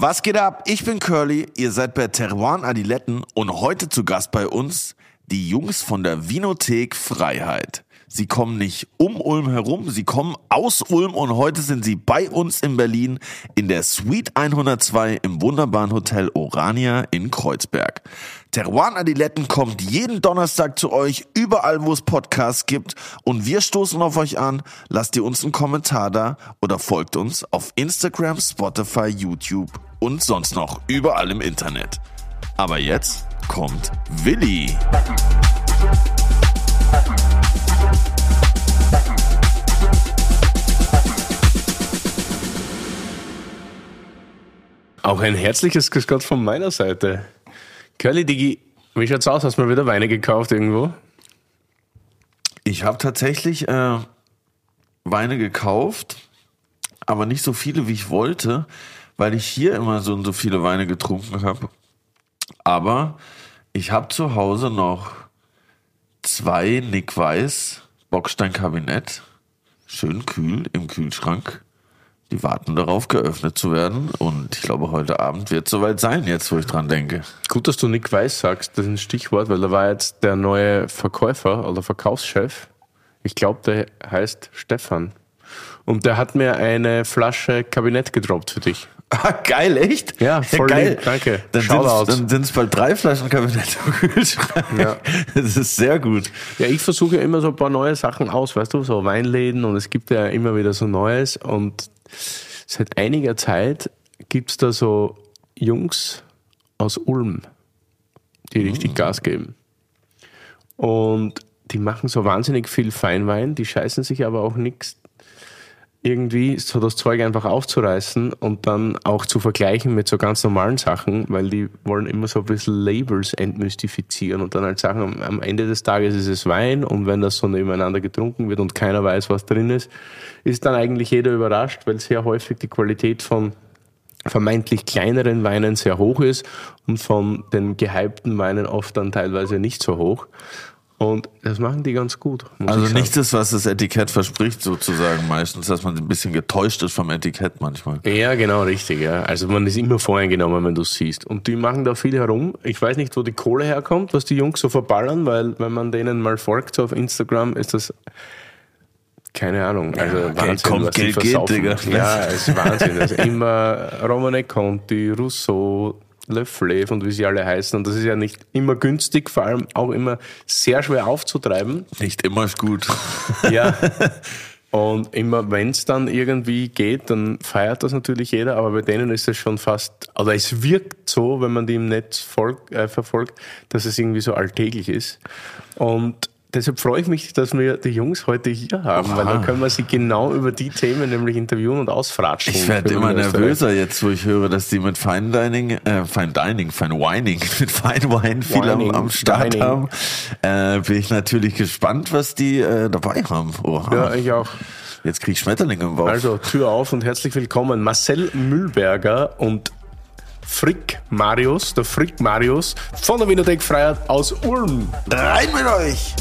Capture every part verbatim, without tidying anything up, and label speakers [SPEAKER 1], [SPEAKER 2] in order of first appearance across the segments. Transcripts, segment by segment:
[SPEAKER 1] Was geht ab? Ich bin Curly, ihr seid bei Teruan Adiletten und heute zu Gast bei uns die Jungs von der Vinothek Freiheit. Sie kommen nicht um Ulm herum, sie kommen aus Ulm und heute sind sie bei uns in Berlin in der Suite hundertzwei im wunderbaren Hotel Orania in Kreuzberg. Teruan Adiletten kommt jeden Donnerstag zu euch, überall wo es Podcasts gibt und wir stoßen auf euch an. Lasst ihr uns einen Kommentar da oder folgt uns auf Instagram, Spotify, YouTube und sonst noch überall im Internet. Aber jetzt kommt Willi.
[SPEAKER 2] Auch ein herzliches Grüß Gott von meiner Seite. Curly Digi, wie schaut's aus? Hast du mal wieder Weine gekauft irgendwo?
[SPEAKER 1] Ich habe tatsächlich äh, Weine gekauft, aber nicht so viele, wie ich wollte, weil ich hier immer so und so viele Weine getrunken habe. Aber ich habe zu Hause noch zwei Nick Weiß Bockstein Kabinett, schön kühl im Kühlschrank. Die warten darauf, geöffnet zu werden. Und ich glaube, heute Abend wird es soweit sein, jetzt wo ich dran denke.
[SPEAKER 2] Gut, dass du Nick Weiß sagst, das ist ein Stichwort, weil da war jetzt der neue Verkäufer oder Verkaufschef. Ich glaube, der heißt Stefan. Und der hat mir eine Flasche Kabinett gedroppt für dich.
[SPEAKER 1] Ah, geil, echt?
[SPEAKER 2] Ja, voll
[SPEAKER 1] ja, geil.
[SPEAKER 2] Lieb, danke.
[SPEAKER 1] Dann sind es bald drei Flaschen Kabinett im Kühlschrank. Ja. Das ist sehr gut.
[SPEAKER 2] Ja, ich versuche ja immer so ein paar neue Sachen aus, weißt du, so Weinläden und es gibt ja immer wieder so Neues und seit einiger Zeit gibt es da so Jungs aus Ulm, die richtig mhm. Gas geben. Und die machen so wahnsinnig viel Feinwein, die scheißen sich aber auch nichts irgendwie so das Zeug einfach aufzureißen und dann auch zu vergleichen mit so ganz normalen Sachen, weil die wollen immer so ein bisschen Labels entmystifizieren und dann halt sagen, am Ende des Tages ist es Wein und wenn das so nebeneinander getrunken wird und keiner weiß, was drin ist, ist dann eigentlich jeder überrascht, weil sehr häufig die Qualität von vermeintlich kleineren Weinen sehr hoch ist und von den gehypten Weinen oft dann teilweise nicht so hoch. Und das machen die ganz gut.
[SPEAKER 1] Also nicht das, was das Etikett verspricht, sozusagen meistens, dass man ein bisschen getäuscht ist vom Etikett manchmal.
[SPEAKER 2] Ja, genau, richtig. Ja. Also man ist immer voreingenommen, wenn du es siehst. Und die machen da viel herum. Ich weiß nicht, wo die Kohle herkommt, was die Jungs so verballern, weil wenn man denen mal folgt so auf Instagram, ist das keine Ahnung. Also ja, Wahnsinn,
[SPEAKER 1] kommt
[SPEAKER 2] was
[SPEAKER 1] Geld
[SPEAKER 2] die versaufen.
[SPEAKER 1] Geht, Digga.
[SPEAKER 2] Ja, es ist Wahnsinn. Also immer Romanè Conti, Rousseau, Le Fleuve und wie sie alle heißen. Und das ist ja nicht immer günstig, vor allem auch immer sehr schwer aufzutreiben.
[SPEAKER 1] Nicht immer ist gut.
[SPEAKER 2] Ja. Und immer, wenn es dann irgendwie geht, dann feiert das natürlich jeder. Aber bei denen ist es schon fast, also es wirkt so, wenn man die im Netz folgt, äh, verfolgt, dass es irgendwie so alltäglich ist. Und deshalb freue ich mich, dass wir die Jungs heute hier haben, Oha. Weil dann können wir sie genau über die Themen nämlich interviewen und ausfratschen.
[SPEAKER 1] Ich werde immer nervöser jetzt, wo ich höre, dass die mit Fine Dining, äh, Fine Dining, Fine Wining, mit Fine Wine viel Wining, am, am Start Dining. haben. Äh, bin ich natürlich gespannt, was die äh, dabei haben. Oha.
[SPEAKER 2] Ja, ich auch.
[SPEAKER 1] Jetzt krieg ich Schmetterlinge im Bauch.
[SPEAKER 2] Also, Tür auf und herzlich willkommen. Marcel Mühlberger und Frick Marius, der Frick Marius von der Vinothek Freiheit aus Ulm.
[SPEAKER 1] Rein mit euch!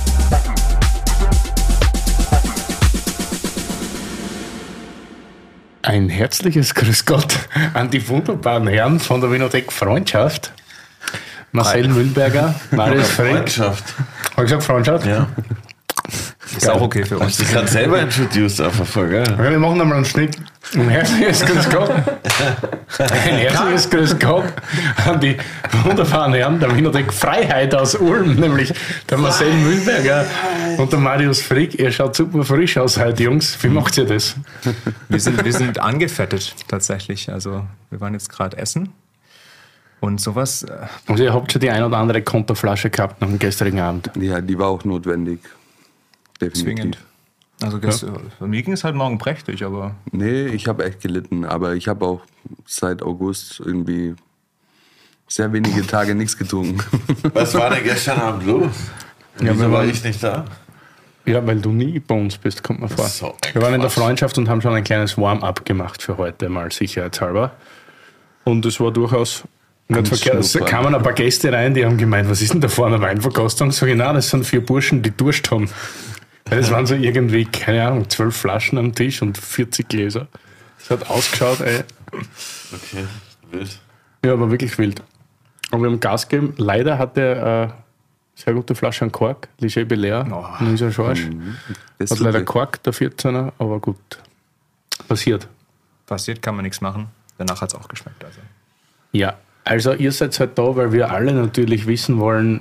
[SPEAKER 2] Ein herzliches Grüß Gott an die wunderbaren Herren von der Vinothek Freundschaft. Marcel Hi. Mühlberger, Marius Frick.
[SPEAKER 1] Freundschaft.
[SPEAKER 2] Hab ich gesagt Freundschaft?
[SPEAKER 1] Ja.
[SPEAKER 3] Ist auch okay für uns.
[SPEAKER 1] Du kannst selber introduced, einfach voll geil.
[SPEAKER 2] Okay, wir machen nochmal einen Schnitt. Ein herzliches Grüß Gott. Ein herzliches Grüß Gott an die wunderbaren Herren der Vinothek Freiheit aus Ulm, nämlich der Marcel Mühlberger und der Marius Frick. Ihr schaut super frisch aus heute, Jungs. Wie macht ihr das?
[SPEAKER 3] Wir sind, wir sind angefettet, tatsächlich. Also, wir waren jetzt gerade essen. Und sowas.
[SPEAKER 2] Also, ihr habt schon die ein oder andere Konterflasche gehabt nach dem gestrigen Abend.
[SPEAKER 4] Ja, die war auch notwendig. Definitiv.
[SPEAKER 3] Zwingend. Also gest- ja. Für mich ging es halt morgen prächtig, aber...
[SPEAKER 4] Nee, ich habe echt gelitten, aber ich habe auch seit August irgendwie sehr wenige Tage nichts getrunken.
[SPEAKER 1] Was war denn gestern Abend los?
[SPEAKER 2] Ja,
[SPEAKER 1] Wieso war ich nicht da?
[SPEAKER 2] Ja, weil du nie bei uns bist, kommt mir vor. So, wir waren in der Freundschaft und haben schon ein kleines Warm-up gemacht für heute, mal sicherheitshalber. Und es war durchaus... Nicht verkehrt. Es kamen ein paar Gäste rein, die haben gemeint, was ist denn da vorne eine Weinverkostung? Sag ich, nein, das sind vier Burschen, die Durst haben. Weil es waren so irgendwie, keine Ahnung, zwölf Flaschen am Tisch und vierzig Gläser. Es hat ausgeschaut, ey.
[SPEAKER 1] Okay. Wild.
[SPEAKER 2] Ja, aber wirklich wild. Und wir haben Gas gegeben. Leider hat er eine sehr gute Flasche an Kork, Ligier Belair,
[SPEAKER 3] Oh.
[SPEAKER 2] in unserer Schorsch.
[SPEAKER 4] Das
[SPEAKER 2] Hat
[SPEAKER 4] tut
[SPEAKER 2] leider
[SPEAKER 4] weh.
[SPEAKER 2] Kork, der vierzehner, aber gut. Passiert.
[SPEAKER 3] Passiert, kann man nichts machen. Danach hat es auch geschmeckt. Also.
[SPEAKER 2] Ja, also ihr seid halt da, weil wir alle natürlich wissen wollen,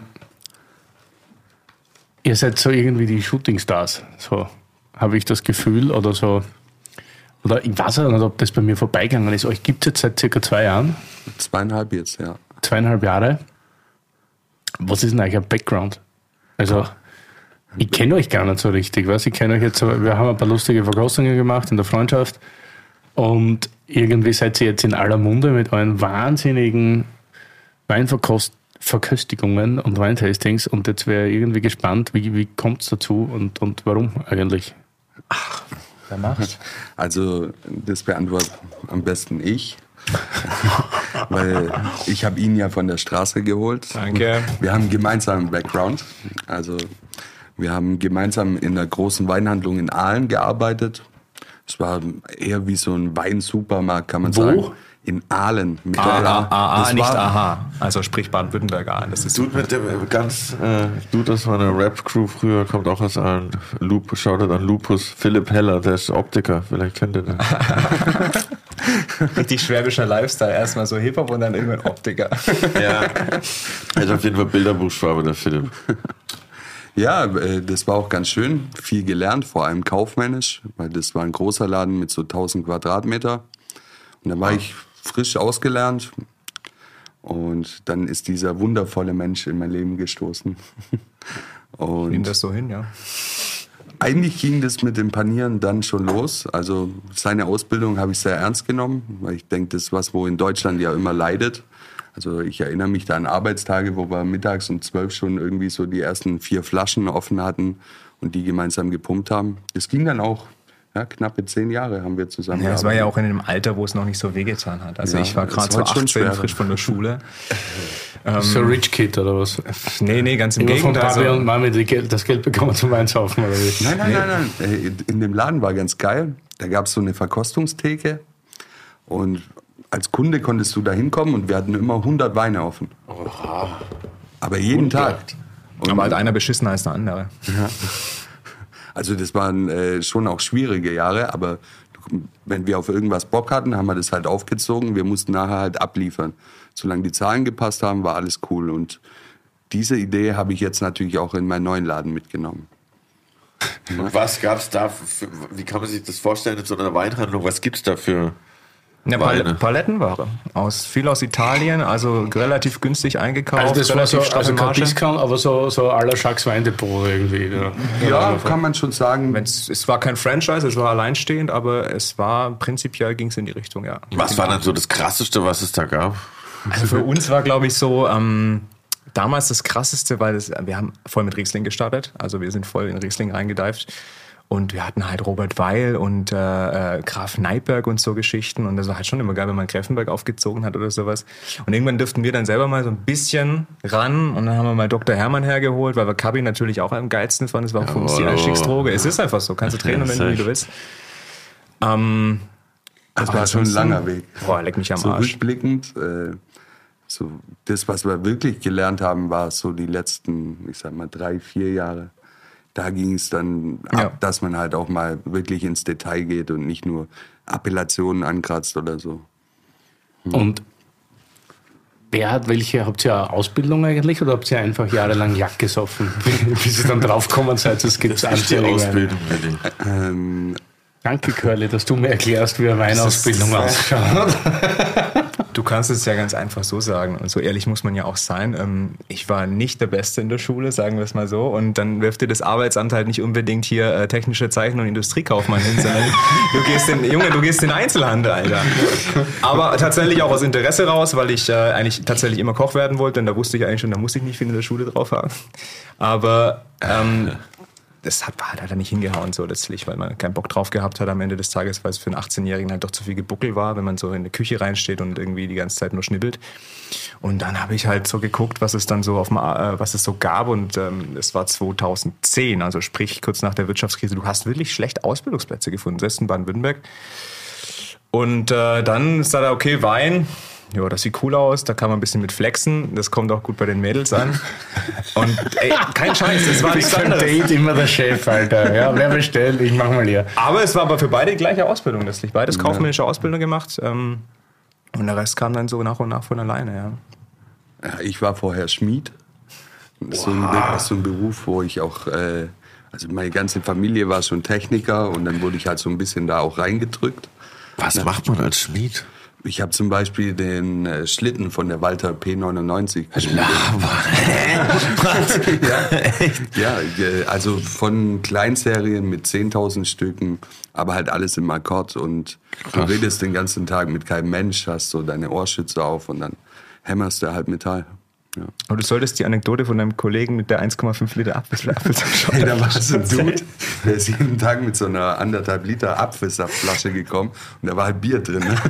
[SPEAKER 2] ihr seid so irgendwie die Shootingstars. So habe ich das Gefühl oder so. Oder ich weiß auch nicht, ob das bei mir vorbeigegangen ist. Euch gibt es jetzt seit circa zwei Jahren,
[SPEAKER 4] Zweieinhalb jetzt, ja.
[SPEAKER 2] zweieinhalb Jahre. Was ist denn eigentlich ein Background? Also, ich kenne euch gar nicht so richtig. Was? Ich kenne euch jetzt, so- wir haben ein paar lustige Verkostungen gemacht in der Freundschaft und irgendwie seid ihr jetzt in aller Munde mit euren wahnsinnigen Weinverköstigungen und Weintastings und jetzt wäre ich irgendwie gespannt, wie, wie kommt es dazu und, und warum eigentlich?
[SPEAKER 3] Wer macht?
[SPEAKER 4] Also das beantwortet am besten ich. Weil ich habe ihn ja von der Straße geholt.
[SPEAKER 3] Danke.
[SPEAKER 4] Wir haben gemeinsam einen Background. Also wir haben gemeinsam in der großen Weinhandlung in Aalen gearbeitet. Es war eher wie so ein Weinsupermarkt, kann man
[SPEAKER 2] Wo?
[SPEAKER 4] sagen. In Aalen. Mit
[SPEAKER 3] Ah,
[SPEAKER 4] der-
[SPEAKER 3] ah, ah, ah,
[SPEAKER 4] das
[SPEAKER 3] nicht
[SPEAKER 4] war-
[SPEAKER 3] aha. Also sprich Baden-Württemberg ah. Das ist
[SPEAKER 1] Dude mit dem ganz, äh, Dude aus meiner Rap-Crew früher, kommt auch aus einem Loop, Shoutout an Lupus, Philipp Heller, der ist Optiker, vielleicht kennt ihr den.
[SPEAKER 3] richtig schwäbischer Lifestyle. Erstmal so Hip-Hop und dann irgendwann Optiker.
[SPEAKER 1] Ja. Er hat auf jeden Fall Bilderbuchschwabe, der Philipp.
[SPEAKER 4] Ja, äh, das war auch ganz schön. Viel gelernt, vor allem kaufmännisch, weil das war ein großer Laden mit so tausend Quadratmeter. Und dann war ich frisch ausgelernt und dann ist dieser wundervolle Mensch in mein Leben gestoßen.
[SPEAKER 3] Nimm
[SPEAKER 4] Und
[SPEAKER 3] das so hin, ja.
[SPEAKER 4] eigentlich ging das mit dem Panieren dann schon los. Also seine Ausbildung habe ich sehr ernst genommen, weil ich denke, das ist was, wo in Deutschland ja immer leidet. Also ich erinnere mich da an Arbeitstage, wo wir mittags um zwölf schon irgendwie so die ersten vier Flaschen offen hatten und die gemeinsam gepumpt haben. Das ging dann auch, ja, knappe zehn Jahre haben wir zusammen
[SPEAKER 3] Ja, es war ja auch
[SPEAKER 4] gearbeitet.
[SPEAKER 3] in einem Alter, wo es noch nicht so wehgetan hat. Also
[SPEAKER 4] Ja,
[SPEAKER 3] ich war
[SPEAKER 4] es
[SPEAKER 3] gerade
[SPEAKER 4] war
[SPEAKER 3] so
[SPEAKER 4] schon
[SPEAKER 3] achtzehn,
[SPEAKER 4] schwerer.
[SPEAKER 3] frisch von der Schule.
[SPEAKER 2] So Rich Kid oder was?
[SPEAKER 3] Nee, nee, ganz im
[SPEAKER 2] Immer von
[SPEAKER 3] Gegenteil.
[SPEAKER 2] Papi und
[SPEAKER 3] Also,
[SPEAKER 2] Mami die Geld, das Geld bekommen zum Weinsaufen oder wie?
[SPEAKER 4] Nein, nein, nein, nein. Äh, In dem Laden war ganz geil. Da gab es so eine Verkostungstheke und als Kunde konntest du da hinkommen und wir hatten immer hundert Weine offen. Aber jeden Tag. Und
[SPEAKER 3] aber halt einer beschissener als der andere.
[SPEAKER 4] Also das waren äh, schon auch schwierige Jahre, aber wenn wir auf irgendwas Bock hatten, haben wir das halt aufgezogen. Wir mussten nachher halt abliefern. Solange die Zahlen gepasst haben, war alles cool. Und diese Idee habe ich jetzt natürlich auch in meinen neuen Laden mitgenommen.
[SPEAKER 1] Was gab's da, für, wie kann man sich das vorstellen in so einer Weinhandlung, was gibt's da für
[SPEAKER 3] Eine
[SPEAKER 1] Weine?
[SPEAKER 3] Pal Palettenware. Aus, viel aus Italien, also relativ günstig eingekauft.
[SPEAKER 2] Also das war so,
[SPEAKER 3] relativ
[SPEAKER 2] also
[SPEAKER 3] straffe
[SPEAKER 2] kein
[SPEAKER 3] Marge.
[SPEAKER 2] Discount, aber so, so à la Jacques Weindepot irgendwie. Ja,
[SPEAKER 4] Ja, kann man schon sagen.
[SPEAKER 3] Wenn's, es war kein Franchise, es war alleinstehend, aber es war prinzipiell ging es in die Richtung, ja.
[SPEAKER 1] Was war dann so das Krasseste, was es da gab?
[SPEAKER 3] Also für uns war, glaube ich, so ähm, damals das Krasseste, weil das, wir haben voll mit Riesling gestartet. Also wir sind voll in Riesling reingedeift. Und wir hatten halt Robert Weil und äh, äh, Graf Neiberg und so Geschichten. Und das war halt schon immer geil, wenn man Greffenberg aufgezogen hat oder sowas. Und irgendwann dürften wir dann selber mal so ein bisschen ran. Und dann haben wir mal Doktor Hermann hergeholt, weil wir Kabi natürlich auch am geilsten fanden. Das war auch für uns die
[SPEAKER 1] Jawohl.
[SPEAKER 3] Einstiegsdroge. Es ist einfach so. Kannst du drehen und wenn du, wie du willst. Ähm,
[SPEAKER 4] Das war schon ein
[SPEAKER 3] ansonsten-
[SPEAKER 4] langer Weg.
[SPEAKER 3] Boah, leck mich am
[SPEAKER 4] So
[SPEAKER 3] Arsch.
[SPEAKER 4] rückblickend, äh, so das, was wir wirklich gelernt haben, war so die letzten, ich sag mal, drei, vier Jahre. Da ging es dann
[SPEAKER 3] Ja.
[SPEAKER 4] ab, dass man halt auch mal wirklich ins Detail geht und nicht nur Appellationen ankratzt oder so.
[SPEAKER 2] Und wer hat welche, habt ihr eine Ausbildung eigentlich oder habt ihr einfach jahrelang Jack gesoffen, bis ihr dann draufgekommen seid, es gibt
[SPEAKER 1] Die Ausbildung, Willi.
[SPEAKER 4] Ähm,
[SPEAKER 2] Danke, Curly, dass du mir erklärst, wie eine Weinausbildung ausschaut.
[SPEAKER 3] Du kannst es ja ganz einfach so sagen. Und so ehrlich muss man ja auch sein. Ähm, Ich war nicht der Beste in der Schule, sagen wir es mal so. Und dann wirft dir das Arbeitsamt halt nicht unbedingt hier äh, technische Zeichen und Industriekaufmann hin, sondern du gehst in, Junge, du gehst in den Einzelhandel, Alter. Aber tatsächlich auch aus Interesse raus, weil ich äh, eigentlich tatsächlich immer Koch werden wollte. Und da wusste ich eigentlich schon, da musste ich nicht viel in der Schule drauf haben. Aber ähm, das hat halt leider nicht hingehauen, so letztlich, weil man keinen Bock drauf gehabt hat am Ende des Tages, weil es für einen achtzehnjährigen halt doch zu viel Gebuckel war, wenn man so in eine Küche reinsteht und irgendwie die ganze Zeit nur schnibbelt. Und dann habe ich halt so geguckt, was es dann so auf dem, äh, was es so gab und ähm, es war zweitausendzehn, also sprich kurz nach der Wirtschaftskrise. Du hast wirklich schlecht Ausbildungsplätze gefunden, selbst in Baden-Württemberg. Und äh, dann ist da, okay, Wein, ja, das sieht cool aus, da kann man ein bisschen mit flexen, das kommt auch gut bei den Mädels an. Und ey, kein Scheiß, das war nichts anderes.
[SPEAKER 2] Date immer der Chef, Alter. Ja, wer bestellt, ich mach mal hier.
[SPEAKER 3] Aber es war aber für beide die gleiche Ausbildung letztlich. Beides kaufmännische Ausbildung gemacht. Ähm, und der Rest kam dann so nach und nach von alleine, ja.
[SPEAKER 4] Ja, ich war vorher Schmied. Das ist so ein, Be- so ein Beruf, wo ich auch, äh, also meine ganze Familie war schon Techniker und dann wurde ich halt so ein bisschen da auch reingedrückt.
[SPEAKER 1] Was
[SPEAKER 4] Na,
[SPEAKER 1] macht man als Schmied?
[SPEAKER 4] Ich habe zum Beispiel den äh, Schlitten von der Walter P neunundneunzig geschmiedet. ja, ja, äh, also von Kleinserien mit zehntausend Stücken, aber halt alles im Akkord und du
[SPEAKER 1] Krass.
[SPEAKER 4] redest den ganzen Tag mit keinem Mensch, hast so deine Ohrschütze auf und dann hämmerst du halt Metall. Ja.
[SPEAKER 3] Aber du solltest die Anekdote von deinem Kollegen mit der eins Komma fünf Liter Apfelsaft
[SPEAKER 4] Hey, da war so ein Dude, der ist jeden Tag mit so einer anderthalb Liter Apfelsaftflasche gekommen und da war halt Bier drin. Ne?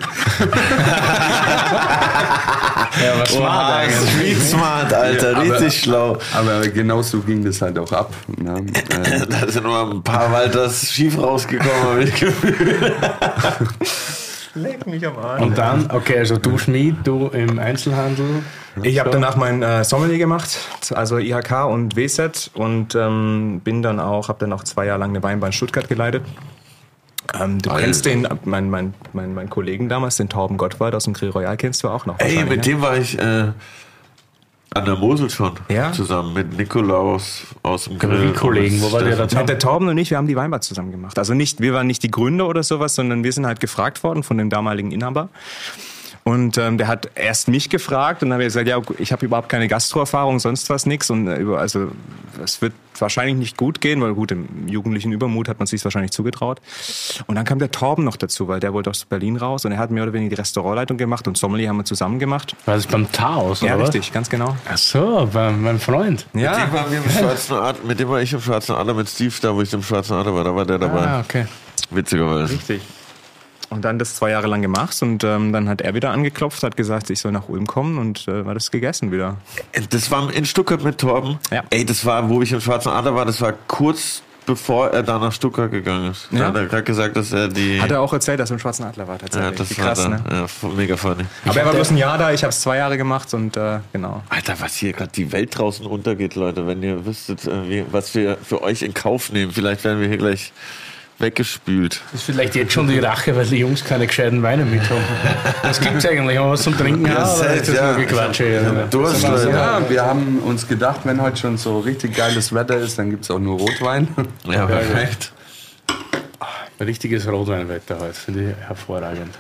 [SPEAKER 2] Ja, was smart eigentlich.
[SPEAKER 1] Street smart, Alter,
[SPEAKER 4] Ja, aber-
[SPEAKER 1] richtig schlau.
[SPEAKER 4] Aber genau so ging das halt auch ab. Ne? Äh,
[SPEAKER 1] Da sind nur ein paar Walters schief rausgekommen, habe ich Gefühl.
[SPEAKER 3] Leg mich am Arsch.
[SPEAKER 2] Und dann, okay, also du Schmied, du im Einzelhandel.
[SPEAKER 3] Ich habe danach mein äh, Sommelier gemacht, also I H K und W Z und ähm, bin dann auch, habe dann auch zwei Jahre lang eine Weinbar in Stuttgart geleitet. Ähm, du
[SPEAKER 1] Alter.
[SPEAKER 3] kennst den, mein, mein, mein, mein Kollegen damals, den Torben Gottwald aus dem Grill Royal, kennst du auch noch.
[SPEAKER 1] Ey,
[SPEAKER 3] wahrscheinlich,
[SPEAKER 1] mit
[SPEAKER 3] ja?
[SPEAKER 1] dem war ich äh, an der Mosel schon
[SPEAKER 3] Ja?
[SPEAKER 1] zusammen, mit Nikolaus aus dem Grill.
[SPEAKER 2] Grillkollegen, wo war der da
[SPEAKER 3] Ja,
[SPEAKER 2] zusammen?
[SPEAKER 3] der Torben und ich, wir haben die Weinbar zusammen gemacht. Also nicht, wir waren nicht die Gründer oder sowas, sondern wir sind halt gefragt worden von dem damaligen Inhaber. Und ähm, der hat erst mich gefragt und dann habe ich gesagt, ja, ich habe überhaupt keine Gastroerfahrung, sonst was nix. Und äh, über, also es wird wahrscheinlich nicht gut gehen, weil gut, im jugendlichen Übermut hat man sich wahrscheinlich zugetraut. Und dann kam der Torben noch dazu, weil der wollte aus Berlin raus und er hat mehr oder weniger die Restaurantleitung gemacht und Sommelier haben wir zusammen gemacht.
[SPEAKER 2] War das beim Taos, oder
[SPEAKER 3] Ja,
[SPEAKER 2] was?
[SPEAKER 3] richtig, ganz genau.
[SPEAKER 2] Ach so, bei meinem Freund.
[SPEAKER 1] Mit dem
[SPEAKER 3] Ja,
[SPEAKER 1] waren wir im Schwarzen Adler, mit dem war ich im Schwarzen Adler, mit Steve, da wo ich im Schwarzen Adler war, da war der dabei.
[SPEAKER 2] Ah, okay.
[SPEAKER 1] Witzigerweise.
[SPEAKER 3] richtig. Und dann das zwei Jahre lang gemacht und ähm, dann hat er wieder angeklopft, hat gesagt, ich soll nach Ulm kommen und äh, war das gegessen wieder.
[SPEAKER 1] Das war in Stuttgart mit Torben.
[SPEAKER 3] Ja.
[SPEAKER 1] Ey, das war, wo ich im Schwarzen Adler war, das war kurz bevor er da nach Stuttgart gegangen ist.
[SPEAKER 3] Ja.
[SPEAKER 1] Da hat er gerade gesagt, dass er die...
[SPEAKER 3] Hat er auch erzählt, dass er im Schwarzen Adler war tatsächlich.
[SPEAKER 1] ja, das
[SPEAKER 3] Wie
[SPEAKER 1] war
[SPEAKER 3] krass,
[SPEAKER 1] da,
[SPEAKER 3] ne?
[SPEAKER 1] ja, mega funny.
[SPEAKER 3] Aber er war bloß ein Jahr da, ich habe es zwei Jahre gemacht und äh, genau.
[SPEAKER 1] Alter, was hier gerade die Welt draußen untergeht, Leute, wenn ihr wüsstet, äh, wie, was wir für euch in Kauf nehmen. Vielleicht werden wir hier gleich weggespült.
[SPEAKER 2] Das ist vielleicht jetzt schon die Rache, weil die Jungs keine gescheiten Weine mit haben. Was gibt's eigentlich? Haben wir was zum Trinken?
[SPEAKER 1] Ja,
[SPEAKER 2] haben, oder
[SPEAKER 1] safe,
[SPEAKER 2] ist das
[SPEAKER 1] ja.
[SPEAKER 2] nur Gequatsche? hier, oder?
[SPEAKER 1] Durst, Leute.
[SPEAKER 4] ja, wir haben uns gedacht, wenn heute schon so richtig geiles Wetter ist, dann gibt es auch nur Rotwein.
[SPEAKER 1] Ja, perfekt.
[SPEAKER 2] Richtiges Rotweinwetter heute, finde ich hervorragend.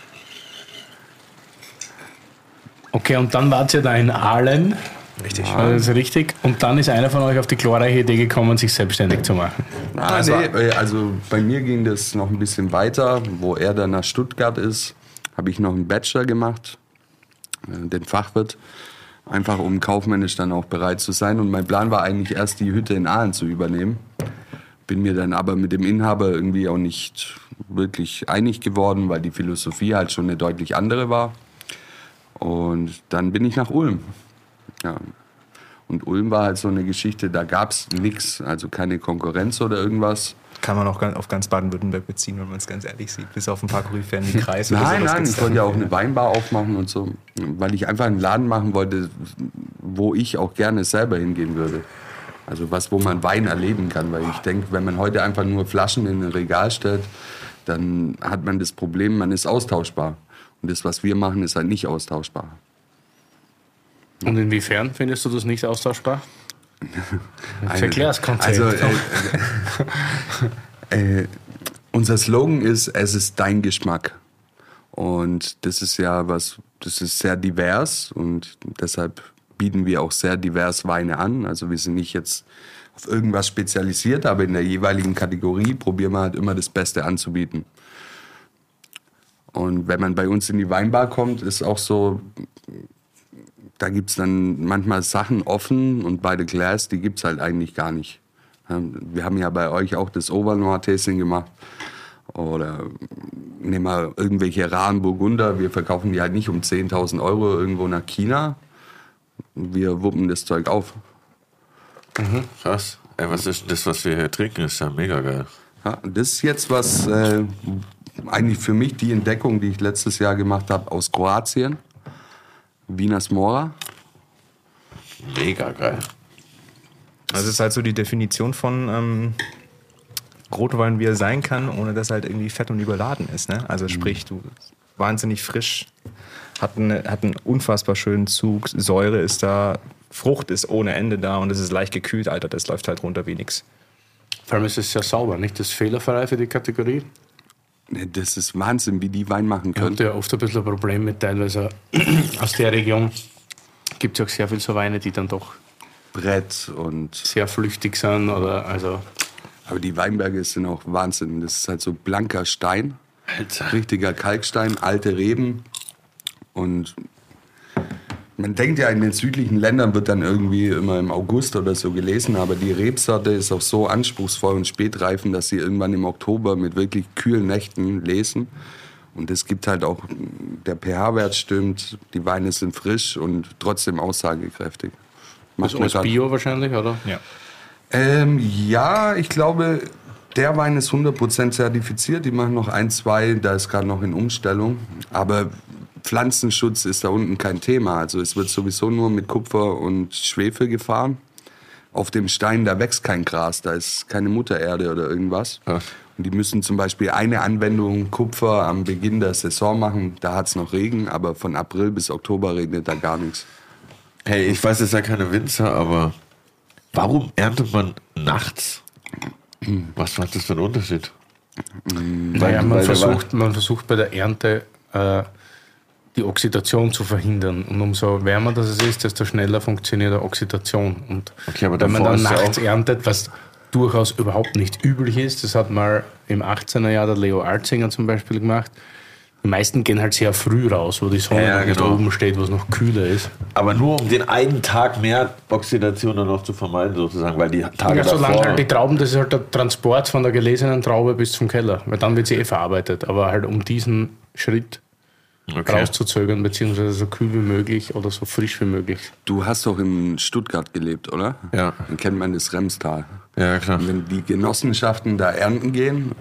[SPEAKER 2] Okay, und dann wart ihr da in Aalen.
[SPEAKER 3] Richtig.
[SPEAKER 2] War das richtig? Und dann ist einer von euch auf die glorreiche Idee gekommen, sich selbstständig zu machen.
[SPEAKER 4] Ah, nee, äh, also bei mir ging das noch ein bisschen weiter. Wo er dann nach Stuttgart ist, habe ich noch einen Bachelor gemacht, äh, den Fachwirt, einfach um kaufmännisch dann auch bereit zu sein. Und mein Plan war eigentlich erst, die Hütte in Aalen zu übernehmen. Bin mir dann aber mit dem Inhaber irgendwie auch nicht wirklich einig geworden, weil die Philosophie halt schon eine deutlich andere war. Und dann bin ich nach Ulm. Ja. Und Ulm war halt so eine Geschichte, da gab es nichts, also keine Konkurrenz oder irgendwas.
[SPEAKER 3] Kann man auch ganz- auf ganz Baden-Württemberg beziehen, wenn man es ganz ehrlich sieht. Bis auf ein paar Koryphäen wie Kreis oder
[SPEAKER 4] Nein,
[SPEAKER 3] sowas
[SPEAKER 4] nein,
[SPEAKER 3] gibt's
[SPEAKER 4] ich
[SPEAKER 3] da
[SPEAKER 4] wollte ja auch
[SPEAKER 3] nicht.
[SPEAKER 4] eine Weinbar aufmachen und so, weil ich einfach einen Laden machen wollte, wo ich auch gerne selber hingehen würde. Also was, wo man Wein erleben kann, weil ich denke, wenn man heute einfach nur Flaschen in ein Regal stellt, dann hat man das Problem, man ist austauschbar. Und das, was wir machen, ist halt nicht austauschbar.
[SPEAKER 2] Und inwiefern findest du das nicht austauschbar? Jetzt
[SPEAKER 4] Eine-
[SPEAKER 2] erklär das Konzept.
[SPEAKER 4] Also, äh, äh, unser Slogan ist, es ist dein Geschmack. Und das ist ja was, das ist sehr divers und deshalb bieten wir auch sehr divers Weine an. Also wir sind nicht jetzt auf irgendwas spezialisiert, aber in der jeweiligen Kategorie probieren wir halt immer das Beste anzubieten. Und wenn man bei uns in die Weinbar kommt, ist auch so, da gibt's dann manchmal Sachen offen und bei The Glass, die gibt's halt eigentlich gar nicht. Wir haben ja bei euch auch das Overnoir-Tasting gemacht. Oder nehmen wir irgendwelche raren Burgunder, wir verkaufen die halt nicht um zehntausend Euro irgendwo nach China. Wir wuppen das Zeug auf.
[SPEAKER 1] Krass. Ey, was ist denn das, was wir hier trinken? Ist ja mega geil.
[SPEAKER 4] Ja, das ist jetzt was, äh, eigentlich für mich die Entdeckung, die ich letztes Jahr gemacht habe aus Kroatien. Vinas Mora.
[SPEAKER 2] Mega geil.
[SPEAKER 3] Also es ist halt so die Definition von ähm, Rotwein, wie er sein kann, ohne dass er halt irgendwie fett und überladen ist. Ne? Also sprich, du wahnsinnig frisch, hat, eine, hat einen unfassbar schönen Zug, Säure ist da, Frucht ist ohne Ende da und es ist leicht gekühlt, Alter, das läuft halt runter wie nix.
[SPEAKER 2] Vor allem ist es sehr sauber, nicht? Das ist fehlerfrei für die Kategorie.
[SPEAKER 4] Das ist Wahnsinn, wie die Wein machen
[SPEAKER 2] Ich
[SPEAKER 4] können.
[SPEAKER 2] hatte ja oft ein bisschen ein Problem mit teilweise aus der Region. Gibt es auch sehr viel so Weine, die dann doch
[SPEAKER 4] Brett und...
[SPEAKER 2] sehr flüchtig sind. Oder also
[SPEAKER 4] Aber die Weinberge sind auch Wahnsinn. Das ist halt so blanker Stein,
[SPEAKER 2] Alter.
[SPEAKER 4] richtiger Kalkstein, alte Reben. Und man denkt ja, in den südlichen Ländern wird dann irgendwie immer im August oder so gelesen, aber die Rebsorte ist auch so anspruchsvoll und spätreifen, dass sie irgendwann im Oktober mit wirklich kühlen Nächten lesen. Und es gibt halt auch, der pH-Wert stimmt, die Weine sind frisch und trotzdem aussagekräftig.
[SPEAKER 2] Das
[SPEAKER 4] Macht
[SPEAKER 2] ist
[SPEAKER 4] mir
[SPEAKER 2] alles
[SPEAKER 4] grad-
[SPEAKER 2] Bio wahrscheinlich, oder?
[SPEAKER 3] Ja.
[SPEAKER 4] Ähm, ja, ich glaube, der Wein ist hundert Prozent zertifiziert. Die machen noch ein, zwei, da ist gerade noch in Umstellung. Aber Pflanzenschutz ist da unten kein Thema. Also es wird sowieso nur mit Kupfer und Schwefel gefahren. Auf dem Stein, da wächst kein Gras, da ist keine Muttererde oder irgendwas.
[SPEAKER 1] Ja.
[SPEAKER 4] Und die müssen zum Beispiel eine Anwendung Kupfer am Beginn der Saison machen. Da hat es noch Regen, aber von April bis Oktober regnet da gar nichts.
[SPEAKER 1] Hey, ich weiß, es ist ja keine Winzer, aber warum erntet man nachts? Was macht das für einen Unterschied?
[SPEAKER 2] Naja,
[SPEAKER 1] Weil-
[SPEAKER 2] man,
[SPEAKER 1] weil-
[SPEAKER 2] versucht, man versucht bei der Ernte äh, die Oxidation zu verhindern. Und umso wärmer das es ist, desto schneller funktioniert eine Oxidation. Und
[SPEAKER 1] Okay, aber
[SPEAKER 2] wenn man
[SPEAKER 1] davor
[SPEAKER 2] dann
[SPEAKER 1] ist ja
[SPEAKER 2] nachts
[SPEAKER 1] auch-
[SPEAKER 2] erntet, was durchaus überhaupt nicht üblich ist, das hat mal im achtzehner Jahr der Leo Alzinger zum Beispiel gemacht. Die meisten gehen halt sehr früh raus, wo die Sonne
[SPEAKER 1] Ja,
[SPEAKER 2] noch nicht
[SPEAKER 1] genau.
[SPEAKER 2] oben steht, wo es noch kühler ist.
[SPEAKER 1] Aber nur um den einen Tag mehr Oxidation dann noch zu vermeiden, sozusagen, weil die Tage
[SPEAKER 2] Ja, solange
[SPEAKER 1] davor...
[SPEAKER 2] halt die Trauben, das ist halt der Transport von der gelesenen Traube bis zum Keller, weil dann wird sie eh verarbeitet. Aber halt um diesen Schritt
[SPEAKER 1] Okay.
[SPEAKER 2] rauszuzögern, beziehungsweise so kühl wie möglich oder so frisch wie möglich.
[SPEAKER 4] Du hast doch in Stuttgart gelebt, oder?
[SPEAKER 1] Ja.
[SPEAKER 4] Dann kennt man das Remstal.
[SPEAKER 1] Ja, klar.
[SPEAKER 4] Und wenn die Genossenschaften da ernten gehen,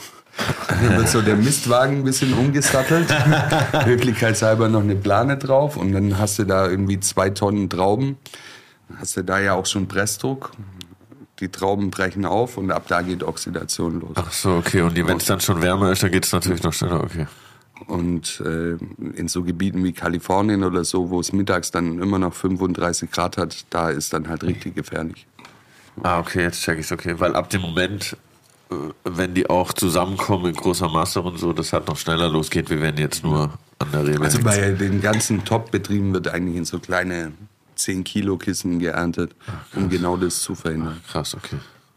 [SPEAKER 4] dann wird so der Mistwagen ein bisschen umgesattelt. Höflichkeitshalber noch eine Plane drauf und dann hast du da irgendwie zwei Tonnen Trauben. Dann hast du da ja auch schon Pressdruck. Die Trauben brechen auf und ab da geht Oxidation los.
[SPEAKER 1] Ach so, okay. Und wenn es dann schon wärmer ist, dann geht es natürlich noch schneller, okay.
[SPEAKER 4] Und äh, in so Gebieten wie Kalifornien oder so, wo es mittags dann immer noch fünfunddreißig Grad hat, da ist dann halt richtig gefährlich.
[SPEAKER 1] Ah, okay, jetzt check ich's, okay. Weil ab dem Moment, äh, wenn die auch zusammenkommen in großer Masse und so, das halt noch schneller losgeht, wie wenn jetzt nur an der Rebe
[SPEAKER 4] Also
[SPEAKER 1] hängt.
[SPEAKER 4] bei den ganzen Top-Betrieben wird eigentlich in so kleine zehn Kilo Kissen geerntet, um genau das zu verhindern.
[SPEAKER 1] Krass, okay.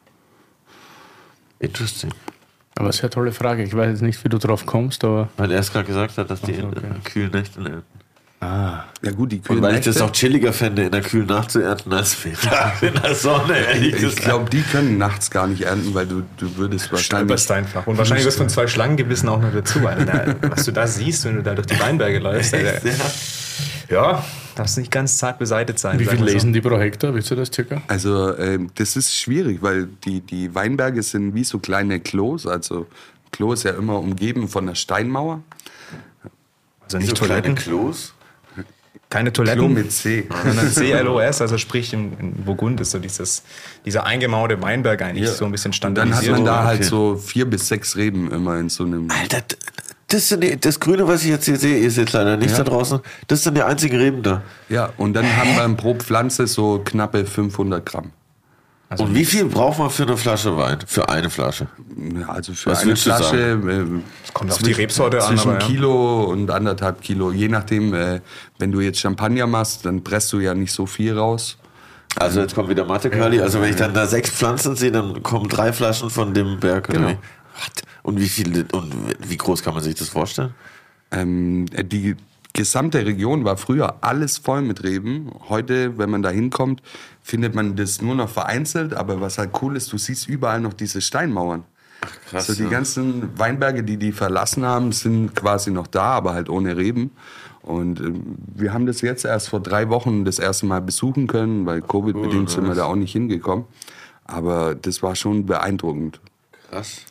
[SPEAKER 1] Interesting.
[SPEAKER 2] Aber sehr tolle Frage. Ich weiß jetzt nicht, wie du drauf kommst, aber
[SPEAKER 1] Weil er es gerade gesagt hat, dass die
[SPEAKER 2] Ach so,
[SPEAKER 1] in
[SPEAKER 2] okay.
[SPEAKER 1] äh, kühlen Nächten ernten.
[SPEAKER 2] ah,
[SPEAKER 4] Ja gut, die
[SPEAKER 1] Und
[SPEAKER 4] kühlen
[SPEAKER 1] weil ich das
[SPEAKER 4] Nächte,
[SPEAKER 1] auch chilliger fände, in der kühlen Nacht zu ernten, als mittags in der Sonne, ehrlich
[SPEAKER 4] ich
[SPEAKER 1] gesagt.
[SPEAKER 4] glaube, die können nachts gar nicht ernten, weil du, du würdest wahrscheinlich...
[SPEAKER 3] Stolperst einfach. Und wahrscheinlich wirst du von zwei Schlangen gebissen auch noch dazu. Alter. Was du da siehst, wenn du da durch die Weinberge läufst. Alter. Ja, darfst nicht ganz zart beseitigt sein.
[SPEAKER 2] wie
[SPEAKER 3] sagen
[SPEAKER 2] viel
[SPEAKER 3] wir so.
[SPEAKER 2] lesen die pro Hektar? Wisst ihr das circa?
[SPEAKER 4] Also ähm, das ist schwierig, weil die, die Weinberge sind wie so kleine Klos. Also Klo ist ja immer umgeben von einer Steinmauer.
[SPEAKER 3] Also nicht
[SPEAKER 1] so kleine
[SPEAKER 3] Toiletten.
[SPEAKER 1] Klos.
[SPEAKER 3] Keine
[SPEAKER 4] Klo
[SPEAKER 3] Toiletten.
[SPEAKER 4] mit C.
[SPEAKER 3] Sondern C L O S, also sprich in, in Burgund ist so dieses, dieser eingemauerte Weinberg eigentlich so ein bisschen
[SPEAKER 4] Und dann hat
[SPEAKER 3] standardisiert.
[SPEAKER 4] man da
[SPEAKER 1] okay.
[SPEAKER 4] halt so vier bis sechs Reben immer in so einem...
[SPEAKER 1] Alter, d- das, sind die, das Grüne, was ich jetzt hier sehe, ihr seht leider nicht
[SPEAKER 4] Ja.
[SPEAKER 1] da draußen, das sind die einzigen Reben da.
[SPEAKER 4] Ja, und dann haben wir pro Pflanze so knappe fünfhundert Gramm.
[SPEAKER 3] Also
[SPEAKER 1] Und wie viel braucht man für eine Flasche Wein? Für eine Flasche?
[SPEAKER 4] Ja, also für
[SPEAKER 1] Was
[SPEAKER 4] eine
[SPEAKER 1] würdest du
[SPEAKER 4] Flasche
[SPEAKER 3] kommt
[SPEAKER 4] äh,
[SPEAKER 3] auf
[SPEAKER 4] zwischen-
[SPEAKER 3] die Rebsorte an,
[SPEAKER 4] zwischen
[SPEAKER 3] aber ja.
[SPEAKER 4] Kilo und anderthalb Kilo. Je nachdem, äh, wenn du jetzt Champagner machst, dann presst du ja nicht so viel raus.
[SPEAKER 1] Also jetzt kommt wieder Mathe-Quali. Also wenn ich dann da sechs Pflanzen sehe, dann kommen drei Flaschen von dem Berg. Oder
[SPEAKER 4] Genau.
[SPEAKER 1] wie? What? Und wie viel und wie groß kann man sich das vorstellen?
[SPEAKER 4] Ähm, die gesamte Region war früher alles voll mit Reben. Heute, wenn man da hinkommt, findet man das nur noch vereinzelt. Aber was halt cool ist, du siehst überall noch diese Steinmauern.
[SPEAKER 1] Krass.
[SPEAKER 4] Also die
[SPEAKER 1] ja.
[SPEAKER 4] ganzen Weinberge, die die verlassen haben, sind quasi noch da, aber halt ohne Reben. Und äh, wir haben das jetzt erst vor drei Wochen das erste Mal besuchen können, weil Covid-bedingt sind wir da auch nicht hingekommen. Aber das war schon beeindruckend.
[SPEAKER 1] Krass.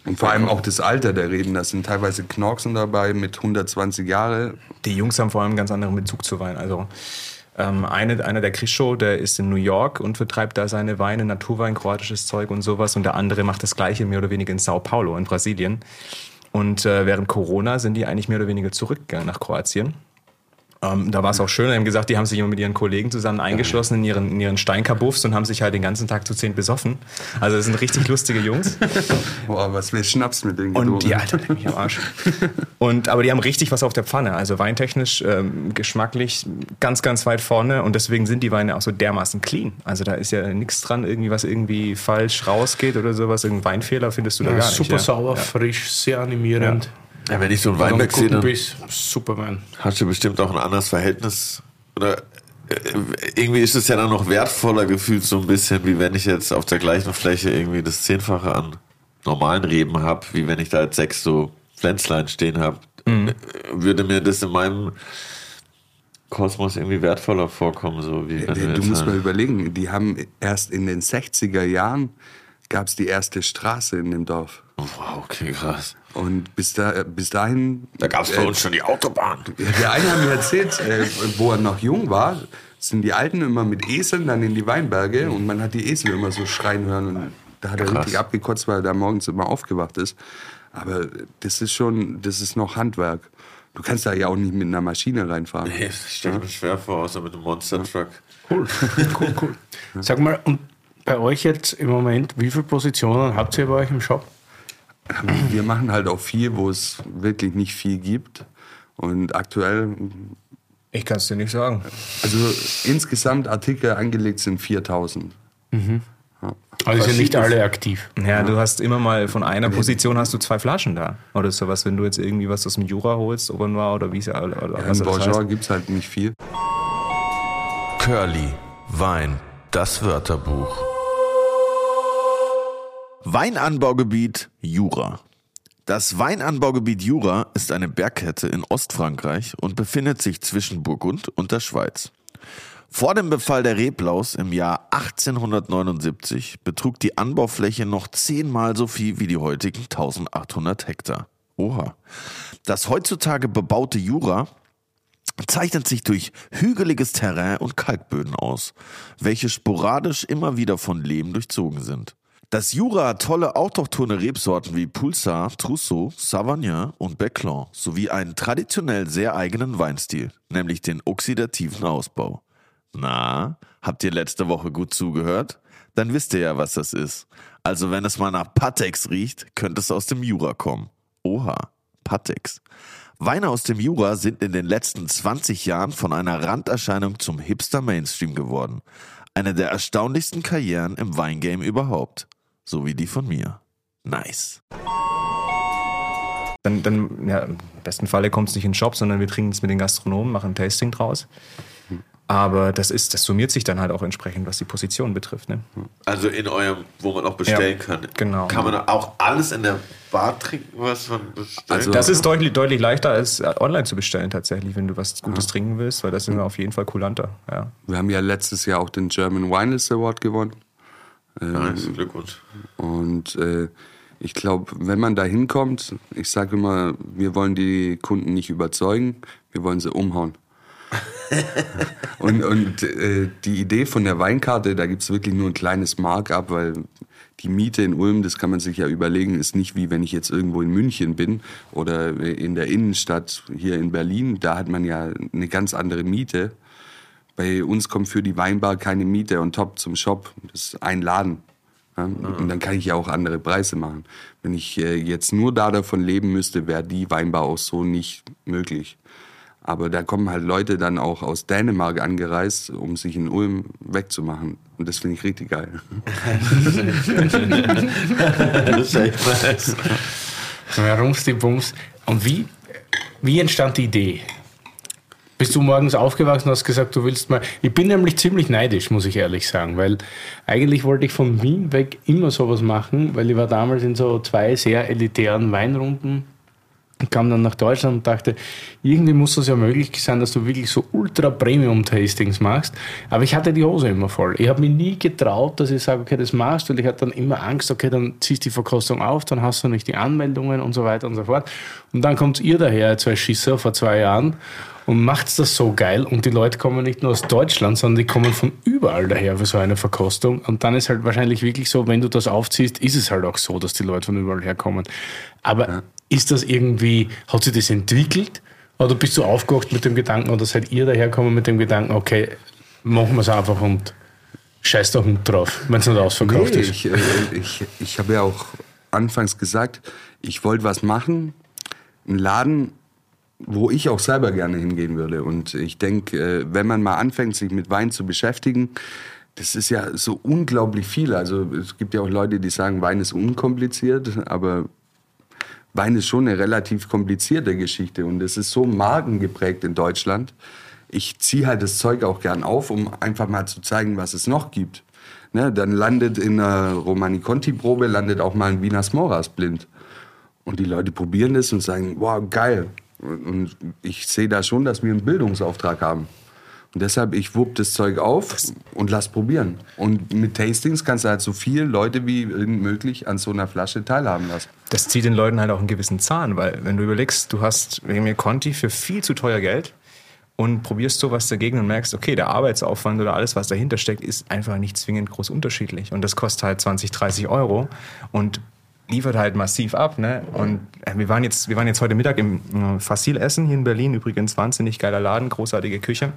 [SPEAKER 4] Und vor allem auch das Alter der Reben. Da sind teilweise Knorksen dabei mit hundertzwanzig Jahre.
[SPEAKER 3] Die Jungs haben vor allem einen ganz anderen Bezug zu Wein. Also ähm, eine, einer der Crischo, der ist in New York und vertreibt da seine Weine, Naturwein, kroatisches Zeug und sowas. Und der andere macht das Gleiche mehr oder weniger in Sao Paulo in Brasilien. Und äh, während Corona sind die eigentlich mehr oder weniger zurückgegangen nach Kroatien. Ähm, da war es auch schön, die haben gesagt, die haben sich immer mit ihren Kollegen zusammen eingeschlossen in ihren, in ihren Steinkabuffs und haben sich halt den ganzen Tag zu zehn besoffen. Also das sind richtig lustige Jungs.
[SPEAKER 4] Boah, was wir Schnaps mit denen
[SPEAKER 3] Und die, Alter, leck mich am Arsch. Und, aber die haben richtig was auf der Pfanne. Also weintechnisch, ähm, geschmacklich ganz, ganz weit vorne. Und deswegen sind die Weine auch so dermaßen clean. Also da ist ja nichts dran, irgendwie was irgendwie falsch rausgeht oder sowas. Irgendein Weinfehler findest du da
[SPEAKER 2] ja,
[SPEAKER 3] gar nicht.
[SPEAKER 2] Super
[SPEAKER 3] ja?
[SPEAKER 2] sauer,
[SPEAKER 3] ja.
[SPEAKER 2] frisch, sehr animierend.
[SPEAKER 3] Ja.
[SPEAKER 1] Ja, wenn ich so einen Weinberg sehe, dann
[SPEAKER 2] Biss, super Wein.
[SPEAKER 1] hast du bestimmt auch ein anderes Verhältnis. Oder äh, irgendwie ist es ja dann noch wertvoller gefühlt so ein bisschen, wie wenn ich jetzt auf der gleichen Fläche irgendwie das Zehnfache an normalen Reben habe, wie wenn ich da jetzt sechs so Pflänzlein stehen habe. Mhm. Würde mir das in meinem Kosmos irgendwie wertvoller vorkommen. So wie wenn
[SPEAKER 4] du du musst mal überlegen, die haben erst in den sechziger Jahren gab es die erste Straße in dem Dorf.
[SPEAKER 1] Wow, okay, krass.
[SPEAKER 4] Und bis, da, bis dahin...
[SPEAKER 1] Da gab es bei äh, uns schon die Autobahn.
[SPEAKER 4] Der eine hat mir erzählt, äh, wo er noch jung war, sind die Alten immer mit Eseln dann in die Weinberge und man hat die Esel immer so schreien hören. Und da hat er
[SPEAKER 1] Krass.
[SPEAKER 4] richtig abgekotzt, weil er da morgens immer aufgewacht ist. Aber das ist schon, das ist noch Handwerk. Du kannst da ja auch nicht mit einer Maschine reinfahren.
[SPEAKER 1] Nee, das stelle ich mir schwer vor, außer mit einem Monster-Truck.
[SPEAKER 2] Cool, cool, cool. Sag mal, und bei euch jetzt im Moment, wie viele Positionen habt ihr bei euch im Shop?
[SPEAKER 4] Wir machen halt auch viel, wo es wirklich nicht viel gibt. Und aktuell...
[SPEAKER 3] Ich kann es dir nicht sagen.
[SPEAKER 4] Also insgesamt Artikel angelegt sind viertausend.
[SPEAKER 2] Mhm. Ja. Also sind nicht alle aktiv.
[SPEAKER 3] Ja, ja, du hast immer mal von einer Position hast du zwei Flaschen da. Oder sowas, wenn du jetzt irgendwie was aus dem Jura holst, Obernoir oder wie es ja... Oder, oder
[SPEAKER 4] ja,
[SPEAKER 3] was
[SPEAKER 4] in
[SPEAKER 3] das
[SPEAKER 4] Bourgeois
[SPEAKER 3] heißt.
[SPEAKER 4] gibt es halt nicht viel.
[SPEAKER 1] Curly, Wein, das Wörterbuch. Weinanbaugebiet Jura. Das Weinanbaugebiet Jura ist eine Bergkette in Ostfrankreich und befindet sich zwischen Burgund und der Schweiz. Vor dem Befall der Reblaus im Jahr achtzehnhundertneunundsiebzig betrug die Anbaufläche noch zehnmal so viel wie die heutigen eintausendachthundert Hektar. Oha. Das heutzutage bebaute Jura zeichnet sich durch hügeliges Terrain und Kalkböden aus, welche sporadisch immer wieder von Lehm durchzogen sind. Das Jura hat tolle autochthone Rebsorten wie Pulsar, Trousseau, Savagnin und Beclan sowie einen traditionell sehr eigenen Weinstil, nämlich den oxidativen Ausbau. Na, habt ihr letzte Woche gut zugehört? Dann wisst ihr ja, was das ist. Also wenn es mal nach Patex riecht, könnte es aus dem Jura kommen. Oha, Patex. Weine aus dem Jura sind in den letzten zwanzig Jahren von einer Randerscheinung zum Hipster-Mainstream geworden. Eine der erstaunlichsten Karrieren im Weingame überhaupt. So wie die von mir. Nice.
[SPEAKER 3] Dann, dann ja, im besten Falle kommt es nicht in den Shop, sondern wir trinken es mit den Gastronomen, machen ein Tasting draus. Aber das ist, das summiert sich dann halt auch entsprechend, was die Position betrifft. Ne?
[SPEAKER 1] Also in eurem, wo man auch bestellen
[SPEAKER 3] Ja,
[SPEAKER 1] kann.
[SPEAKER 3] genau.
[SPEAKER 1] Kann man auch alles in der Bar trinken, was man bestellt?
[SPEAKER 4] Also
[SPEAKER 3] Das ist deutlich, deutlich leichter als online zu bestellen tatsächlich, wenn du was Gutes ja. trinken willst, weil das sind wir auf jeden Fall kulanter. Ja.
[SPEAKER 4] Wir haben ja letztes Jahr auch den German Wineless Award gewonnen.
[SPEAKER 1] Nice, ähm, Glückwunsch.
[SPEAKER 4] Und äh, ich glaube, wenn man da hinkommt, ich sage immer, wir wollen die Kunden nicht überzeugen, wir wollen sie umhauen. und und äh, die Idee von der Weinkarte, da gibt es wirklich nur ein kleines Markup, weil die Miete in Ulm, das kann man sich ja überlegen, ist nicht wie wenn ich jetzt irgendwo in München bin oder in der Innenstadt hier in Berlin. Da hat man ja eine ganz andere Miete. Bei uns kommt für die Weinbar keine Miete on top zum Shop. Das ist ein Laden. Ja? Und dann kann ich ja auch andere Preise machen. Wenn ich äh, jetzt nur da davon leben müsste, wäre die Weinbar auch so nicht möglich. Aber da kommen halt Leute dann auch aus Dänemark angereist, um sich in Ulm wegzumachen. Und das finde ich richtig geil.
[SPEAKER 2] Das ist echt nice. Ja, Rums die Bums. Und wie, wie entstand die Idee? Bist du morgens aufgewachsen und hast gesagt, du willst mal... Ich bin nämlich ziemlich neidisch, muss ich ehrlich sagen, weil eigentlich wollte ich von Wien weg immer sowas machen, weil ich war damals in so zwei sehr elitären Weinrunden Ich kam dann nach Deutschland und dachte, irgendwie muss das ja möglich sein, dass du wirklich so Ultra-Premium-Tastings machst. Aber ich hatte die Hose immer voll. Ich habe mich nie getraut, dass ich sage, okay, das machst du. Und ich hatte dann immer Angst, okay, dann ziehst du die Verkostung auf, dann hast du nicht die Anmeldungen und so weiter und so fort. Und dann kommt ihr daher, zwei Schisser vor zwei Jahren, und macht das so geil. Und die Leute kommen nicht nur aus Deutschland, sondern die kommen von überall daher für so eine Verkostung. Und dann ist halt wahrscheinlich wirklich so, wenn du das aufziehst, ist es halt auch so, dass die Leute von überall herkommen. Aber ja. Ist das irgendwie, hat sich das entwickelt? Oder bist du aufgewacht mit dem Gedanken, oder seid ihr daherkommen mit dem Gedanken, okay, machen wir es einfach und scheiß der Hund drauf, wenn es nicht ausverkauft
[SPEAKER 4] nee,
[SPEAKER 2] ist?
[SPEAKER 4] Ich, äh, ich, ich habe ja auch anfangs gesagt, ich wollte was machen, einen Laden, wo ich auch selber gerne hingehen würde. Und ich denke, wenn man mal anfängt, sich mit Wein zu beschäftigen, das ist ja so unglaublich viel. Also es gibt ja auch Leute, die sagen, Wein ist unkompliziert, aber Wein ist schon eine relativ komplizierte Geschichte und es ist so markengeprägt in Deutschland. Ich ziehe halt das Zeug auch gern auf, um einfach mal zu zeigen, was es noch gibt. Ne, dann landet in einer Romani-Conti-Probe landet auch mal ein Wiener Smoras blind. Und die Leute probieren das und sagen, wow, geil. Und ich sehe da schon, dass wir einen Bildungsauftrag haben. Und deshalb, ich wupp das Zeug auf und lass probieren. Und mit Tastings kannst du halt so viele Leute wie irgend möglich an so einer Flasche teilhaben lassen.
[SPEAKER 3] Das zieht den Leuten halt auch einen gewissen Zahn, weil wenn du überlegst, du hast wegen mir Conti für viel zu teuer Geld und probierst sowas dagegen und merkst, okay, der Arbeitsaufwand oder alles, was dahinter steckt, ist einfach nicht zwingend groß unterschiedlich. Und das kostet halt zwanzig, dreißig Euro und liefert halt massiv ab, ne? Und wir waren jetzt, wir waren jetzt heute Mittag im Facil essen hier in Berlin, übrigens wahnsinnig geiler Laden, großartige Küche.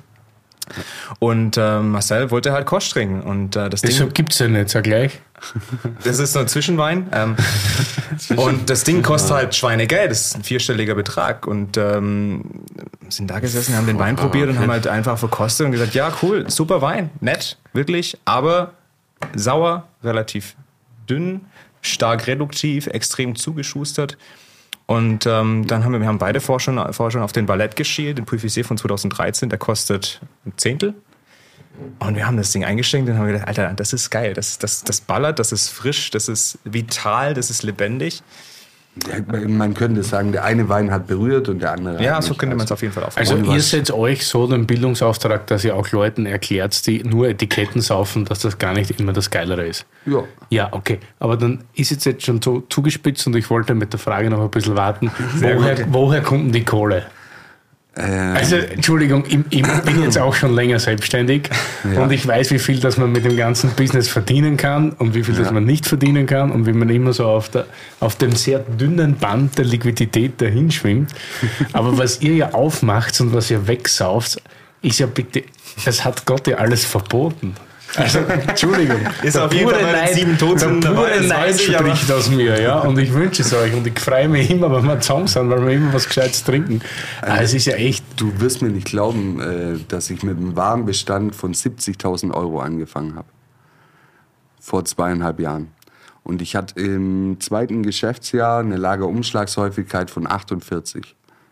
[SPEAKER 3] Und äh, Marcel wollte halt Kosch trinken. Und, äh, das
[SPEAKER 2] Deshalb gibt es ja nicht, sag gleich.
[SPEAKER 3] Das ist so ein Zwischenwein. Ähm, und das Ding kostet halt Schweinegeld. Das ist ein vierstelliger Betrag. Und ähm, sind da gesessen, haben den Wein probiert und haben halt einfach verkostet und gesagt, ja cool, super Wein, nett, wirklich, aber sauer, relativ dünn, stark reduktiv, extrem zugeschustert. Und ähm, dann haben wir, wir haben beide vorher schon, vorher schon auf den Ballett geschielt, den Puy-Vissé von zweitausenddreizehn, der kostet ein Zehntel. Und wir haben das Ding eingeschenkt und haben gedacht, Alter, das ist geil, das, das, das ballert, das ist frisch, das ist vital, das ist lebendig.
[SPEAKER 4] Man könnte sagen, der eine Wein hat berührt und der andere
[SPEAKER 3] ja,
[SPEAKER 4] hat
[SPEAKER 3] so
[SPEAKER 4] nicht.
[SPEAKER 3] könnte man es auf jeden Fall aufnehmen.
[SPEAKER 2] Also ihr setzt euch so den Bildungsauftrag, dass ihr auch Leuten erklärt, die nur Etiketten saufen, dass das gar nicht immer das Geilere ist.
[SPEAKER 4] Ja.
[SPEAKER 2] Ja, okay. Aber dann ist es jetzt schon so zugespitzt und ich wollte mit der Frage noch ein bisschen warten. Woher, woher kommt denn die Kohle? Also, Entschuldigung, ich, ich bin jetzt auch schon länger selbstständig ja. und ich weiß, wie viel das man mit dem ganzen Business verdienen kann und wie viel ja. das man nicht verdienen kann und wie man immer so auf, der, auf dem sehr dünnen Band der Liquidität dahin schwimmt. Aber was ihr ja aufmacht und was ihr wegsauft, ist ja bitte, das hat Gott ja alles verboten. Also, Entschuldigung.
[SPEAKER 3] Ist auf jeden Fall
[SPEAKER 2] Neid,
[SPEAKER 3] sieben Toten
[SPEAKER 2] der
[SPEAKER 3] dabei.
[SPEAKER 2] pure Neid spricht aus mir, ja. Und ich wünsche es euch und ich freue mich immer, wenn wir zusammen sind, weil wir immer was Gescheites trinken. Also, es ist ja echt.
[SPEAKER 4] Du wirst mir nicht glauben, dass ich mit einem Warenbestand von siebzigtausend Euro angefangen habe. Vor zweieinhalb Jahren. Und ich hatte im zweiten Geschäftsjahr eine Lagerumschlagshäufigkeit von achtundvierzig.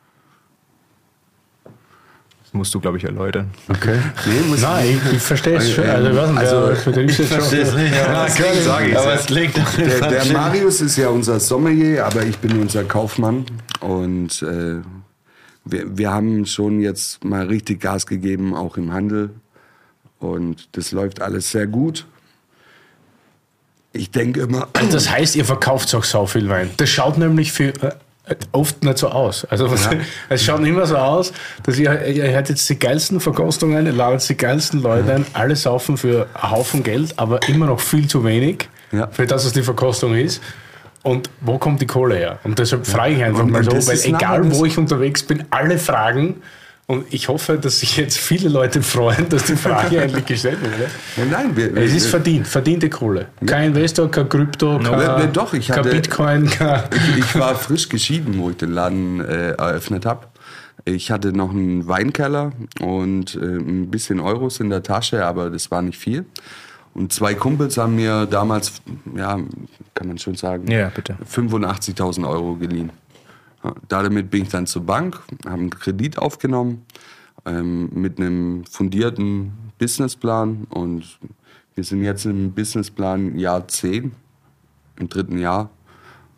[SPEAKER 3] Musst du, glaube ich, erläutern.
[SPEAKER 2] Okay.
[SPEAKER 4] Nee, muss
[SPEAKER 2] Nein, ich, ich verstehe es schon.
[SPEAKER 4] Also,
[SPEAKER 2] Also,
[SPEAKER 4] also,
[SPEAKER 2] also ich verstehe es nicht.
[SPEAKER 4] Ja,
[SPEAKER 2] klar,
[SPEAKER 4] sage ich.
[SPEAKER 2] Aber es liegt
[SPEAKER 4] der, der Marius ist ja unser Sommelier, aber ich bin unser Kaufmann. Und äh, wir, wir haben schon jetzt mal richtig Gas gegeben, auch im Handel. Und das läuft alles sehr gut. Ich denke immer...
[SPEAKER 2] Das heißt, ihr verkauft auch so viel Wein. Das schaut nämlich für... oft nicht so aus. Also was, ja. Es schaut immer so aus, dass ihr, ihr habt jetzt die geilsten Verkostungen, ihr ladet die geilsten Leute ein, alle saufen für einen Haufen Geld, aber immer noch viel zu wenig,
[SPEAKER 4] ja.
[SPEAKER 2] für das, was die Verkostung ist. Und wo kommt die Kohle her? Und deshalb frage ich einfach und mal so, weil egal wo ich unterwegs bin, alle fragen. Und ich hoffe, dass sich jetzt viele Leute freuen, dass die Frage endlich gestellt wurde.
[SPEAKER 4] Ja, nein, wir,
[SPEAKER 2] es ist verdient, verdiente Kohle. Kein Investor, kein Krypto, kein,
[SPEAKER 4] ja, ja, doch, ich
[SPEAKER 2] kein
[SPEAKER 4] hatte,
[SPEAKER 2] Bitcoin. Kein
[SPEAKER 4] ich, ich war frisch geschieden, wo ich den Laden äh, eröffnet habe. Ich hatte noch einen Weinkeller und äh, ein bisschen Euros in der Tasche, aber das war nicht viel. Und zwei Kumpels haben mir damals, ja, kann man schon sagen,
[SPEAKER 3] ja, bitte.
[SPEAKER 4] fünfundachtzigtausend Euro geliehen. Damit bin ich dann zur Bank, habe einen Kredit aufgenommen ähm, mit einem fundierten Businessplan und wir sind jetzt im Businessplan Jahr zehn, im dritten Jahr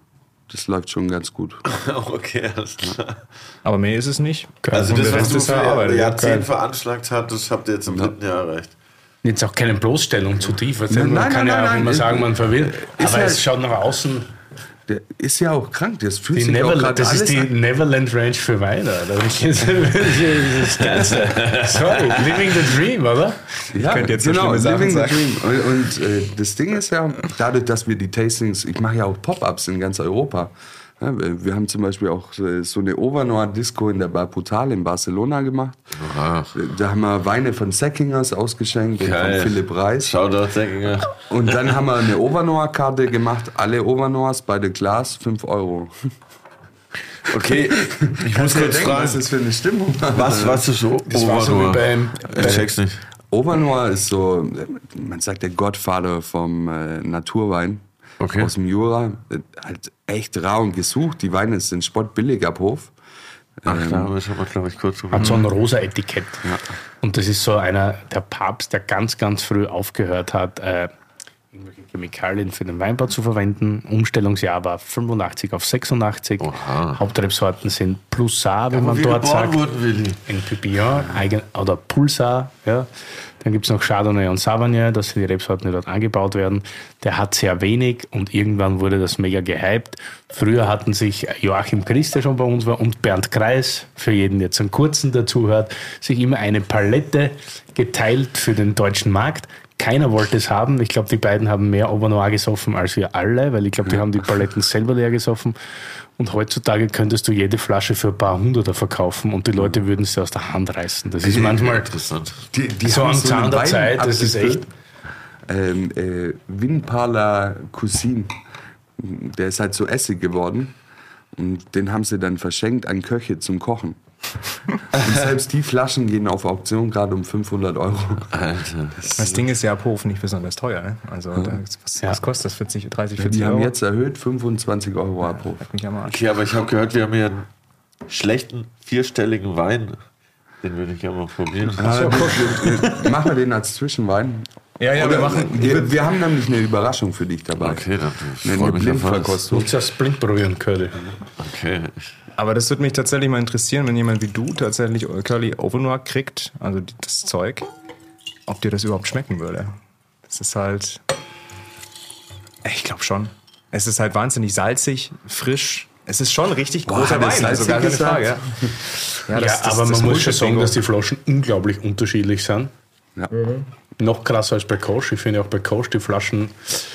[SPEAKER 4] das läuft schon ganz gut.
[SPEAKER 1] Okay, alles klar.
[SPEAKER 3] Aber mehr ist es nicht.
[SPEAKER 1] Also
[SPEAKER 3] Und
[SPEAKER 1] das,
[SPEAKER 3] der
[SPEAKER 1] was
[SPEAKER 3] Rest
[SPEAKER 1] du
[SPEAKER 3] ist
[SPEAKER 1] für
[SPEAKER 3] erarbeitet.
[SPEAKER 1] Jahrzehnt veranschlagt hast, das habt ihr jetzt im dritten Jahr erreicht.
[SPEAKER 2] Jetzt auch keine Bloßstellung zu tief. Also
[SPEAKER 4] Nein,
[SPEAKER 2] man
[SPEAKER 4] nein,
[SPEAKER 2] kann
[SPEAKER 4] nein,
[SPEAKER 2] ja auch
[SPEAKER 4] nein,
[SPEAKER 2] immer
[SPEAKER 4] nein.
[SPEAKER 2] sagen, man verwirrt.
[SPEAKER 4] Ist
[SPEAKER 2] Aber
[SPEAKER 4] halt-
[SPEAKER 2] es schaut nach außen.
[SPEAKER 4] Der ist ja auch krank, das fühlt
[SPEAKER 2] Die
[SPEAKER 4] sich auch
[SPEAKER 2] Neverland,
[SPEAKER 4] gerade
[SPEAKER 2] das ist
[SPEAKER 4] alles
[SPEAKER 2] die
[SPEAKER 4] an.
[SPEAKER 2] Neverland Range für Weiner. Das ist das Ganze. Sorry, living the dream, oder?
[SPEAKER 4] Ja,
[SPEAKER 3] könnte jetzt so
[SPEAKER 4] genau,
[SPEAKER 3] schlimme Sachen
[SPEAKER 4] living the
[SPEAKER 3] sagen.
[SPEAKER 4] dream. Und, und äh, das Ding ist ja, dadurch, dass wir die Tastings, ich mache ja auch Pop-Ups in ganz Europa. Ja, wir haben zum Beispiel auch äh, so eine Overnoir-Disco in der Bar Brutal in Barcelona gemacht.
[SPEAKER 1] Ach.
[SPEAKER 4] Da haben wir Weine von Säckingers ausgeschenkt und
[SPEAKER 1] Geil.
[SPEAKER 4] von Philipp Reis.
[SPEAKER 1] Shoutout, Säckinger.
[SPEAKER 4] Und dann haben wir eine Overnoir-Karte gemacht, alle Overnoirs bei der Glas, fünf Euro.
[SPEAKER 1] Okay, ich muss
[SPEAKER 4] Kannst du dir
[SPEAKER 1] kurz
[SPEAKER 4] denken,
[SPEAKER 1] fragen,
[SPEAKER 4] was das für eine Stimmung war?
[SPEAKER 1] was, was ist so
[SPEAKER 2] Das war so wie beim,
[SPEAKER 1] Ich check's nicht.
[SPEAKER 4] Overnoir ist so, man sagt der Godfather vom äh, Naturwein
[SPEAKER 1] Okay.
[SPEAKER 4] aus dem Jura. Äh, Halt echt rar und gesucht. Die Weine sind spottbillig ab Hof.
[SPEAKER 1] Ach, da haben wir schon mal, glaube ich, kurz drüber.
[SPEAKER 2] hat so ein rosa Etikett. Und das ist so einer, der Papst, der ganz, ganz früh aufgehört hat, äh, irgendwelche Chemikalien für den Weinbau zu verwenden. Umstellungsjahr war fünfundachtzig auf sechsundachtzig.
[SPEAKER 1] Oha.
[SPEAKER 2] Hauptrebsorten sind Pulsar, wie man
[SPEAKER 1] wir
[SPEAKER 2] dort
[SPEAKER 1] geboren
[SPEAKER 2] sagt.
[SPEAKER 1] wurden, Willi.
[SPEAKER 2] Ein Pupillon eigen, oder Pulsar. Ja. Dann gibt es noch Chardonnay und Sauvignon, das sind die Rebsorten, die dort angebaut werden. Der hat sehr wenig und irgendwann wurde das mega gehypt. Früher hatten sich Joachim Christ, der schon bei uns war, und Bernd Kreis, für jeden der jetzt einen kurzen dazuhört, sich immer eine Palette geteilt für den deutschen Markt. Keiner wollte es haben. Ich glaube, die beiden haben mehr Overnoir gesoffen als wir alle, weil ich glaube, die haben die Paletten selber leer gesoffen. Und heutzutage könntest du jede Flasche für ein paar Hunderter verkaufen und die Leute würden sie aus der Hand reißen. Das ist manchmal
[SPEAKER 1] Interessant.
[SPEAKER 4] Die, die
[SPEAKER 2] so
[SPEAKER 4] haben
[SPEAKER 2] am Zahn
[SPEAKER 4] einen
[SPEAKER 2] der
[SPEAKER 4] Wein
[SPEAKER 2] Zeit, das ist echt.
[SPEAKER 4] abgefüllt. Ähm, äh, Winparla Cousin. Der ist halt so Essig geworden. Und den haben sie dann verschenkt an Köche zum Kochen. Und selbst die Flaschen gehen auf Auktion gerade um fünfhundert Euro.
[SPEAKER 1] Alter.
[SPEAKER 3] Das Ding ist ja ab Hof nicht besonders teuer. Ne? Also da, was,
[SPEAKER 2] Ja.
[SPEAKER 3] was kostet das? vierzig, dreißig, vierzig
[SPEAKER 4] Die haben
[SPEAKER 3] Euro?
[SPEAKER 4] jetzt erhöht, fünfundzwanzig Euro ab Hof.
[SPEAKER 3] Leck mich am Arsch.
[SPEAKER 1] Okay, aber ich habe gehört, wir haben hier einen schlechten, vierstelligen Wein. Den würde ich gerne mal probieren.
[SPEAKER 4] Ah, wir- wir- Machen wir den als Zwischenwein?
[SPEAKER 3] Ja, ja, wir machen.
[SPEAKER 4] Wir, wir haben nämlich eine Überraschung für dich dabei.
[SPEAKER 1] Okay, dann
[SPEAKER 4] Eine
[SPEAKER 1] freue mich auf alles.
[SPEAKER 4] Blindverkostung.
[SPEAKER 2] Muss das blind probieren, Curly.
[SPEAKER 1] Okay.
[SPEAKER 3] Aber das würde mich tatsächlich mal interessieren, wenn jemand wie du tatsächlich Curly Overnoir kriegt, also die- das Zeug, ob dir das überhaupt schmecken würde. Das ist halt. Ich glaube schon. Es ist halt wahnsinnig salzig, frisch. Es ist schon richtig
[SPEAKER 4] Boah,
[SPEAKER 3] großer
[SPEAKER 4] hat er
[SPEAKER 3] Wein, also
[SPEAKER 4] salzig
[SPEAKER 3] gar keine
[SPEAKER 4] gesagt?
[SPEAKER 3] Frage. Ja,
[SPEAKER 2] Ja,
[SPEAKER 3] das- das-
[SPEAKER 2] aber
[SPEAKER 3] das
[SPEAKER 2] man muss schon sagen,
[SPEAKER 3] Bullshit-Bingo.
[SPEAKER 2] dass die Flaschen unglaublich unterschiedlich sind.
[SPEAKER 4] Ja.
[SPEAKER 2] Noch krasser als bei Kosch. Ich finde auch bei Kosch die Flaschen,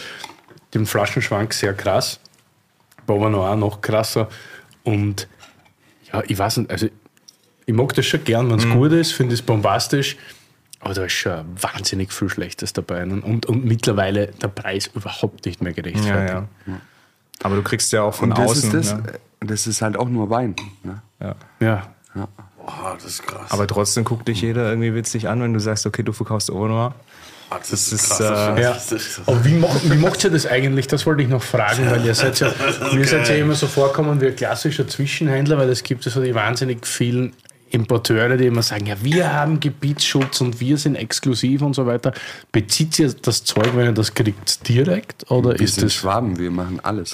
[SPEAKER 2] den Flaschenschwank sehr krass. Bei Overnoir noch krasser. Und ja, ich weiß nicht, also ich mag das schon gern, wenn es gut ist, finde es bombastisch. Aber da ist schon wahnsinnig viel Schlechtes dabei. Und, und mittlerweile der Preis überhaupt nicht mehr
[SPEAKER 3] Ja,
[SPEAKER 2] gerechtfertigt.
[SPEAKER 3] ja. Aber du kriegst ja auch von
[SPEAKER 4] Und das
[SPEAKER 3] außen.
[SPEAKER 4] ist das,
[SPEAKER 3] Ne?
[SPEAKER 4] das ist halt auch nur Wein. Ne?
[SPEAKER 3] Ja.
[SPEAKER 2] Ja.
[SPEAKER 1] Boah, das ist krass.
[SPEAKER 3] Aber trotzdem guckt dich jeder irgendwie witzig an, wenn du sagst, okay, du verkaufst Overnoir.
[SPEAKER 1] Ah, das,
[SPEAKER 3] das
[SPEAKER 1] ist
[SPEAKER 3] ist,
[SPEAKER 1] krass.
[SPEAKER 3] äh,
[SPEAKER 2] Ja.
[SPEAKER 1] Das ist-
[SPEAKER 2] Aber wie, macht, wie macht ihr das eigentlich? Das wollte ich noch fragen, weil ihr seid ja, mir seid ja immer so vorkommen wie ein klassischer Zwischenhändler, weil es gibt ja so die wahnsinnig vielen Importeure, die immer sagen, ja, wir haben Gebietsschutz und wir sind exklusiv und so weiter. Bezieht ihr das Zeug, wenn ihr das kriegt, direkt? Oder
[SPEAKER 4] Wir
[SPEAKER 2] ist
[SPEAKER 4] sind
[SPEAKER 2] das...
[SPEAKER 4] Schwaben, wir machen alles.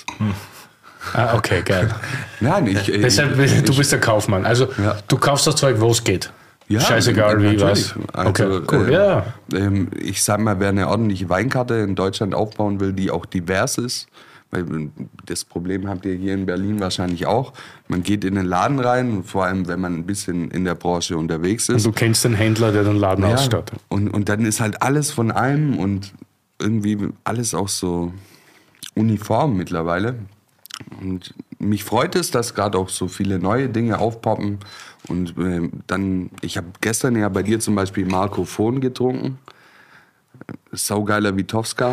[SPEAKER 2] Ah, okay, geil.
[SPEAKER 4] Nein, ich, ich,
[SPEAKER 2] Deshalb,
[SPEAKER 4] ich,
[SPEAKER 2] du bist der Kaufmann. Also
[SPEAKER 4] Ja.
[SPEAKER 2] du kaufst das Zeug, wo es geht.
[SPEAKER 4] Ja,
[SPEAKER 2] Scheißegal wie
[SPEAKER 4] natürlich.
[SPEAKER 2] was.
[SPEAKER 4] Also,
[SPEAKER 2] Okay, cool.
[SPEAKER 4] ähm,
[SPEAKER 2] Ja.
[SPEAKER 4] ähm, ich sag mal, wer eine ordentliche Weinkarte in Deutschland aufbauen will, die auch divers ist, weil das Problem habt ihr hier in Berlin wahrscheinlich auch. Man geht in den Laden rein, vor allem wenn man ein bisschen in der Branche unterwegs
[SPEAKER 2] Und
[SPEAKER 4] ist.
[SPEAKER 2] du kennst den Händler, der den Laden
[SPEAKER 4] Ja,
[SPEAKER 2] ausstattet.
[SPEAKER 4] und, und dann ist halt alles von allem und irgendwie alles auch so uniform mittlerweile. Und mich freut es, dass gerade auch so viele neue Dinge aufpoppen. Und äh, dann, ich habe gestern ja bei dir zum Beispiel Marco Fohn getrunken. Saugeiler Witowska.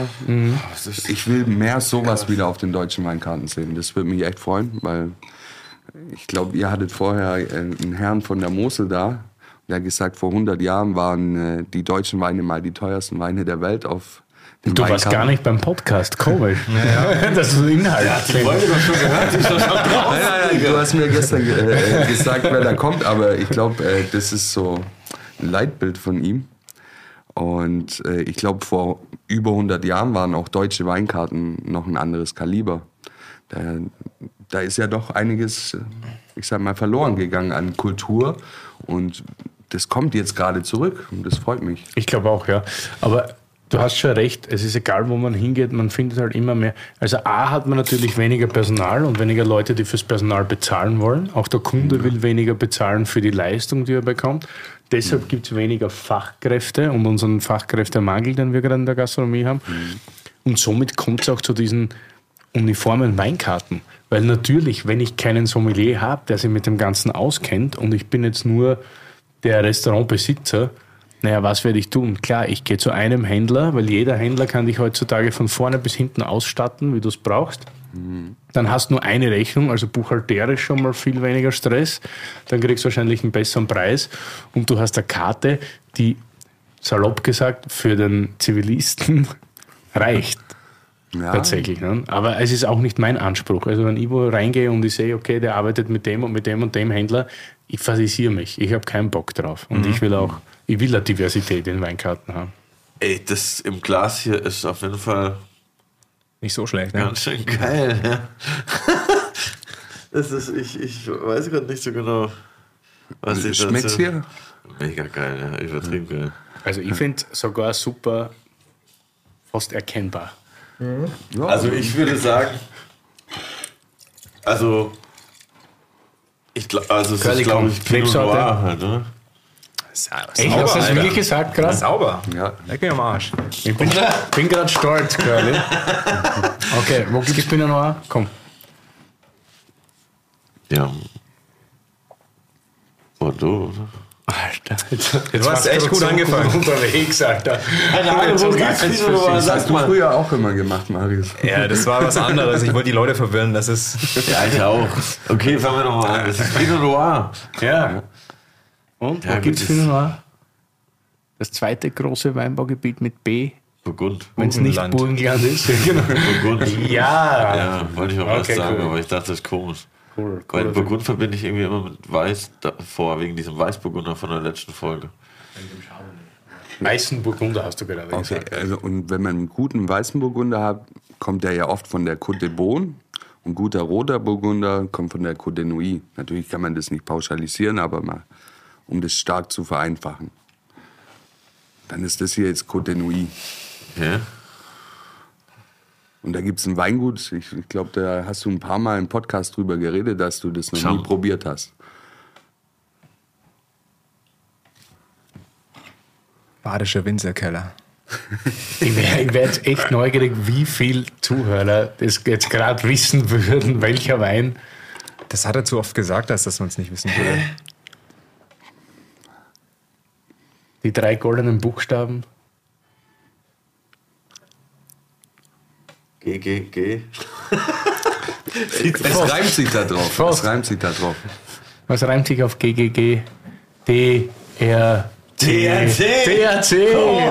[SPEAKER 4] Ich will mehr sowas wieder auf den deutschen Weinkarten sehen. Das würde mich echt freuen, weil ich glaube, ihr hattet vorher äh, einen Herrn von der Mosel da. Der hat gesagt, vor hundert Jahren waren äh, die deutschen Weine mal die teuersten Weine der Welt auf den
[SPEAKER 2] Du warst
[SPEAKER 4] Weinkarten.
[SPEAKER 2] gar nicht beim Podcast, komisch. Das ist ein Inhalt.
[SPEAKER 1] Die Folge doch schon gehört, die ist doch schon
[SPEAKER 4] Nein, nein, nein, du hast mir gestern äh, gesagt, wer da kommt, aber ich glaube, äh, das ist so ein Leitbild von ihm. Und äh, ich glaube, vor über hundert Jahren waren auch deutsche Weinkarten noch ein anderes Kaliber. da, da ist ja doch einiges, ich sag mal, verloren gegangen an Kultur. Und das kommt jetzt gerade zurück und das freut mich.
[SPEAKER 2] Ich glaube auch, ja. Aber du hast schon recht, es ist egal, wo man hingeht, man findet halt immer mehr. Also A hat man natürlich weniger Personal und weniger Leute, die fürs Personal bezahlen wollen. Auch der Kunde ja. will weniger bezahlen für die Leistung, die er bekommt. Deshalb mhm. gibt es weniger Fachkräfte und unseren Fachkräftemangel, den wir gerade in der Gastronomie haben. Mhm. Und somit kommt es auch zu diesen uniformen Weinkarten. Weil natürlich, wenn ich keinen Sommelier habe, der sich mit dem Ganzen auskennt und ich bin jetzt nur der Restaurantbesitzer, naja, was werde ich tun? Klar, ich gehe zu einem Händler, weil jeder Händler kann dich heutzutage von vorne bis hinten ausstatten, wie du es brauchst. Mhm. Dann hast du nur eine Rechnung, also buchhalterisch schon mal viel weniger Stress. Dann kriegst du wahrscheinlich einen besseren Preis und du hast eine Karte, die, salopp gesagt, für den Zivilisten reicht. Ja. Tatsächlich. Ne? Aber es ist auch nicht mein Anspruch. Also wenn ich wo reingehe und ich sehe, okay, der arbeitet mit dem und mit dem und dem Händler, ich fantasiere mich. Ich habe keinen Bock drauf. Und mhm. ich will auch, ich will eine Diversität in Weinkarten haben.
[SPEAKER 1] Ey, das im Glas hier ist auf jeden Fall
[SPEAKER 3] nicht so schlecht. Ne?
[SPEAKER 1] Ganz schön geil. Ja. Das ist, ich, ich weiß gerade nicht so genau, was ich
[SPEAKER 4] schmeckt's
[SPEAKER 1] dazu...
[SPEAKER 4] hier?
[SPEAKER 1] Mega geil, ja, übertrieben geil.
[SPEAKER 2] Also ich finde sogar super, fast erkennbar.
[SPEAKER 1] Mhm. Ja, also ich würde sagen, also ich glaube, also es ist, glaube ich, Pinot Noir halt, oder?
[SPEAKER 2] Sauber, Echt, hast du das wirklich gesagt gerade?
[SPEAKER 3] Sauber. Ja. Leck mir am Arsch.
[SPEAKER 2] Ich bin, bin gerade stolz, Curly. Okay, wo gibt es Pinot Noir? Komm.
[SPEAKER 1] Ja. Bordeaux, oder?
[SPEAKER 2] Alter, jetzt, jetzt
[SPEAKER 3] du hast echt gut so angefangen.
[SPEAKER 2] Gut unterwegs, Alter.
[SPEAKER 4] Alter, wo gibt's Pinot Noir? Das hast du früher auch immer gemacht, Marius.
[SPEAKER 3] Ja, das war was anderes. Ich wollte die Leute verwirren, das ist...
[SPEAKER 1] Ja, ich auch. Okay, fangen wir nochmal an. Das ist Pinot Noir.
[SPEAKER 2] Ja. Und,
[SPEAKER 1] ja,
[SPEAKER 2] wo gibt es Pinot Noir? Das zweite große Weinbaugebiet mit B.
[SPEAKER 1] Burgund.
[SPEAKER 2] Wenn es nicht Burgenland ist. Genau.
[SPEAKER 1] Burgund.
[SPEAKER 2] Ja.
[SPEAKER 1] Ja, wollte ich auch was
[SPEAKER 2] okay,
[SPEAKER 1] sagen,
[SPEAKER 2] cool.
[SPEAKER 1] aber ich dachte, das ist komisch.
[SPEAKER 2] Cool, cool.
[SPEAKER 1] Weil Burgund verbinde ich irgendwie immer mit Weiß davor, wegen diesem Weißburgunder von der letzten Folge.
[SPEAKER 2] Weißen Burgunder hast du gerade
[SPEAKER 4] okay,
[SPEAKER 2] gesagt.
[SPEAKER 4] Also, und wenn man einen guten weißen Burgunder hat, kommt der ja oft von der Côte de Beaune. Ein guter roter Burgunder kommt von der Côte de Nuits. Natürlich kann man das nicht pauschalisieren, aber mal, um das stark zu vereinfachen. Dann ist das hier jetzt Côte de Nuits.
[SPEAKER 1] Ja.
[SPEAKER 4] Und da gibt es ein Weingut, ich, ich glaube, da hast du ein paar Mal im Podcast drüber geredet, dass du das noch
[SPEAKER 1] Schau.
[SPEAKER 4] nie probiert hast.
[SPEAKER 3] Badischer Winzerkeller.
[SPEAKER 2] Ich wäre wär jetzt echt neugierig, wie viele Zuhörer das jetzt gerade wissen würden, welcher Wein.
[SPEAKER 3] Das hat er zu oft gesagt, als dass man es nicht wissen würde.
[SPEAKER 2] Die drei goldenen Buchstaben.
[SPEAKER 1] G, G, G.
[SPEAKER 4] Es reimt sich da drauf. Es reimt sich da drauf.
[SPEAKER 2] Was reimt sich auf G, G, G? D, R,
[SPEAKER 1] T R C.
[SPEAKER 2] T R C.
[SPEAKER 1] Oh.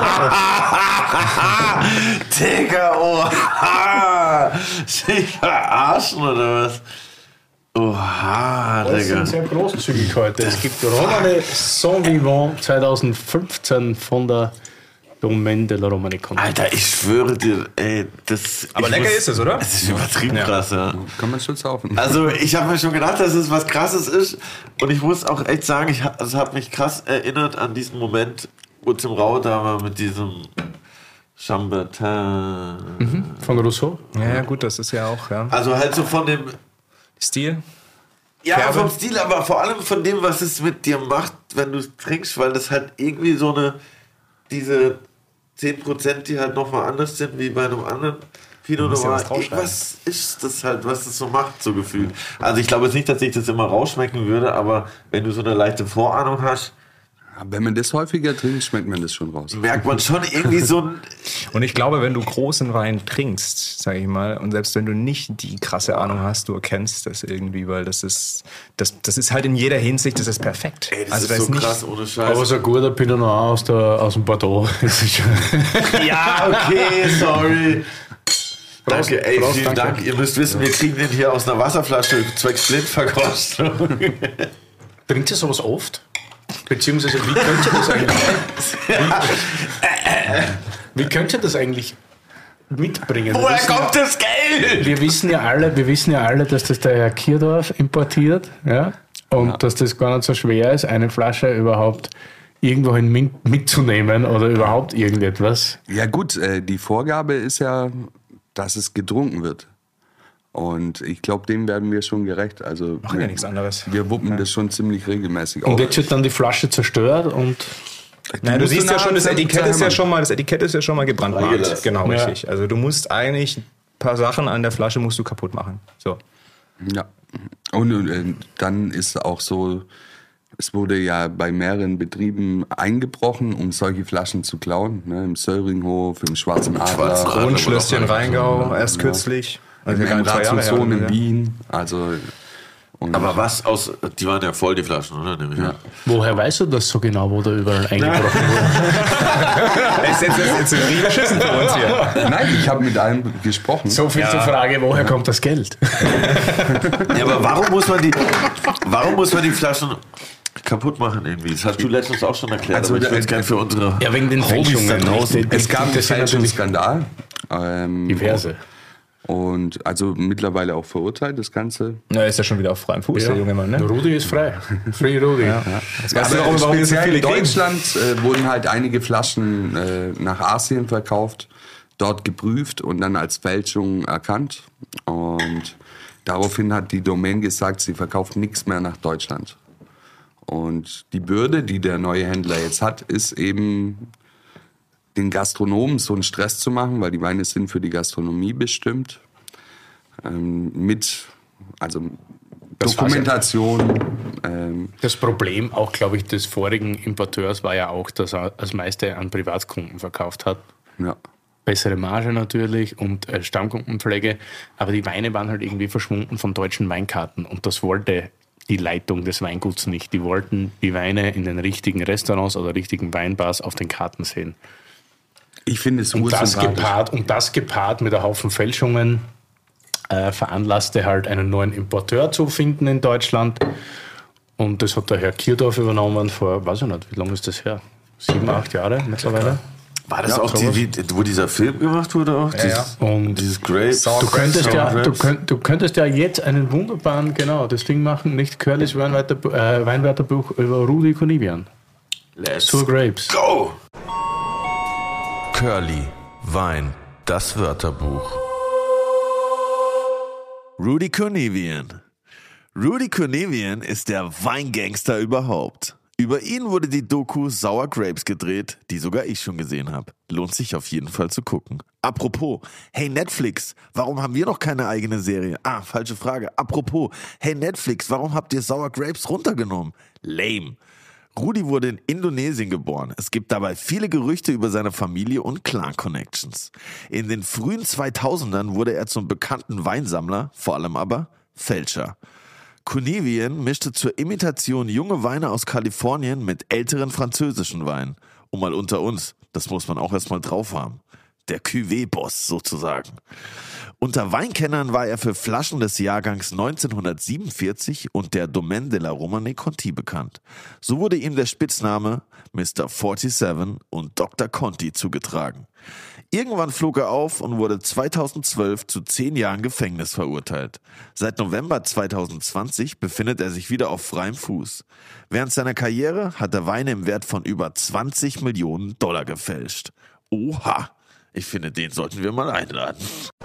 [SPEAKER 1] Digga, oha. Sich verarschen oder was? Oha, Digga.
[SPEAKER 2] Das ist sehr großzügig heute. Es gibt Romane Saint-Vivant zwanzig fünfzehn von der Domaine de la Romane Conti.
[SPEAKER 1] Alter, ich schwöre dir, ey, das...
[SPEAKER 3] Aber lecker
[SPEAKER 1] muss,
[SPEAKER 3] ist es, oder?
[SPEAKER 1] Es ist übertrieben
[SPEAKER 2] ja.
[SPEAKER 1] krass, ja.
[SPEAKER 4] Kann man schon saufen.
[SPEAKER 1] Also ich habe mir schon gedacht, dass es was Krasses ist. Und ich muss auch echt sagen, ich ha, es hat mich krass erinnert an diesen Moment, wo zum Rau da war mit diesem Chambertin.
[SPEAKER 2] Mhm. Von Rousseau?
[SPEAKER 3] Ja, ja, gut, das ist ja auch, ja.
[SPEAKER 1] Also halt so von dem...
[SPEAKER 3] Stil?
[SPEAKER 1] Ja,
[SPEAKER 3] Kerbe.
[SPEAKER 1] vom Stil, aber vor allem von dem, was es mit dir macht, wenn du es trinkst, weil das halt irgendwie so eine... Diese zehn Prozent, die halt nochmal anders sind wie bei einem anderen Pinot Noir. Was ist das halt, was das so macht, so gefühlt. Also ich glaube jetzt nicht, dass ich das immer rausschmecken würde, aber wenn du so eine leichte Vorahnung hast,
[SPEAKER 4] Wenn man das häufiger trinkt, schmeckt man das schon raus.
[SPEAKER 1] merkt man schon irgendwie so ein...
[SPEAKER 3] Und ich glaube, wenn du großen Wein trinkst, sage ich mal, und selbst wenn du nicht die krasse Ahnung hast, du erkennst das irgendwie, weil das ist, das, das ist halt in jeder Hinsicht, das ist perfekt.
[SPEAKER 1] Ey, das
[SPEAKER 3] also
[SPEAKER 1] ist
[SPEAKER 3] da
[SPEAKER 1] so
[SPEAKER 3] nicht,
[SPEAKER 1] krass, ohne Scheiß.
[SPEAKER 2] Aber so ein guter Pinot Noir aus, der, aus dem Bordeaux.
[SPEAKER 1] Ja, okay, sorry.
[SPEAKER 2] Prost,
[SPEAKER 1] Danke, ey,
[SPEAKER 2] Prost,
[SPEAKER 1] vielen
[SPEAKER 2] danke.
[SPEAKER 1] Dank. Ihr müsst wissen, wir kriegen den hier aus einer Wasserflasche zwecks Blindverkostung.
[SPEAKER 2] Trinkt ihr sowas oft? Beziehungsweise, wie könnt ihr das eigentlich... Wie, wie könnt ihr das eigentlich mitbringen. Wir
[SPEAKER 1] Woher
[SPEAKER 2] wissen
[SPEAKER 1] kommt
[SPEAKER 2] ja,
[SPEAKER 1] das Geld?
[SPEAKER 2] wir wissen ja alle, wir wissen ja alle, dass das der Herr Kierdorf importiert, ja, und ja. dass das gar nicht so schwer ist, eine Flasche überhaupt irgendwohin mitzunehmen oder überhaupt irgendetwas.
[SPEAKER 4] Ja gut, äh, die Vorgabe ist ja, dass es getrunken wird. Und ich glaube, dem werden wir schon gerecht. Also
[SPEAKER 3] machen ja nichts anderes.
[SPEAKER 4] Wir wuppen ja. das schon ziemlich regelmäßig
[SPEAKER 2] und
[SPEAKER 4] auf.
[SPEAKER 2] jetzt wird dann die Flasche zerstört und
[SPEAKER 3] Nein, du siehst ja schon, das Etikett ist ja schon mal, das Etikett ist ja schon mal gebrandmarkt. Genau, ja. richtig. Also du musst eigentlich ein paar Sachen an der Flasche musst du kaputt machen. So.
[SPEAKER 4] Ja. Und, und äh, dann ist auch so, es wurde ja bei mehreren Betrieben eingebrochen, um solche Flaschen zu klauen. Ne? Im Söllringhof, im Schwarzen Adler,
[SPEAKER 3] Kronenschlösschen Rheingau, erst kürzlich.
[SPEAKER 4] Also im Ratshaushon in Wien. Also,
[SPEAKER 1] aber was aus, die waren ja voll, die Flaschen, oder?
[SPEAKER 2] Ja. Woher weißt du das so genau, wo da überall eingebrochen wurde?
[SPEAKER 3] Es ist jetzt, jetzt, jetzt ein Schissen für uns hier.
[SPEAKER 4] Nein, ich habe mit einem gesprochen.
[SPEAKER 2] So viel ja. zur Frage, woher ja. kommt das Geld?
[SPEAKER 1] Ja, aber warum muss man die, warum muss man die Flaschen kaputt machen irgendwie? Das hast du letztens auch schon erklärt,
[SPEAKER 4] also,
[SPEAKER 1] aber ich will es gerne für unsere
[SPEAKER 2] ja, wegen den Fälschungen draußen.
[SPEAKER 4] Es gab einen Fälschungsskandal.
[SPEAKER 2] Ähm, Diverse.
[SPEAKER 4] Und also mittlerweile auch verurteilt, das Ganze.
[SPEAKER 3] Na, ist ja schon wieder auf freiem Fuß,
[SPEAKER 2] ja.
[SPEAKER 3] der junge Mann, ne?
[SPEAKER 2] Rudi ist frei. Free Rudi. Ja.
[SPEAKER 3] Ja.
[SPEAKER 4] Das weißt du, warum, warum so viele in Deutschland äh, wurden halt einige Flaschen äh, nach Asien verkauft, dort geprüft und dann als Fälschung erkannt. Und daraufhin hat die Domain gesagt, sie verkauft nichts mehr nach Deutschland. Und die Bürde, die der neue Händler jetzt hat, ist eben den Gastronomen so einen Stress zu machen, weil die Weine sind für die Gastronomie bestimmt. Ähm, mit, also das Dokumentation. Ähm,
[SPEAKER 2] das Problem auch, glaube ich, des vorigen Importeurs war ja auch, dass er das meiste an Privatkunden verkauft hat.
[SPEAKER 4] Ja.
[SPEAKER 2] Bessere Marge natürlich und äh, Stammkundenpflege, aber die Weine waren halt irgendwie verschwunden von deutschen Weinkarten und das wollte die Leitung des Weinguts nicht. Die wollten die Weine in den richtigen Restaurants oder richtigen Weinbars auf den Karten sehen.
[SPEAKER 4] Ich finde es
[SPEAKER 2] und das gepaart Und das gepaart mit einem Haufen Fälschungen äh, veranlasste halt einen neuen Importeur zu finden in Deutschland. Und das hat der Herr Kierdorf übernommen vor, weiß ich nicht, wie lange ist das her? Sieben, acht Jahre mittlerweile.
[SPEAKER 1] War das
[SPEAKER 2] ja,
[SPEAKER 1] auch die, wie, wo dieser Film gemacht wurde? Auch?
[SPEAKER 3] Ja,
[SPEAKER 1] dieses,
[SPEAKER 3] ja.
[SPEAKER 1] Und dieses Grapes.
[SPEAKER 2] Du könntest, ja, du, könnt, du könntest ja jetzt einen wunderbaren, genau, das Ding machen, nicht Curlys Weinwörterbuch, äh, Weinwörterbuch über Rudi Konivian.
[SPEAKER 1] Let's
[SPEAKER 2] Zur Grapes.
[SPEAKER 1] Go! Curly, Wein, das Wörterbuch. Rudi Konivian. Rudi Konivian ist der Weingangster überhaupt. Über ihn wurde die Doku Sour Grapes gedreht, die sogar ich schon gesehen habe. Lohnt sich auf jeden Fall zu gucken. Apropos, hey Netflix, warum haben wir noch keine eigene Serie? Ah, falsche Frage. Apropos, hey Netflix, warum habt ihr Sour Grapes runtergenommen? Lame. Rudi wurde in Indonesien geboren. Es gibt dabei viele Gerüchte über seine Familie und Clan-Connections. In den frühen zweitausendern wurde er zum bekannten Weinsammler, vor allem aber Fälscher. Konivian mischte zur Imitation junge Weine aus Kalifornien mit älteren französischen Weinen. Und mal unter uns, das muss man auch erstmal drauf haben. Der Cuvée-Boss sozusagen. Unter Weinkennern war er für Flaschen des Jahrgangs neunzehnhundertsiebenundvierzig und der Domaine de la Romanée Conti bekannt. So wurde ihm der Spitzname Mister siebenundvierzig und Doktor Conti zugetragen. Irgendwann flog er auf und wurde zweitausendzwölf zu zehn Jahren Gefängnis verurteilt. Seit November zweitausendzwanzig befindet er sich wieder auf freiem Fuß. Während seiner Karriere hat er Weine im Wert von über zwanzig Millionen Dollar gefälscht. Oha! Ich finde, den sollten wir mal einladen.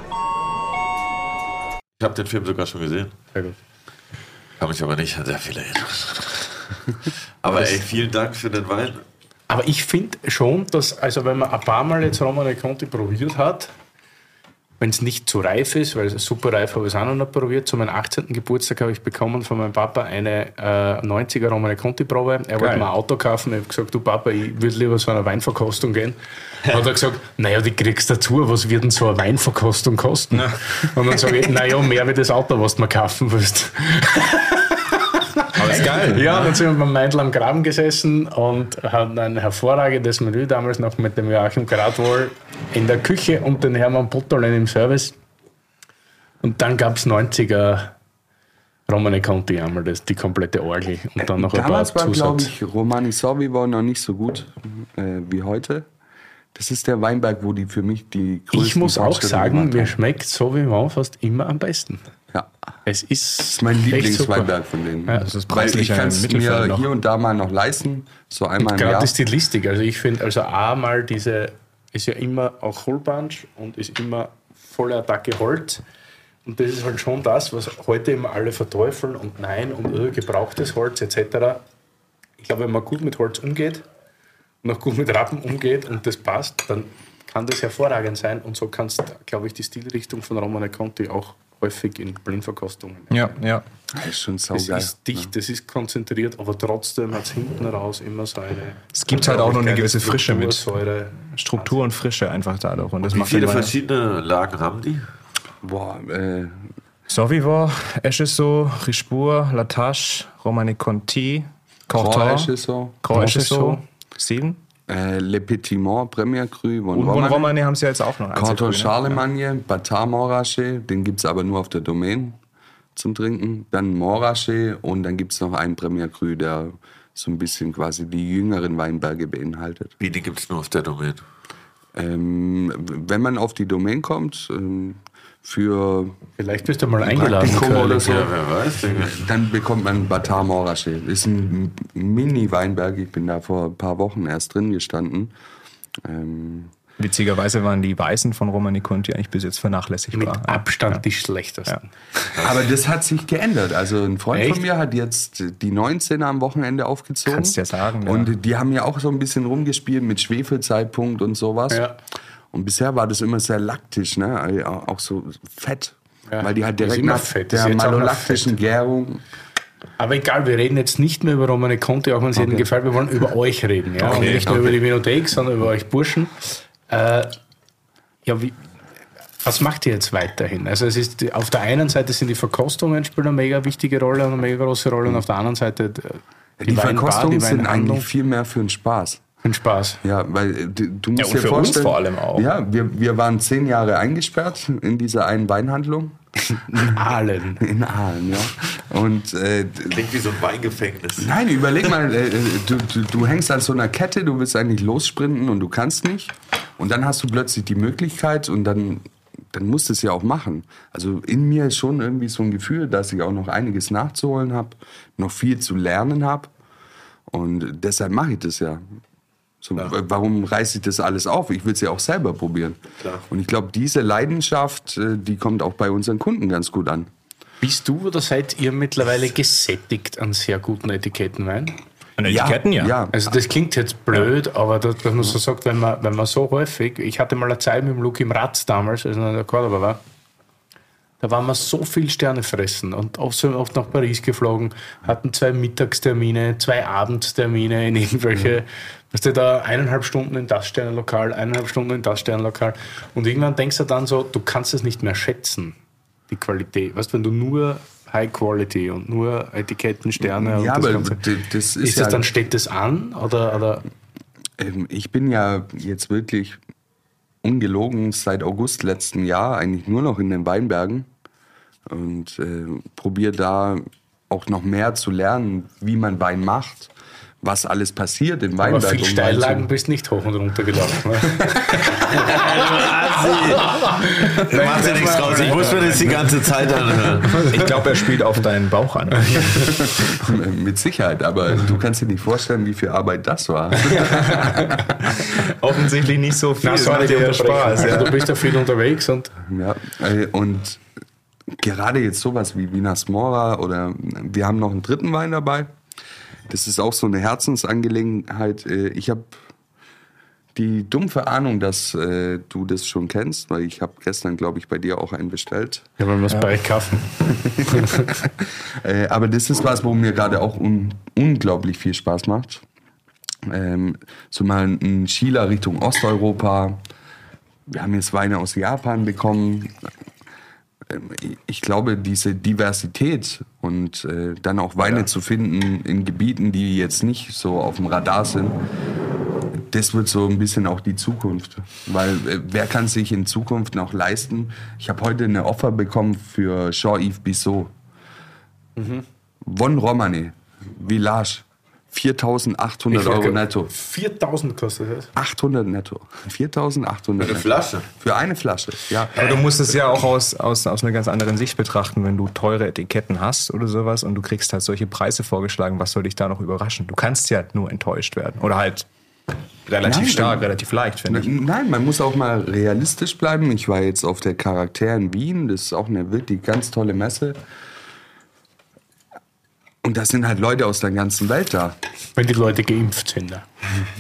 [SPEAKER 1] Ich habe den Film sogar schon gesehen.
[SPEAKER 2] Sehr gut.
[SPEAKER 1] Kann mich aber nicht an sehr viele erinnern. Aber ey, vielen Dank für den Wein.
[SPEAKER 2] Aber ich finde schon, dass, also wenn man ein paar Mal jetzt Romanée Conti probiert hat, wenn es nicht zu reif ist, weil super reif habe ich es auch noch nicht probiert. Zu meinem achtzehnten Geburtstag habe ich bekommen von meinem Papa eine äh, neunziger Romanée Conti Probe. Er Geil. wollte mir ein Auto kaufen. Ich habe gesagt, du Papa, ich würde lieber zu einer Weinverkostung gehen. Und hat er gesagt, naja, die kriegst du dazu, was wird denn so eine Weinverkostung kosten? Ja. Und dann sage ich, naja, mehr wie das Auto, was du mir kaufen willst.
[SPEAKER 3] Aber ist geil.
[SPEAKER 2] Ja, dann sind wir beim Meindl am Graben gesessen und hatten ein hervorragendes Menü damals noch mit dem Joachim Gradwohl in der Küche und den Hermann Pottolen im Service. Und dann gab es neunziger Romanée Conti einmal, das, die komplette Orgel. Und dann noch ein paar
[SPEAKER 4] Damals war,
[SPEAKER 2] Zusatz.
[SPEAKER 4] glaube ich, Romani Sorbi war noch nicht so gut äh, wie heute. Das ist der Weinberg, wo die für mich die größten
[SPEAKER 2] Ich muss auch
[SPEAKER 4] Fortschritte
[SPEAKER 2] sagen,
[SPEAKER 4] gemacht
[SPEAKER 2] mir
[SPEAKER 4] haben.
[SPEAKER 2] schmeckt Sauvignon fast immer am besten.
[SPEAKER 4] Ja.
[SPEAKER 2] Es ist,
[SPEAKER 4] Das ist mein
[SPEAKER 2] echt
[SPEAKER 4] Lieblingsweinberg
[SPEAKER 2] super.
[SPEAKER 4] von denen.
[SPEAKER 2] Ja,
[SPEAKER 3] das ist
[SPEAKER 4] Weil
[SPEAKER 3] preislich
[SPEAKER 4] ich kann es
[SPEAKER 3] ein Mittelfeld
[SPEAKER 4] mir
[SPEAKER 3] noch.
[SPEAKER 4] hier und da mal noch leisten, so einmal im
[SPEAKER 2] Gerade
[SPEAKER 4] Jahr.
[SPEAKER 2] die Stilistik. Also ich finde, also einmal diese, ist ja immer auch Holbansch und ist immer volle Attacke Holz. Und das ist halt schon das, was heute immer alle verteufeln und nein und öh, gebrauchtes Holz et cetera. Ich glaube, wenn man gut mit Holz umgeht und auch gut mit Rappen umgeht und das passt, dann kann das hervorragend sein. Und so kannst, glaube ich, die Stilrichtung von Romane Conti auch häufig in Blindverkostungen.
[SPEAKER 3] Ja, ja.
[SPEAKER 4] Das ist schon
[SPEAKER 2] Das
[SPEAKER 4] saugeil.
[SPEAKER 2] ist dicht, das ist konzentriert, aber trotzdem hat es hinten raus immer so eine...
[SPEAKER 3] Es gibt halt auch noch eine gewisse Frische mit
[SPEAKER 2] Struktursäure.
[SPEAKER 3] Struktur und Frische einfach dadurch. Und das
[SPEAKER 1] Wie
[SPEAKER 3] macht
[SPEAKER 1] viele
[SPEAKER 3] den Wein-
[SPEAKER 1] verschiedene Lagen haben die?
[SPEAKER 4] Boah, äh,
[SPEAKER 3] Sauvignon, Echesso, Richebourg, Latache, Romane Conti, Corton,
[SPEAKER 4] Grand Echesso,
[SPEAKER 3] Grand Echesso,
[SPEAKER 2] Echesso,
[SPEAKER 3] sieben.
[SPEAKER 4] äh, Le Petit Mort, Premier Cru, Von
[SPEAKER 3] Und Von
[SPEAKER 4] Romane,
[SPEAKER 3] Romane haben sie jetzt auch noch.
[SPEAKER 4] Canton
[SPEAKER 3] Einzelgrüne.
[SPEAKER 4] Charlemagne, Batard Montrachet, den gibt es aber nur auf der Domaine zum Trinken. Dann Montrachet und dann gibt es noch einen Premier Cru, der so ein bisschen quasi die jüngeren Weinberge beinhaltet.
[SPEAKER 1] Wie, die gibt es nur auf der Domain?
[SPEAKER 4] Ähm, wenn man auf die Domain kommt, ähm, für
[SPEAKER 2] Vielleicht bist du mal eingeladen.
[SPEAKER 4] Praktikum
[SPEAKER 2] Curly.
[SPEAKER 4] oder so,
[SPEAKER 1] Ja, wer weiß. Digga.
[SPEAKER 4] dann bekommt man Batard Montrachet. Ist ein Mini-Weinberg, ich bin da vor ein paar Wochen erst drin gestanden. Ähm,
[SPEAKER 3] Witzigerweise waren die Weißen von Romane Conti eigentlich bis jetzt
[SPEAKER 2] Mit
[SPEAKER 3] vernachlässigbar.
[SPEAKER 2] Abstand die schlechtesten.
[SPEAKER 4] aber das hat sich geändert. Also ein Freund
[SPEAKER 2] Echt?
[SPEAKER 4] von mir hat jetzt die neunzehner am Wochenende aufgezogen.
[SPEAKER 3] Kannst ja sagen, ja.
[SPEAKER 4] Und die haben ja auch so ein bisschen rumgespielt mit Schwefelzeitpunkt und sowas.
[SPEAKER 2] Ja.
[SPEAKER 4] Und bisher war das immer sehr laktisch, ne? Also auch so fett.
[SPEAKER 2] Ja,
[SPEAKER 4] Weil die halt
[SPEAKER 2] ist
[SPEAKER 4] direkt
[SPEAKER 2] immer
[SPEAKER 4] nach
[SPEAKER 2] fett, ist
[SPEAKER 4] der
[SPEAKER 2] jetzt auch noch
[SPEAKER 4] malolaktischen Gärung.
[SPEAKER 2] Aber egal, wir reden jetzt nicht mehr über Romane Conti, auch wenn es jedem gefällt, wir wollen über euch reden. Ja? und
[SPEAKER 1] Okay,
[SPEAKER 2] nicht nur
[SPEAKER 1] okay.
[SPEAKER 2] über die Vinothek, sondern über euch Burschen. Äh, ja, wie, was macht ihr jetzt weiterhin? Also es ist auf der einen Seite sind die Verkostungen spielen eine mega wichtige Rolle und eine mega große Rolle und auf der anderen Seite äh,
[SPEAKER 4] Die,
[SPEAKER 2] Weinbar,
[SPEAKER 4] Verkostungen
[SPEAKER 2] die
[SPEAKER 4] sind
[SPEAKER 2] Weinhandlung.
[SPEAKER 4] eigentlich viel mehr für den Spaß.
[SPEAKER 2] Ein Spaß.
[SPEAKER 4] Ja, weil äh, du du musst
[SPEAKER 3] und
[SPEAKER 4] dir
[SPEAKER 3] für uns
[SPEAKER 4] vorstellen,
[SPEAKER 3] vor allem auch.
[SPEAKER 4] Ja, wir, wir waren zehn Jahre eingesperrt in dieser einen Weinhandlung
[SPEAKER 2] In Aalen.
[SPEAKER 4] in Aalen, ja. Und äh,
[SPEAKER 1] Klingt wie so ein Weingefängnis.
[SPEAKER 4] nein, überleg mal, äh, du, du, du hängst an so einer Kette, du willst eigentlich lossprinten und du kannst nicht. Und dann hast du plötzlich die Möglichkeit und dann, dann musst du es ja auch machen. Also in mir ist schon irgendwie so ein Gefühl, dass ich auch noch einiges nachzuholen habe, noch viel zu lernen habe. Und deshalb mache ich das ja. So, warum reiße ich das alles auf? Ich will es ja auch selber probieren.
[SPEAKER 1] Klar.
[SPEAKER 4] Und ich glaube, diese Leidenschaft, äh, die kommt auch bei unseren Kunden ganz gut an.
[SPEAKER 2] Bist du oder seid ihr mittlerweile gesättigt an sehr guten Etikettenwein?
[SPEAKER 3] An Etiketten, ja.
[SPEAKER 4] ja.
[SPEAKER 2] Also das klingt jetzt blöd, aber dass, dass man so sagt, wenn man, wenn man so häufig, ich hatte mal eine Zeit mit dem Luki im Ratz damals, als ich noch in der Cordoba war, da waren wir so viel Sterne fressen und auch so oft nach Paris geflogen, hatten zwei Mittagstermine, zwei Abendstermine in irgendwelche, weißt du, da eineinhalb Stunden in das Sternenlokal, eineinhalb Stunden in das Sternenlokal und irgendwann denkst du dann so, du kannst es nicht mehr schätzen, die Qualität. Weißt du, wenn du nur High Quality und nur Etiketten, Sterne und
[SPEAKER 4] Ja,
[SPEAKER 2] das
[SPEAKER 4] aber
[SPEAKER 2] Ganze,
[SPEAKER 4] d- das ist
[SPEAKER 2] ist
[SPEAKER 4] ja-
[SPEAKER 2] das dann, steht das an oder, oder
[SPEAKER 4] Ähm, Ich bin ja jetzt wirklich ungelogen seit August letzten Jahr eigentlich nur noch in den Weinbergen und äh, probiere da auch noch mehr zu lernen, wie man Wein macht, was alles passiert im
[SPEAKER 2] aber
[SPEAKER 4] Weinberg.
[SPEAKER 2] viel
[SPEAKER 4] um Wein
[SPEAKER 2] Steillagen
[SPEAKER 4] zu-
[SPEAKER 2] bist nicht hoch und runter gelaufen. Ne?
[SPEAKER 1] Da macht ja nichts draus. Ich muss mir das die ganze Zeit anhören.
[SPEAKER 3] Ich glaube, er spielt auf deinen Bauch an.
[SPEAKER 4] Mit Sicherheit, aber du kannst dir nicht vorstellen, wie viel Arbeit das war.
[SPEAKER 3] Offensichtlich nicht so viel.
[SPEAKER 2] Na,
[SPEAKER 3] Das
[SPEAKER 2] sorry,
[SPEAKER 3] macht
[SPEAKER 2] die
[SPEAKER 3] dir ja
[SPEAKER 2] Unterbrechung.
[SPEAKER 3] Spaß.
[SPEAKER 2] Also,
[SPEAKER 3] Ja.
[SPEAKER 2] du bist ja viel unterwegs und
[SPEAKER 4] Ja, äh, und gerade jetzt sowas wie Vinas Mora oder wir haben noch einen dritten Wein dabei. Das ist auch so eine Herzensangelegenheit. Äh, Ich habe die dumpfe Ahnung, dass äh, du das schon kennst, weil ich habe gestern, glaube ich, bei dir auch einen bestellt.
[SPEAKER 2] ja, wollen wir es bei euch kaufen.
[SPEAKER 4] Äh, aber das ist was, wo mir gerade auch un unglaublich viel Spaß macht. Ähm, so mal ein Schieler Richtung Osteuropa. Wir haben jetzt Weine aus Japan bekommen. Ähm, ich glaube, diese Diversität und äh, dann auch Weine
[SPEAKER 3] Ja.
[SPEAKER 4] zu finden in Gebieten, die jetzt nicht so auf dem Radar sind, das wird so ein bisschen auch die Zukunft. Weil äh, wer kann sich in Zukunft noch leisten? Ich habe heute eine Offer bekommen für Jean-Yves Bissot. Von Romane, Village, viertausendachthundert Euro netto.
[SPEAKER 2] viertausend kostet das?
[SPEAKER 4] achthundert netto. viertausendachthundert
[SPEAKER 1] Für eine
[SPEAKER 4] netto.
[SPEAKER 1] Flasche?
[SPEAKER 4] Für eine Flasche, ja.
[SPEAKER 3] Aber du musst es ja auch aus, aus, aus einer ganz anderen Sicht betrachten, wenn du teure Etiketten hast oder sowas und du kriegst halt solche Preise vorgeschlagen, was soll dich da noch überraschen? Du kannst ja nur enttäuscht werden. Oder halt relativ
[SPEAKER 4] Nein,
[SPEAKER 3] stark,
[SPEAKER 4] nein.
[SPEAKER 3] relativ leicht, finde ich.
[SPEAKER 4] Nein, man muss auch mal realistisch bleiben. Ich war jetzt auf der Charakter in Wien. Das ist auch eine wirklich ganz tolle Messe. Und das sind halt Leute aus der ganzen Welt da.
[SPEAKER 2] Wenn die Leute geimpft sind. Ne?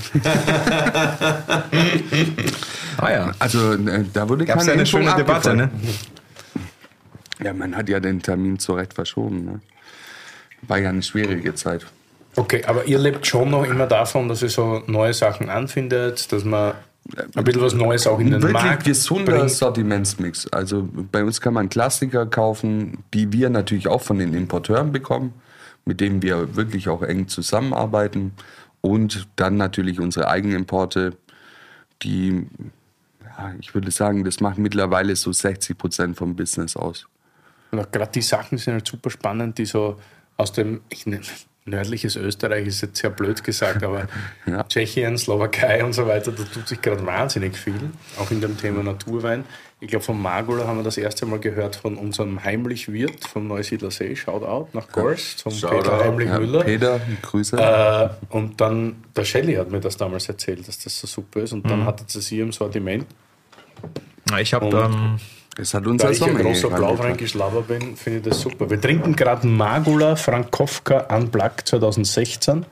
[SPEAKER 3] Ah ja.
[SPEAKER 4] Also äh, da wurde
[SPEAKER 3] Gab es
[SPEAKER 4] keine
[SPEAKER 3] ja eine
[SPEAKER 4] Impfung
[SPEAKER 3] schöne Debatte, ne?
[SPEAKER 4] abgefangen. Ja, man hat ja den Termin zu Recht verschoben. Ne? War ja eine schwierige Zeit.
[SPEAKER 2] Okay, aber ihr lebt schon noch immer davon, dass ihr so neue Sachen anfindet, dass man ein bisschen was Neues auch in den
[SPEAKER 4] Wirklich
[SPEAKER 2] Markt
[SPEAKER 4] gesunder
[SPEAKER 2] bringt.
[SPEAKER 4] Sortimentsmix. Also bei uns kann man Klassiker kaufen, die wir natürlich auch von den Importeuren bekommen, mit denen wir wirklich auch eng zusammenarbeiten. Und dann natürlich unsere eigenen Importe, die, ja, ich würde sagen, das macht mittlerweile so sechzig Prozent vom Business aus.
[SPEAKER 2] Und gerade die Sachen sind halt super spannend, die so aus dem, ich nenne, nördliches Österreich ist jetzt sehr blöd gesagt, aber
[SPEAKER 4] Ja.
[SPEAKER 2] Tschechien, Slowakei und so weiter, da tut sich gerade wahnsinnig viel, auch in dem Thema Naturwein. Ich glaube, von Margula haben wir das erste Mal gehört von unserem Heimlich Wirt vom Neusiedler See, Shoutout nach Gorst, zum
[SPEAKER 1] Shoutout.
[SPEAKER 2] Peter Heimlich
[SPEAKER 4] Ja,
[SPEAKER 2] Müller.
[SPEAKER 4] Peter, Grüße.
[SPEAKER 2] Äh, und dann, der Shelley hat mir das damals erzählt, dass das so super ist und dann hatte sie sie im Sortiment.
[SPEAKER 3] Ich habe
[SPEAKER 2] Und-
[SPEAKER 3] ähm,
[SPEAKER 4] Das hat
[SPEAKER 2] Da
[SPEAKER 4] unser
[SPEAKER 2] ich ein
[SPEAKER 4] Sommer
[SPEAKER 2] großer blaufränkisch Lover bin, finde ich das super. Wir trinken gerade Margula Frankowka Unplugged zwanzig sechzehn.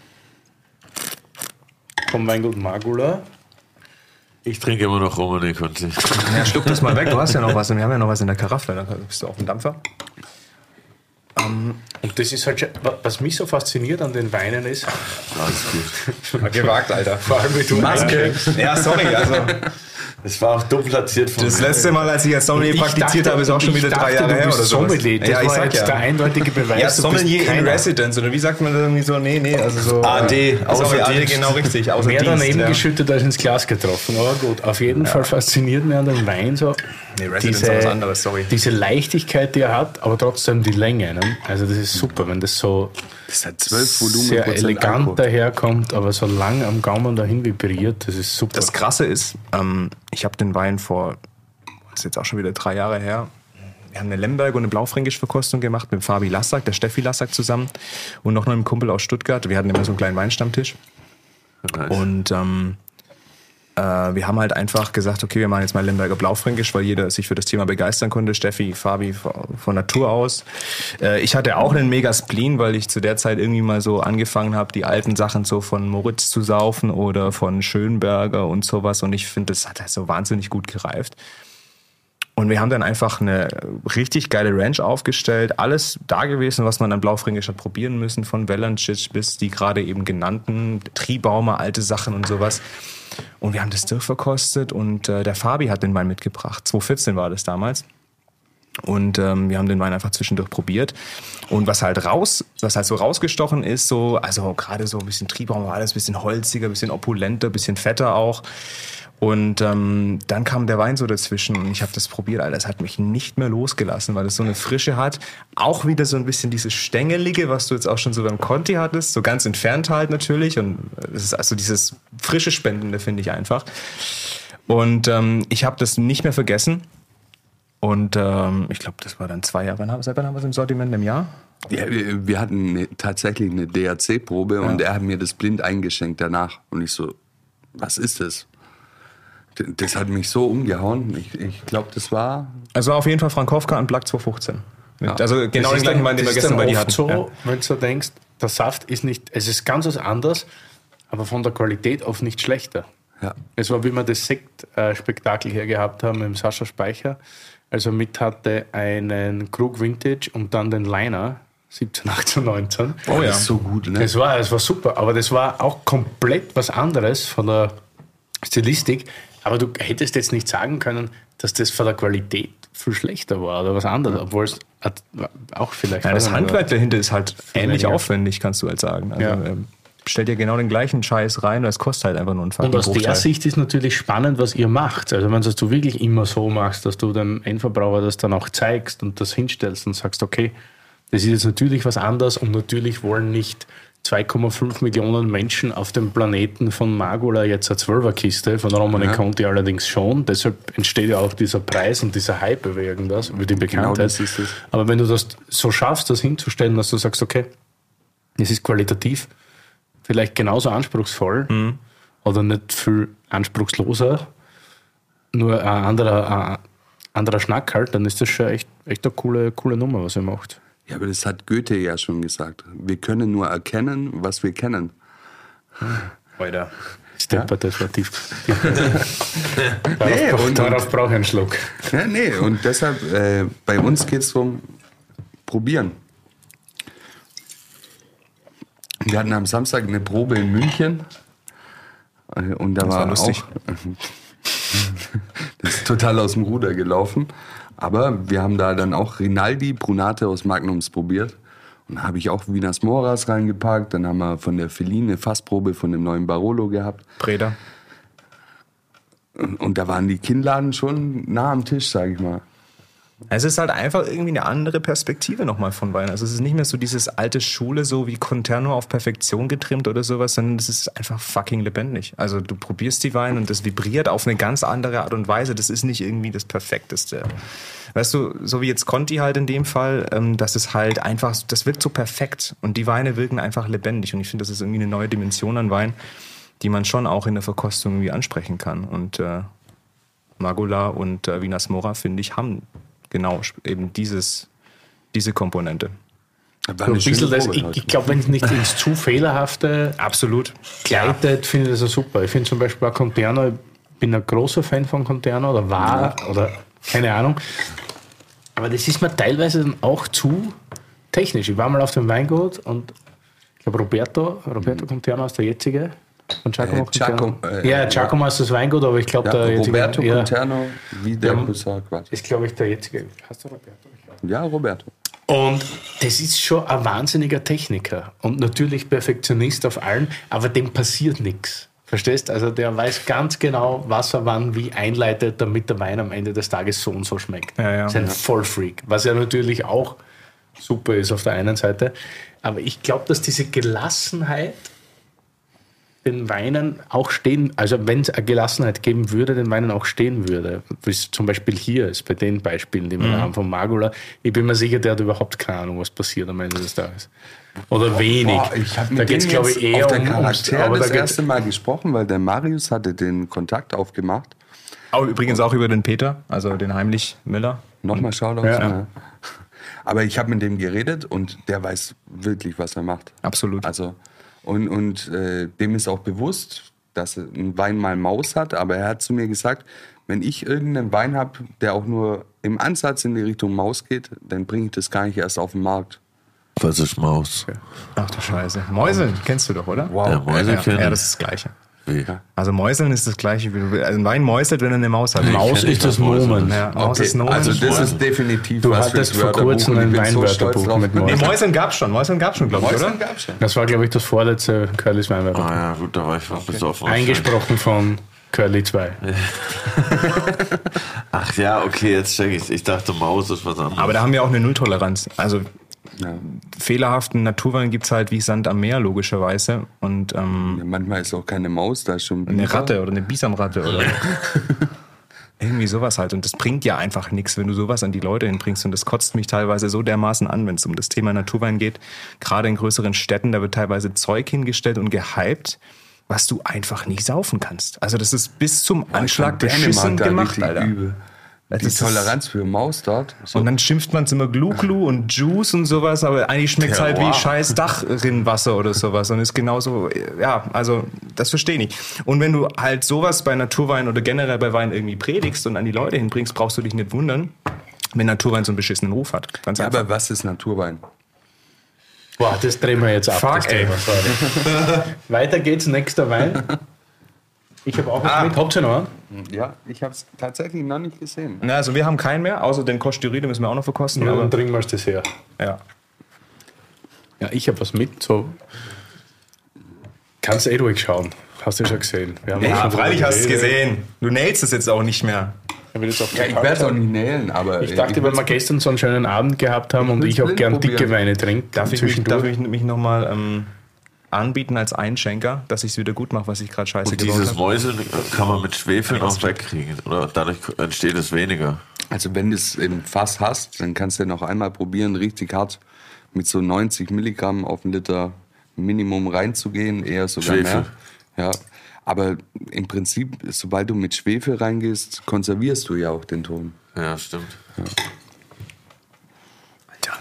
[SPEAKER 2] Vom Weingut Margula.
[SPEAKER 1] Ich trinke immer noch Romanik und ich.
[SPEAKER 3] ja, schluck das mal weg. Du hast ja noch was. Wir haben ja noch was in der Karaffe. Dann bist du auf dem Dampfer.
[SPEAKER 2] Und das ist halt, schon- was mich so fasziniert an den Weinen ist,
[SPEAKER 1] Alles gut.
[SPEAKER 3] Mal gewagt, Alter.
[SPEAKER 2] vor allem wie du
[SPEAKER 3] Maske. Ja, sorry. Also
[SPEAKER 1] Es war auch dumm platziert von
[SPEAKER 3] das
[SPEAKER 1] mir.
[SPEAKER 3] letzte Mal, als ich als Sommelier
[SPEAKER 2] Ich
[SPEAKER 3] praktiziert
[SPEAKER 2] dachte-
[SPEAKER 3] habe, ist auch schon
[SPEAKER 2] ich
[SPEAKER 3] wieder drei
[SPEAKER 2] dachte,
[SPEAKER 3] Jahre
[SPEAKER 2] du
[SPEAKER 3] her
[SPEAKER 2] bist
[SPEAKER 3] oder so.
[SPEAKER 2] Sommelier. Das
[SPEAKER 3] ja, ich
[SPEAKER 2] war
[SPEAKER 3] sag
[SPEAKER 2] jetzt
[SPEAKER 3] ja.
[SPEAKER 2] der eindeutige Beweis.
[SPEAKER 3] Ja,
[SPEAKER 2] du bist
[SPEAKER 3] Sommelier in
[SPEAKER 2] keiner.
[SPEAKER 3] Residence. Oder wie sagt man das irgendwie so? Nee, nee, also so.
[SPEAKER 1] A D,
[SPEAKER 3] Sorry,
[SPEAKER 1] außer
[SPEAKER 3] A D,
[SPEAKER 1] Dienst.
[SPEAKER 3] genau richtig. Außer
[SPEAKER 2] Mehr
[SPEAKER 3] Dienst,
[SPEAKER 2] daneben
[SPEAKER 3] ja.
[SPEAKER 2] geschüttet als ins Glas getroffen. Aber gut, auf jeden Fall fasziniert mir an dem Wein so
[SPEAKER 3] Nee, Residence ist was anderes, sorry.
[SPEAKER 2] diese Leichtigkeit, die er hat, aber trotzdem die Länge. Ne? Also das ist super, wenn das so
[SPEAKER 4] Das hat zwölf
[SPEAKER 2] sehr
[SPEAKER 4] Volumenprozent
[SPEAKER 2] elegant
[SPEAKER 4] Alkohol.
[SPEAKER 2] daherkommt, aber so lang am Gaumen dahin vibriert, das ist super.
[SPEAKER 3] Das Krasse ist, ähm, ich habe den Wein vor, das ist jetzt auch schon wieder drei Jahre her, wir haben eine Lemberg und eine Blaufränkisch-Verkostung gemacht mit Fabi Lassack, der Steffi Lassack zusammen und noch einem Kumpel aus Stuttgart. Wir hatten immer so einen kleinen Weinstammtisch.
[SPEAKER 1] Nice.
[SPEAKER 3] Und ähm, äh, wir haben halt einfach gesagt, okay, wir machen jetzt mal Lemberger Blaufränkisch, weil jeder sich für das Thema begeistern konnte. Steffi, Fabi von Natur aus. Äh, ich hatte auch einen mega Spleen, weil ich zu der Zeit irgendwie mal so angefangen habe, die alten Sachen so von Moritz zu saufen oder von Schönberger und sowas. Und ich finde, das hat halt so wahnsinnig gut gereift. Und wir haben dann einfach eine richtig geile Ranch aufgestellt. Alles da gewesen, was man an Blaufränkisch hat probieren müssen. Von Welancic bis die gerade eben genannten Triebaumer, alte Sachen und sowas. Und wir haben das durchverkostet und äh, der Fabi hat den Wein mitgebracht. zwanzig vierzehn war das damals. Und ähm, wir haben den Wein einfach zwischendurch probiert. Und was halt raus, was halt so rausgestochen ist, so, also gerade so ein bisschen Triebbaum war alles, ein bisschen holziger, ein bisschen opulenter, ein bisschen fetter auch. Und ähm, dann kam der Wein so dazwischen und ich habe das probiert, Alter, das hat mich nicht mehr losgelassen, weil es so eine Frische hat. Auch wieder so ein bisschen dieses Stängelige, was du jetzt auch schon so beim Conti hattest, so ganz entfernt halt natürlich. Und es ist also dieses frische Spendende, finde ich einfach. Und ähm, ich habe das nicht mehr vergessen. Und ähm, ich glaube, das war dann zwei Jahre. Wann haben, seit wann haben wir es im Sortiment? Im Jahr?
[SPEAKER 4] Ja, wir, wir hatten eine, tatsächlich eine D H C-Probe und er hat mir das blind eingeschenkt danach. Und ich so, was ist das? D- Das hat mich so umgehauen. Ich, ich glaube, das war...
[SPEAKER 3] Also war auf jeden Fall Frankowka und Black zwanzig fünfzehn.
[SPEAKER 4] Ja.
[SPEAKER 3] Also genau
[SPEAKER 2] Das
[SPEAKER 3] den
[SPEAKER 2] ist
[SPEAKER 3] gleichen
[SPEAKER 2] dann-
[SPEAKER 3] Wein, den wir
[SPEAKER 2] das ist
[SPEAKER 3] gestern
[SPEAKER 2] dann
[SPEAKER 3] bei dir
[SPEAKER 2] oft
[SPEAKER 3] hatten.
[SPEAKER 2] so,
[SPEAKER 3] Ja.
[SPEAKER 2] wenn du so denkst, der Saft ist nicht, es ist ganz was anderes, aber von der Qualität oft nicht schlechter.
[SPEAKER 4] Ja.
[SPEAKER 2] Es war, wie wir das Sekt-Spektakel hier gehabt haben im Sascha Speicher. Also mit hatte einen Krug Vintage und dann den Liner, siebzehn, achtzehn, neunzehn.
[SPEAKER 3] Oh ja.
[SPEAKER 4] Das ist so gut, ne?
[SPEAKER 2] Das war, das war super, aber das war auch komplett was anderes von der Stilistik. Aber du hättest jetzt nicht sagen können, dass das von der Qualität viel schlechter war oder was anderes, obwohl es hat- auch vielleicht...
[SPEAKER 3] Ja, das
[SPEAKER 2] war.
[SPEAKER 3] Handwerk dahinter ist halt ähnlich
[SPEAKER 2] weniger.
[SPEAKER 3] aufwendig, kannst du halt sagen. Also,
[SPEAKER 2] Ja.
[SPEAKER 3] ähm, stell dir genau den gleichen Scheiß rein und es kostet halt einfach nur einen
[SPEAKER 2] Und
[SPEAKER 3] fucking
[SPEAKER 2] aus der
[SPEAKER 3] Bruchteil.
[SPEAKER 2] Sicht ist natürlich spannend, was ihr macht. Also wenn du wirklich immer so machst, dass du dem Endverbraucher das dann auch zeigst und das hinstellst und sagst, okay, das ist jetzt natürlich was anderes und natürlich wollen nicht zwei Komma fünf Millionen Menschen auf dem Planeten von Magula jetzt eine Zwölferkiste, von Romane
[SPEAKER 4] Ja.
[SPEAKER 2] Conti allerdings schon. Deshalb entsteht ja auch dieser Preis und dieser Hype über irgendwas, über die Bekanntheit.
[SPEAKER 4] das ist es.
[SPEAKER 2] Aber wenn du das so schaffst, das hinzustellen, dass du sagst, okay, es ist qualitativ vielleicht genauso anspruchsvoll
[SPEAKER 3] Mhm.
[SPEAKER 2] oder nicht viel anspruchsloser, nur ein anderer, ein anderer Schnack halt, dann ist das schon echt, echt eine coole, coole Nummer, was ihr macht.
[SPEAKER 4] Ja, aber das hat Goethe ja schon gesagt. Wir können nur erkennen, was wir kennen.
[SPEAKER 3] Alter.
[SPEAKER 2] Stepper, das war tief.
[SPEAKER 4] Nee,
[SPEAKER 2] darauf
[SPEAKER 4] und-
[SPEAKER 2] darauf brauche ich einen Schluck.
[SPEAKER 4] Ja, nee, und deshalb, äh, bei uns geht es darum, probieren. Wir hatten am Samstag eine Probe in München. äh, Und da
[SPEAKER 3] Das war
[SPEAKER 4] war
[SPEAKER 3] lustig.
[SPEAKER 4] auch, das ist total aus dem Ruder gelaufen. Aber wir haben da dann auch Rinaldi Brunate aus Magnums probiert. Und da habe ich auch Vinas Moras reingepackt. Dann haben wir von der Feline eine Fassprobe von dem neuen Barolo gehabt.
[SPEAKER 3] Breda.
[SPEAKER 4] Und, und da waren die Kinnladen schon nah am Tisch, sage ich mal.
[SPEAKER 3] Es ist halt einfach irgendwie eine andere Perspektive nochmal von Wein. Also es ist nicht mehr so dieses alte Schule, so wie Conterno auf Perfektion getrimmt oder sowas, sondern es ist einfach fucking lebendig. Also du probierst die Weine und das vibriert auf eine ganz andere Art und Weise. Das ist nicht irgendwie das Perfekteste. Weißt du, so wie jetzt Conti halt in dem Fall, ähm, das ist halt einfach, das wirkt so perfekt und die Weine wirken einfach lebendig. Und ich finde, das ist irgendwie eine neue Dimension an Wein, die man schon auch in der Verkostung irgendwie ansprechen kann. Und äh, Magula und äh, Vinas Mora, finde ich, haben genau eben dieses, diese Komponente.
[SPEAKER 4] War
[SPEAKER 2] So
[SPEAKER 4] eine
[SPEAKER 2] ein bisschen
[SPEAKER 4] schöne
[SPEAKER 2] das,
[SPEAKER 4] Probe
[SPEAKER 2] ich
[SPEAKER 4] heute.
[SPEAKER 2] ich glaube, wenn es nicht ins zu Fehlerhafte
[SPEAKER 3] Absolut.
[SPEAKER 2] gleitet, finde ich das ja super. Ich finde zum Beispiel auch Conterno, ich bin ein großer Fan von Conterno oder war oder keine Ahnung. Aber das ist mir teilweise dann auch zu technisch. Ich war mal auf dem Weingut und ich glaube Roberto, Roberto Conterno ist der jetzige. Von Giacomo
[SPEAKER 4] Äh,
[SPEAKER 2] Conterno.
[SPEAKER 4] Giacomo, äh,
[SPEAKER 2] ja, Giacomo ist das Weingut, aber ich glaube
[SPEAKER 4] Ja,
[SPEAKER 2] der jetzige.
[SPEAKER 4] Roberto
[SPEAKER 2] ja,
[SPEAKER 4] Conterno, wie der
[SPEAKER 2] Ja.
[SPEAKER 4] Cousin quasi.
[SPEAKER 2] ist glaube ich der jetzige. Hast du Roberto? Ich glaub.
[SPEAKER 4] Ja, Roberto.
[SPEAKER 2] Und das ist schon ein wahnsinniger Techniker und natürlich Perfektionist auf allen, aber dem passiert nichts. Verstehst? Also der weiß ganz genau, was er wann wie einleitet, damit der Wein am Ende des Tages so und so schmeckt.
[SPEAKER 3] Ja, ja.
[SPEAKER 2] Das ist ein Vollfreak, was ja natürlich auch super ist auf der einen Seite. Aber ich glaube, dass diese Gelassenheit den Weinen auch stehen, also wenn es eine Gelassenheit geben würde, den Weinen auch stehen würde. Wie es zum Beispiel hier ist, bei den Beispielen, die wir
[SPEAKER 3] Mhm.
[SPEAKER 2] haben von Magula. Ich bin mir sicher, der hat überhaupt keine Ahnung, was passiert am Ende des Tages. Oder wenig.
[SPEAKER 4] Boah, ich habe
[SPEAKER 2] da
[SPEAKER 4] mit
[SPEAKER 2] geht es,
[SPEAKER 4] dem
[SPEAKER 2] glaube
[SPEAKER 4] jetzt
[SPEAKER 2] ich, eher
[SPEAKER 4] auf der
[SPEAKER 2] um ums,
[SPEAKER 4] Charakter
[SPEAKER 2] aber da
[SPEAKER 4] das
[SPEAKER 2] geht,
[SPEAKER 4] erste Mal gesprochen, weil der Marius hatte den Kontakt aufgemacht.
[SPEAKER 3] Auch übrigens auch über den Peter, also den Heimlich Müller.
[SPEAKER 4] Nochmal Shoutouts.
[SPEAKER 2] Ja.
[SPEAKER 4] Ja. Aber ich habe mit dem geredet und der weiß wirklich, was er macht.
[SPEAKER 3] Absolut.
[SPEAKER 4] Also, und und äh, dem ist auch bewusst, dass ein Wein mal Maus hat, aber er hat zu mir gesagt, wenn ich irgendeinen Wein habe, der auch nur im Ansatz in die Richtung Maus geht, dann bringe ich das gar nicht erst auf den Markt.
[SPEAKER 1] Was ist Maus?
[SPEAKER 3] Ach du Scheiße. Mäuseln kennst du doch, oder?
[SPEAKER 4] Wow.
[SPEAKER 1] Ja, Mäuse
[SPEAKER 3] ja,
[SPEAKER 1] kennen.
[SPEAKER 3] ja, das ist das Gleiche.
[SPEAKER 1] Wie?
[SPEAKER 3] Also Mäuseln ist das Gleiche. Wie du, also ein Wein mäuselt, wenn er eine Maus hat.
[SPEAKER 2] Maus
[SPEAKER 1] kenn ich
[SPEAKER 2] ist das
[SPEAKER 1] das Mäuse.
[SPEAKER 2] Nomen.
[SPEAKER 3] Ja, Maus
[SPEAKER 4] Okay,
[SPEAKER 3] ist Nomen.
[SPEAKER 4] also das ist definitiv
[SPEAKER 2] Du
[SPEAKER 4] was
[SPEAKER 2] hattest
[SPEAKER 4] fürs
[SPEAKER 2] vor
[SPEAKER 4] Wörterbuch
[SPEAKER 2] kurzem
[SPEAKER 4] und ich
[SPEAKER 2] ein
[SPEAKER 4] bin so
[SPEAKER 2] Weinwörterbuch
[SPEAKER 4] stolz drauf.
[SPEAKER 2] mit
[SPEAKER 3] nee,
[SPEAKER 2] Mäuseln.
[SPEAKER 3] Mäuseln gab's schon. Mäuseln gab's schon, glaube ich, oder?
[SPEAKER 4] Mäuseln gab's schon.
[SPEAKER 2] Das war, glaube ich, das vorletzte Curlys Weinwörterbuch.
[SPEAKER 1] Ah ja, gut, da war ich fast bis auf
[SPEAKER 2] Eingesprochen von Curly zwei.
[SPEAKER 1] Ach ja, okay, jetzt check ich. Ich dachte, Maus ist was anderes.
[SPEAKER 3] Aber da haben wir auch eine Nulltoleranz. Also
[SPEAKER 4] Ja.
[SPEAKER 3] fehlerhaften Naturwein gibt's halt wie Sand am Meer, logischerweise. Und ähm,
[SPEAKER 4] Ja, manchmal ist auch keine Maus, da ist schon
[SPEAKER 3] eine Ratte oder eine Bisamratte oder irgendwie sowas halt. Und das bringt ja einfach nichts, wenn du sowas an die Leute hinbringst. Und das kotzt mich teilweise so dermaßen an, wenn es um das Thema Naturwein geht. Gerade in größeren Städten, da wird teilweise Zeug hingestellt und gehypt, was du einfach nicht saufen kannst. Also das ist bis zum Anschlag beschissen gemacht, Alter.
[SPEAKER 4] Übel. Die
[SPEAKER 3] Das ist-
[SPEAKER 4] Toleranz für Maus dort. So.
[SPEAKER 3] Und dann schimpft man es immer Glu-Glu und Juice und sowas, aber eigentlich schmeckt es halt wie
[SPEAKER 1] Terroir.
[SPEAKER 3] scheiß Dachrinnenwasser oder sowas und ist genauso, ja, also das verstehe ich nicht. Und wenn du halt sowas bei Naturwein oder generell bei Wein irgendwie predigst und an die Leute hinbringst, brauchst du dich nicht wundern, wenn Naturwein so einen beschissenen Ruf hat. Ganz
[SPEAKER 4] Ja,
[SPEAKER 3] einfach.
[SPEAKER 4] aber was ist Naturwein?
[SPEAKER 2] Boah, das drehen wir jetzt ab.
[SPEAKER 3] Fuck,
[SPEAKER 2] das
[SPEAKER 3] ey.
[SPEAKER 2] Thema, sorry. Weiter geht's, nächster Wein. Ich habe auch was
[SPEAKER 3] Ah.
[SPEAKER 2] mit. Habt ihr noch einen?
[SPEAKER 4] Ja, ich habe es tatsächlich noch nicht gesehen.
[SPEAKER 3] Na, also wir haben keinen mehr, außer den Kostyri, den müssen wir auch noch verkosten.
[SPEAKER 2] Ja, dann
[SPEAKER 3] aber,
[SPEAKER 2] trinken wir das Dessert.
[SPEAKER 3] ja.
[SPEAKER 2] Ja, ich habe was mit. So. Kannst eh ruhig schauen. Hast du schon gesehen. Wir haben auch
[SPEAKER 3] ja,
[SPEAKER 2] schon
[SPEAKER 3] freilich
[SPEAKER 2] drüber
[SPEAKER 3] hast du es
[SPEAKER 2] geredet.
[SPEAKER 3] gesehen. Du nailst es jetzt auch nicht mehr.
[SPEAKER 2] Ich will jetzt auf
[SPEAKER 4] Ja, ich werde es auch nicht nähen, aber
[SPEAKER 2] Ich dachte, weil wir gestern so einen schönen Abend gehabt haben und
[SPEAKER 4] will's
[SPEAKER 2] ich auch
[SPEAKER 4] blind
[SPEAKER 2] gern
[SPEAKER 4] probieren.
[SPEAKER 2] dicke Weine trinke.
[SPEAKER 3] Darf ich mich,
[SPEAKER 2] zwischendurch.
[SPEAKER 3] darf ich mich nochmal ähm, anbieten als Einschenker, dass ich es wieder gut mache, was ich gerade scheiße
[SPEAKER 1] Und
[SPEAKER 3] gebaut
[SPEAKER 1] dieses
[SPEAKER 3] habe.
[SPEAKER 1] Mäuseln kann man mit Schwefel noch wegkriegen, oder? Dadurch entsteht es weniger.
[SPEAKER 4] Also wenn du es im Fass hast, dann kannst du noch einmal probieren, richtig hart mit so neunzig Milligramm auf einen Liter Minimum reinzugehen, eher sogar
[SPEAKER 1] Schwefel.
[SPEAKER 4] mehr. Ja, aber im Prinzip, sobald du mit Schwefel reingehst, konservierst du ja auch den Ton.
[SPEAKER 1] Ja, stimmt.
[SPEAKER 3] Alter.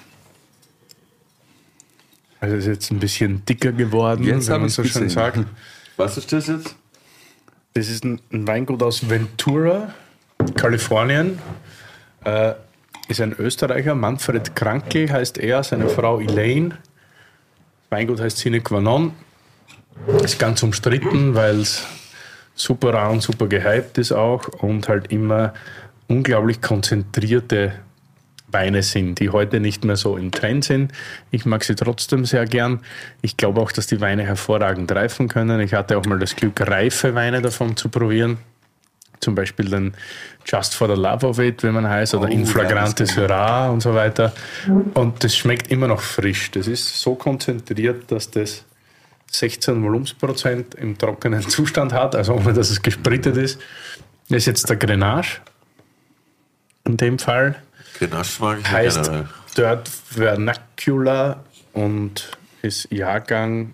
[SPEAKER 2] Also ist jetzt ein bisschen dicker geworden,
[SPEAKER 4] Jetzt
[SPEAKER 2] wenn
[SPEAKER 4] hab
[SPEAKER 2] man
[SPEAKER 4] ich's
[SPEAKER 2] so schön
[SPEAKER 4] gesehen.
[SPEAKER 2] sagt.
[SPEAKER 1] Was ist das jetzt?
[SPEAKER 2] Das ist ein, ein Weingut aus Ventura, Kalifornien. Äh, ist ein Österreicher, Manfred Krankl heißt er, seine Frau Elaine. Das Weingut heißt Sine Qua Non. Ist ganz umstritten, weil es super rar und super gehypt ist auch und halt immer unglaublich konzentrierte Weine sind, die heute nicht mehr so im Trend sind. Ich mag sie trotzdem sehr gern. Ich glaube auch, dass die Weine hervorragend reifen können. Ich hatte auch mal das Glück, reife Weine davon zu probieren. Zum Beispiel den Just for the Love of It, wie man heißt, oder
[SPEAKER 4] Oh,
[SPEAKER 2] In Flagrante
[SPEAKER 4] ja, das kenn ich.
[SPEAKER 2] Syrah und so weiter. Und das schmeckt immer noch frisch. Das ist so konzentriert, dass das sechzehn Volumensprozent im trockenen Zustand hat, also ohne dass es gesprittet ist. Das ist jetzt der Grenache. In dem Fall
[SPEAKER 1] Grenache mag ich ja
[SPEAKER 2] heißt
[SPEAKER 1] generell.
[SPEAKER 2] Dirt Vernacular und ist Jahrgang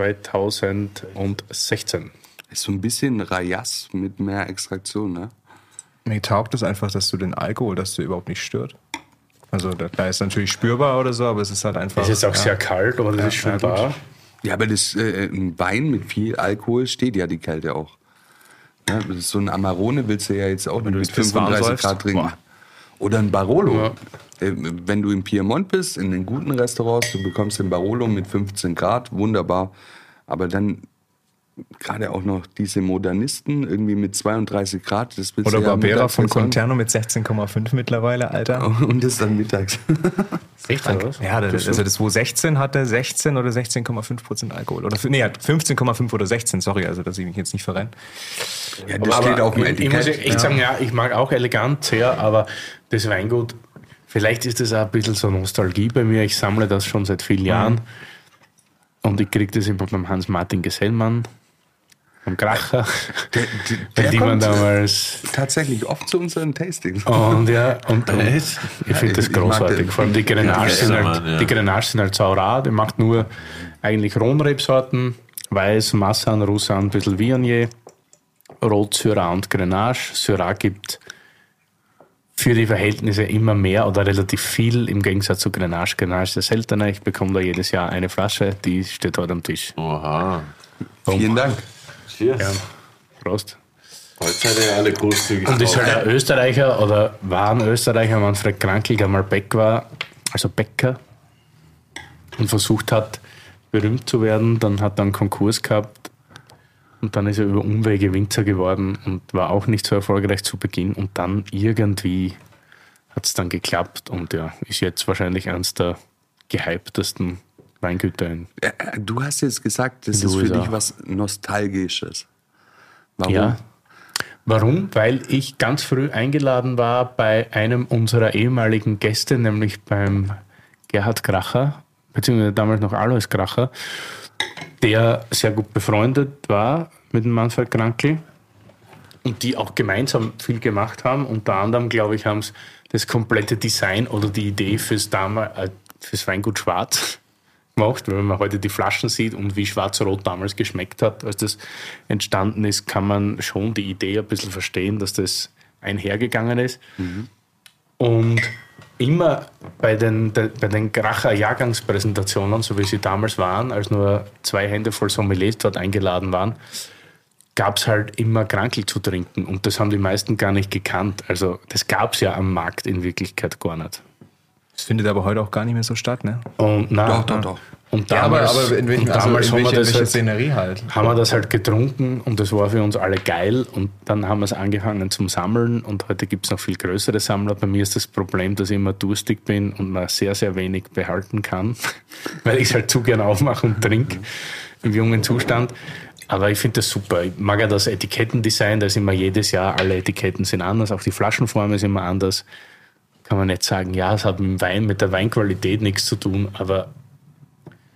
[SPEAKER 2] zweitausendsechzehn.
[SPEAKER 4] Ist so ein bisschen Rajas mit mehr Extraktion, ne?
[SPEAKER 3] Mir taugt es einfach, dass du den Alkohol, dass du überhaupt nicht stört. Also da, da ist natürlich spürbar oder so, aber es ist halt einfach...
[SPEAKER 2] Es ist auch
[SPEAKER 3] ja.
[SPEAKER 2] sehr kalt, aber das ist schon
[SPEAKER 3] ja, gut.
[SPEAKER 2] da.
[SPEAKER 4] Ja, aber das, äh, ein Wein mit viel Alkohol steht ja die Kälte auch. Ja, das ist so ein Amarone willst du ja jetzt auch nicht
[SPEAKER 3] du
[SPEAKER 4] mit
[SPEAKER 3] es bis warm
[SPEAKER 4] fünfunddreißig
[SPEAKER 3] säufst,
[SPEAKER 4] Grad trinken.
[SPEAKER 3] boah.
[SPEAKER 4] Oder ein Barolo.
[SPEAKER 2] Ja.
[SPEAKER 4] Äh, Wenn du im Piemont bist, in den guten Restaurants, du bekommst den Barolo mit fünfzehn Grad, wunderbar. Aber dann gerade auch noch diese Modernisten irgendwie mit zweiunddreißig Grad. Das willst
[SPEAKER 3] Oder
[SPEAKER 4] du ja
[SPEAKER 3] Barbera
[SPEAKER 4] mittags
[SPEAKER 3] von
[SPEAKER 4] nicht sagen.
[SPEAKER 3] Conterno mit sechzehn Komma fünf mittlerweile, Alter.
[SPEAKER 4] Und das dann mittags.
[SPEAKER 2] Echt, oder was?
[SPEAKER 3] Ja, das, also das zwei sechzehn hatte sechzehn oder sechzehn Komma fünf Prozent Alkohol. Oder, nee, hat fünfzehn Komma fünf oder sechzehn, sorry, also dass ich mich jetzt nicht verrenne.
[SPEAKER 4] Ja, das steht auf dem
[SPEAKER 2] ich, ich muss
[SPEAKER 4] Etikett.
[SPEAKER 2] echt sagen, ja, ich mag auch elegant sehr, aber das Weingut, vielleicht ist das auch ein bisschen so Nostalgie bei mir. Ich sammle das schon seit vielen Jahren und ich kriege das immer beim Hans-Martin Gesellmann, beim Kracher,
[SPEAKER 4] Der,
[SPEAKER 2] weil
[SPEAKER 4] der
[SPEAKER 2] die man
[SPEAKER 4] kommt
[SPEAKER 2] damals...
[SPEAKER 4] tatsächlich oft zu unseren Tastings.
[SPEAKER 2] Und ja, und, und
[SPEAKER 1] Echt?
[SPEAKER 2] ich finde das
[SPEAKER 4] ich mag
[SPEAKER 2] großartig.
[SPEAKER 4] den.
[SPEAKER 2] Vor allem die Grenache
[SPEAKER 1] Ja,
[SPEAKER 2] sind, halt,
[SPEAKER 1] Mann, ja.
[SPEAKER 2] die Grenache sind halt sauer. Der macht nur eigentlich Rhonrebsorten, Weiß, Massan, Roussan, ein bisschen Viognier, Rot, Syrah und Grenache. Syrah gibt für die Verhältnisse immer mehr oder relativ viel im Gegensatz zu Grenache. Grenache ist seltener. Ich bekomme da jedes Jahr eine Flasche, die steht heute am Tisch.
[SPEAKER 1] Oha.
[SPEAKER 4] Vielen Dank.
[SPEAKER 1] Cheers.
[SPEAKER 2] Ja. Prost.
[SPEAKER 1] Heute seid ihr ja alle großzügig.
[SPEAKER 2] Und ist
[SPEAKER 1] drauf.
[SPEAKER 2] halt ein Österreicher oder war ein Österreicher, Manfred Krankl, der mal Bäck war, also Bäcker, und versucht hat, berühmt zu werden. Dann hat er einen Konkurs gehabt und dann ist er über Umwege Winzer geworden und war auch nicht so erfolgreich zu Beginn. Und dann irgendwie hat es dann geklappt und ja, ist jetzt wahrscheinlich eines der gehyptesten Weingüter in.
[SPEAKER 4] Äh, Du hast jetzt gesagt, das
[SPEAKER 2] In
[SPEAKER 4] ist
[SPEAKER 2] den
[SPEAKER 4] für
[SPEAKER 2] U S A.
[SPEAKER 4] dich was Nostalgisches. Warum?
[SPEAKER 2] Ja. Warum? Weil ich ganz früh eingeladen war bei einem unserer ehemaligen Gäste, nämlich beim Gerhard Kracher, beziehungsweise damals noch Alois Kracher, der sehr gut befreundet war mit dem Manfred Krankl und die auch gemeinsam viel gemacht haben. Unter anderem, glaube ich, haben sie das komplette Design oder die Idee fürs, Damal, äh, fürs Weingut Schwarz gemacht. Wenn man heute die Flaschen sieht und wie Schwarz-Rot damals geschmeckt hat, als das entstanden ist, kann man schon die Idee ein bisschen verstehen, dass das einhergegangen ist.
[SPEAKER 4] Mhm.
[SPEAKER 2] Und immer bei den, de, bei den Kracher Jahrgangspräsentationen, so wie sie damals waren, als nur zwei Hände voll Sommeliers dort eingeladen waren, gab es halt immer Krankl zu trinken. Und das haben die meisten gar nicht gekannt. Also das gab es ja am Markt in Wirklichkeit gar nicht.
[SPEAKER 3] Das findet aber heute auch gar nicht mehr so statt, ne?
[SPEAKER 2] Und na,
[SPEAKER 4] Doch, doch, doch.
[SPEAKER 2] Und
[SPEAKER 3] Ja,
[SPEAKER 2] damals,
[SPEAKER 3] aber, aber in, welchen,
[SPEAKER 2] und
[SPEAKER 3] also
[SPEAKER 2] damals
[SPEAKER 3] in
[SPEAKER 2] haben,
[SPEAKER 3] welche,
[SPEAKER 2] wir das
[SPEAKER 3] welche
[SPEAKER 2] halt,
[SPEAKER 3] Szenerie halt?
[SPEAKER 2] haben wir das halt getrunken und das war für uns alle geil. Und dann haben wir es angefangen zum Sammeln und heute gibt es noch viel größere Sammler. Bei mir ist das Problem, dass ich immer durstig bin und man sehr, sehr wenig behalten kann, weil ich es halt zu gern aufmache und trinke im jungen Zustand. Aber ich finde das super. Ich mag ja das Etikettendesign, da ist immer jedes Jahr, alle Etiketten sind anders, auch die Flaschenform ist immer anders. Kann man nicht sagen, ja, es hat mit dem Wein, mit der Weinqualität nichts zu tun, aber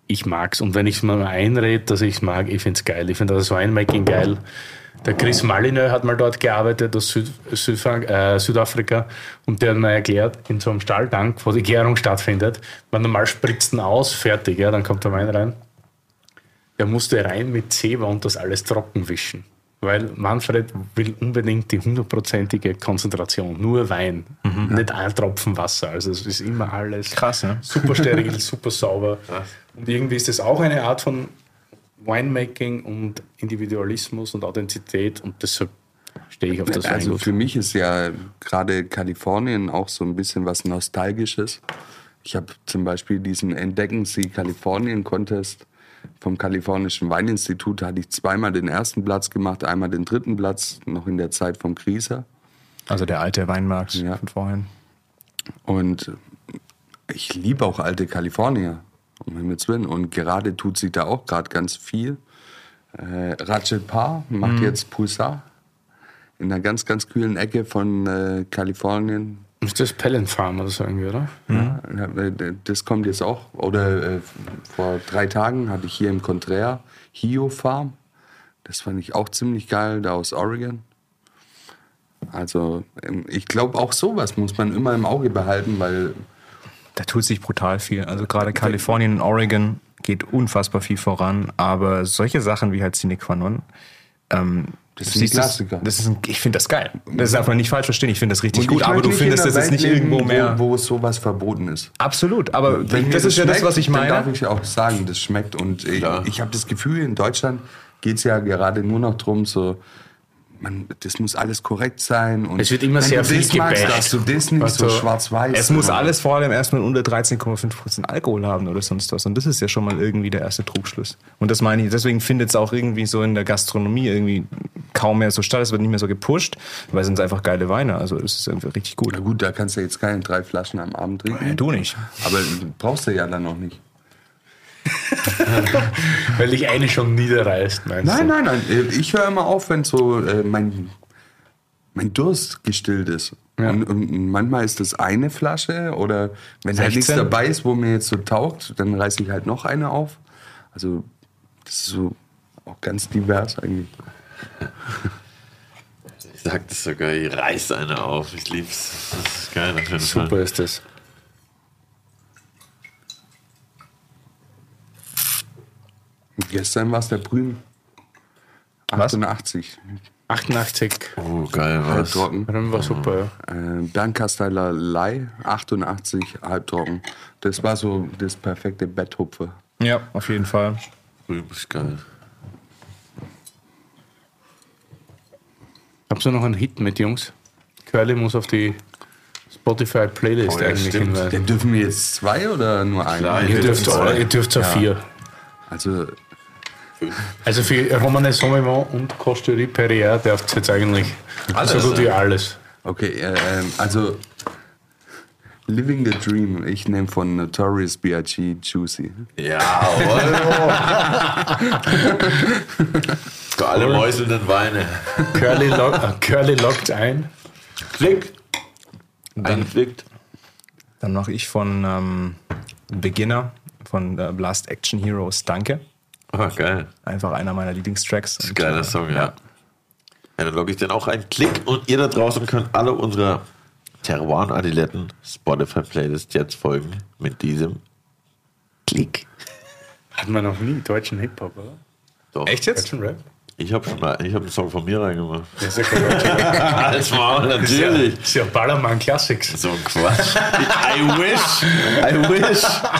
[SPEAKER 2] ich mag's. Und wenn ich es mir mal einrede, dass ich es mag, ich finde es geil. Ich finde das Winemaking geil. Der Chris Malinois hat mal dort gearbeitet aus Süd, Südfrank äh, Südafrika und der hat mir erklärt, in so einem Stahltank, wo die Gärung stattfindet, man normal spritzt ihn aus, fertig, ja, dann kommt der Wein rein. Der musste rein mit Zewa und das alles trocken wischen. Weil Manfred will unbedingt die hundertprozentige Konzentration, nur Wein, mhm. nicht ein Tropfen Wasser. Also es ist immer alles
[SPEAKER 3] krass, ne?
[SPEAKER 2] Super steril, super sauber. Krass. Und irgendwie ist das auch eine Art von Winemaking und Individualismus und Authentizität und deshalb stehe ich auf das
[SPEAKER 4] Also
[SPEAKER 2] Weingut.
[SPEAKER 4] für mich ist ja gerade Kalifornien auch so ein bisschen was Nostalgisches. Ich habe zum Beispiel diesen Entdecken Sie Kalifornien Contest vom Kalifornischen Weininstitut, hatte ich zweimal den ersten Platz gemacht, einmal den dritten Platz, noch in der Zeit vom Grieser.
[SPEAKER 3] Also der alte Weinmarkt
[SPEAKER 4] ja.
[SPEAKER 3] von vorhin.
[SPEAKER 4] Und ich liebe auch alte Kalifornier. Um Himmels Willen. Und gerade tut sich da auch gerade ganz viel. Äh, Ratchet Parr macht mhm. jetzt Pulsar in einer ganz, ganz kühlen Ecke von äh, Kalifornien.
[SPEAKER 2] Ist das Pellen Farm oder so irgendwie, oder?
[SPEAKER 4] Ja, das kommt jetzt auch. Oder äh, vor drei Tagen hatte ich hier im Contraire Hio Farm. Das fand ich auch ziemlich geil, da aus Oregon. Also ich glaube, auch sowas muss man immer im Auge behalten, weil
[SPEAKER 3] da tut sich brutal viel. Also gerade Kalifornien und Oregon geht unfassbar viel voran, aber solche Sachen wie halt Sine Qua Non, ähm,
[SPEAKER 4] das sind Klassiker.
[SPEAKER 3] Das ist ein, ich finde das geil. Das darf man nicht falsch verstehen. Ich finde das richtig gut, aber du findest, das ist nicht irgendwo mehr,
[SPEAKER 4] wo, wo sowas verboten ist.
[SPEAKER 3] Absolut, aber
[SPEAKER 4] wenn
[SPEAKER 3] das, das ist
[SPEAKER 4] schmeckt,
[SPEAKER 3] ja das, was ich meine.
[SPEAKER 4] Dann darf ich auch sagen, das schmeckt. Und ich, ich habe das Gefühl, in Deutschland geht es ja gerade nur noch darum, so Man, das muss alles korrekt sein. Und
[SPEAKER 2] es wird immer sehr viel gebasht.
[SPEAKER 4] Dass du das nicht also, so schwarz-weiß.
[SPEAKER 3] Es muss alles vor allem erstmal unter dreizehn Komma fünf Prozent Alkohol haben oder sonst was. Und das ist ja schon mal irgendwie der erste Trugschluss. Und das meine ich, deswegen findet es auch irgendwie so in der Gastronomie irgendwie kaum mehr so statt. Es wird nicht mehr so gepusht, weil es sind einfach geile Weine. Also es ist einfach richtig gut.
[SPEAKER 4] Na gut, da kannst du jetzt keine drei Flaschen am Abend trinken.
[SPEAKER 3] Ja, du nicht.
[SPEAKER 4] Aber brauchst du ja dann noch nicht.
[SPEAKER 2] Weil dich eine schon niederreißt, meinst
[SPEAKER 4] nein,
[SPEAKER 2] du?
[SPEAKER 4] Nein, nein, nein. Ich höre immer auf, wenn so äh, mein, mein Durst gestillt ist. Ja. Und, und manchmal ist das eine Flasche oder wenn halt nichts dabei ist, wo mir jetzt so taugt, dann reiße ich halt noch eine auf. Also das ist so auch ganz divers eigentlich.
[SPEAKER 1] Ich sag das sogar, ich reiß eine auf. Ich lieb's. Das ist geil. Auf jeden
[SPEAKER 2] Super
[SPEAKER 1] Fall.
[SPEAKER 2] ist das.
[SPEAKER 4] Gestern war es der Brün. achtundachtzig.
[SPEAKER 2] achtundachtzig.
[SPEAKER 1] Oh, geil, was?
[SPEAKER 4] Halbtrocken.
[SPEAKER 2] Dann war super, ja.
[SPEAKER 4] Äh, Bernkasteiler Lei, achtundachtzig, halbtrocken. Das war so das perfekte Betthupfer.
[SPEAKER 3] Ja, auf jeden Fall.
[SPEAKER 1] Brün ist geil.
[SPEAKER 2] Habt ihr noch einen Hit mit, Jungs? Curly muss auf die Spotify-Playlist
[SPEAKER 1] Oh, ja,
[SPEAKER 2] eigentlich
[SPEAKER 1] stimmt.
[SPEAKER 2] hinweisen.
[SPEAKER 4] Den dürfen wir jetzt zwei oder nur einen?
[SPEAKER 1] Klar,
[SPEAKER 2] Ihr dürft alle, ihr dürft ja vier.
[SPEAKER 4] Also,
[SPEAKER 2] Also für Romané Sauvignon und Costerie Perrier dürft ihr jetzt eigentlich
[SPEAKER 1] Alles,
[SPEAKER 2] so gut wie
[SPEAKER 1] ja.
[SPEAKER 2] alles.
[SPEAKER 4] okay, äh, ähm, also Living the Dream, ich nehme von Notorious B I G Juicy.
[SPEAKER 1] Ja, für alle mäuselnden Weine.
[SPEAKER 2] Curly, lock, äh, Curly lockt ein.
[SPEAKER 1] Klick. Eingeklickt.
[SPEAKER 3] Dann mache ich von ähm, Beginner von äh, Blast Action Heroes Danke.
[SPEAKER 1] Oh, geil.
[SPEAKER 3] Einfach einer meiner Lieblingstracks.
[SPEAKER 1] Das ist ein geiler Song, ja. ja. Dann logge ich dann auch einen Klick und ihr da draußen könnt alle unsere Terroir-Adiletten Spotify-Playlist jetzt folgen mit diesem Klick.
[SPEAKER 2] Hat man noch nie deutschen Hip-Hop, oder?
[SPEAKER 1] Doch.
[SPEAKER 3] Echt jetzt?
[SPEAKER 2] Deutschen Rap?
[SPEAKER 1] Ich habe schon mal, ich habe einen Song von mir reingemacht.
[SPEAKER 2] Das ist ja kein deutscher
[SPEAKER 1] Als Maul, natürlich.
[SPEAKER 2] Das ist ja Ballermann Classics.
[SPEAKER 1] So ein Quatsch. I wish. I wish.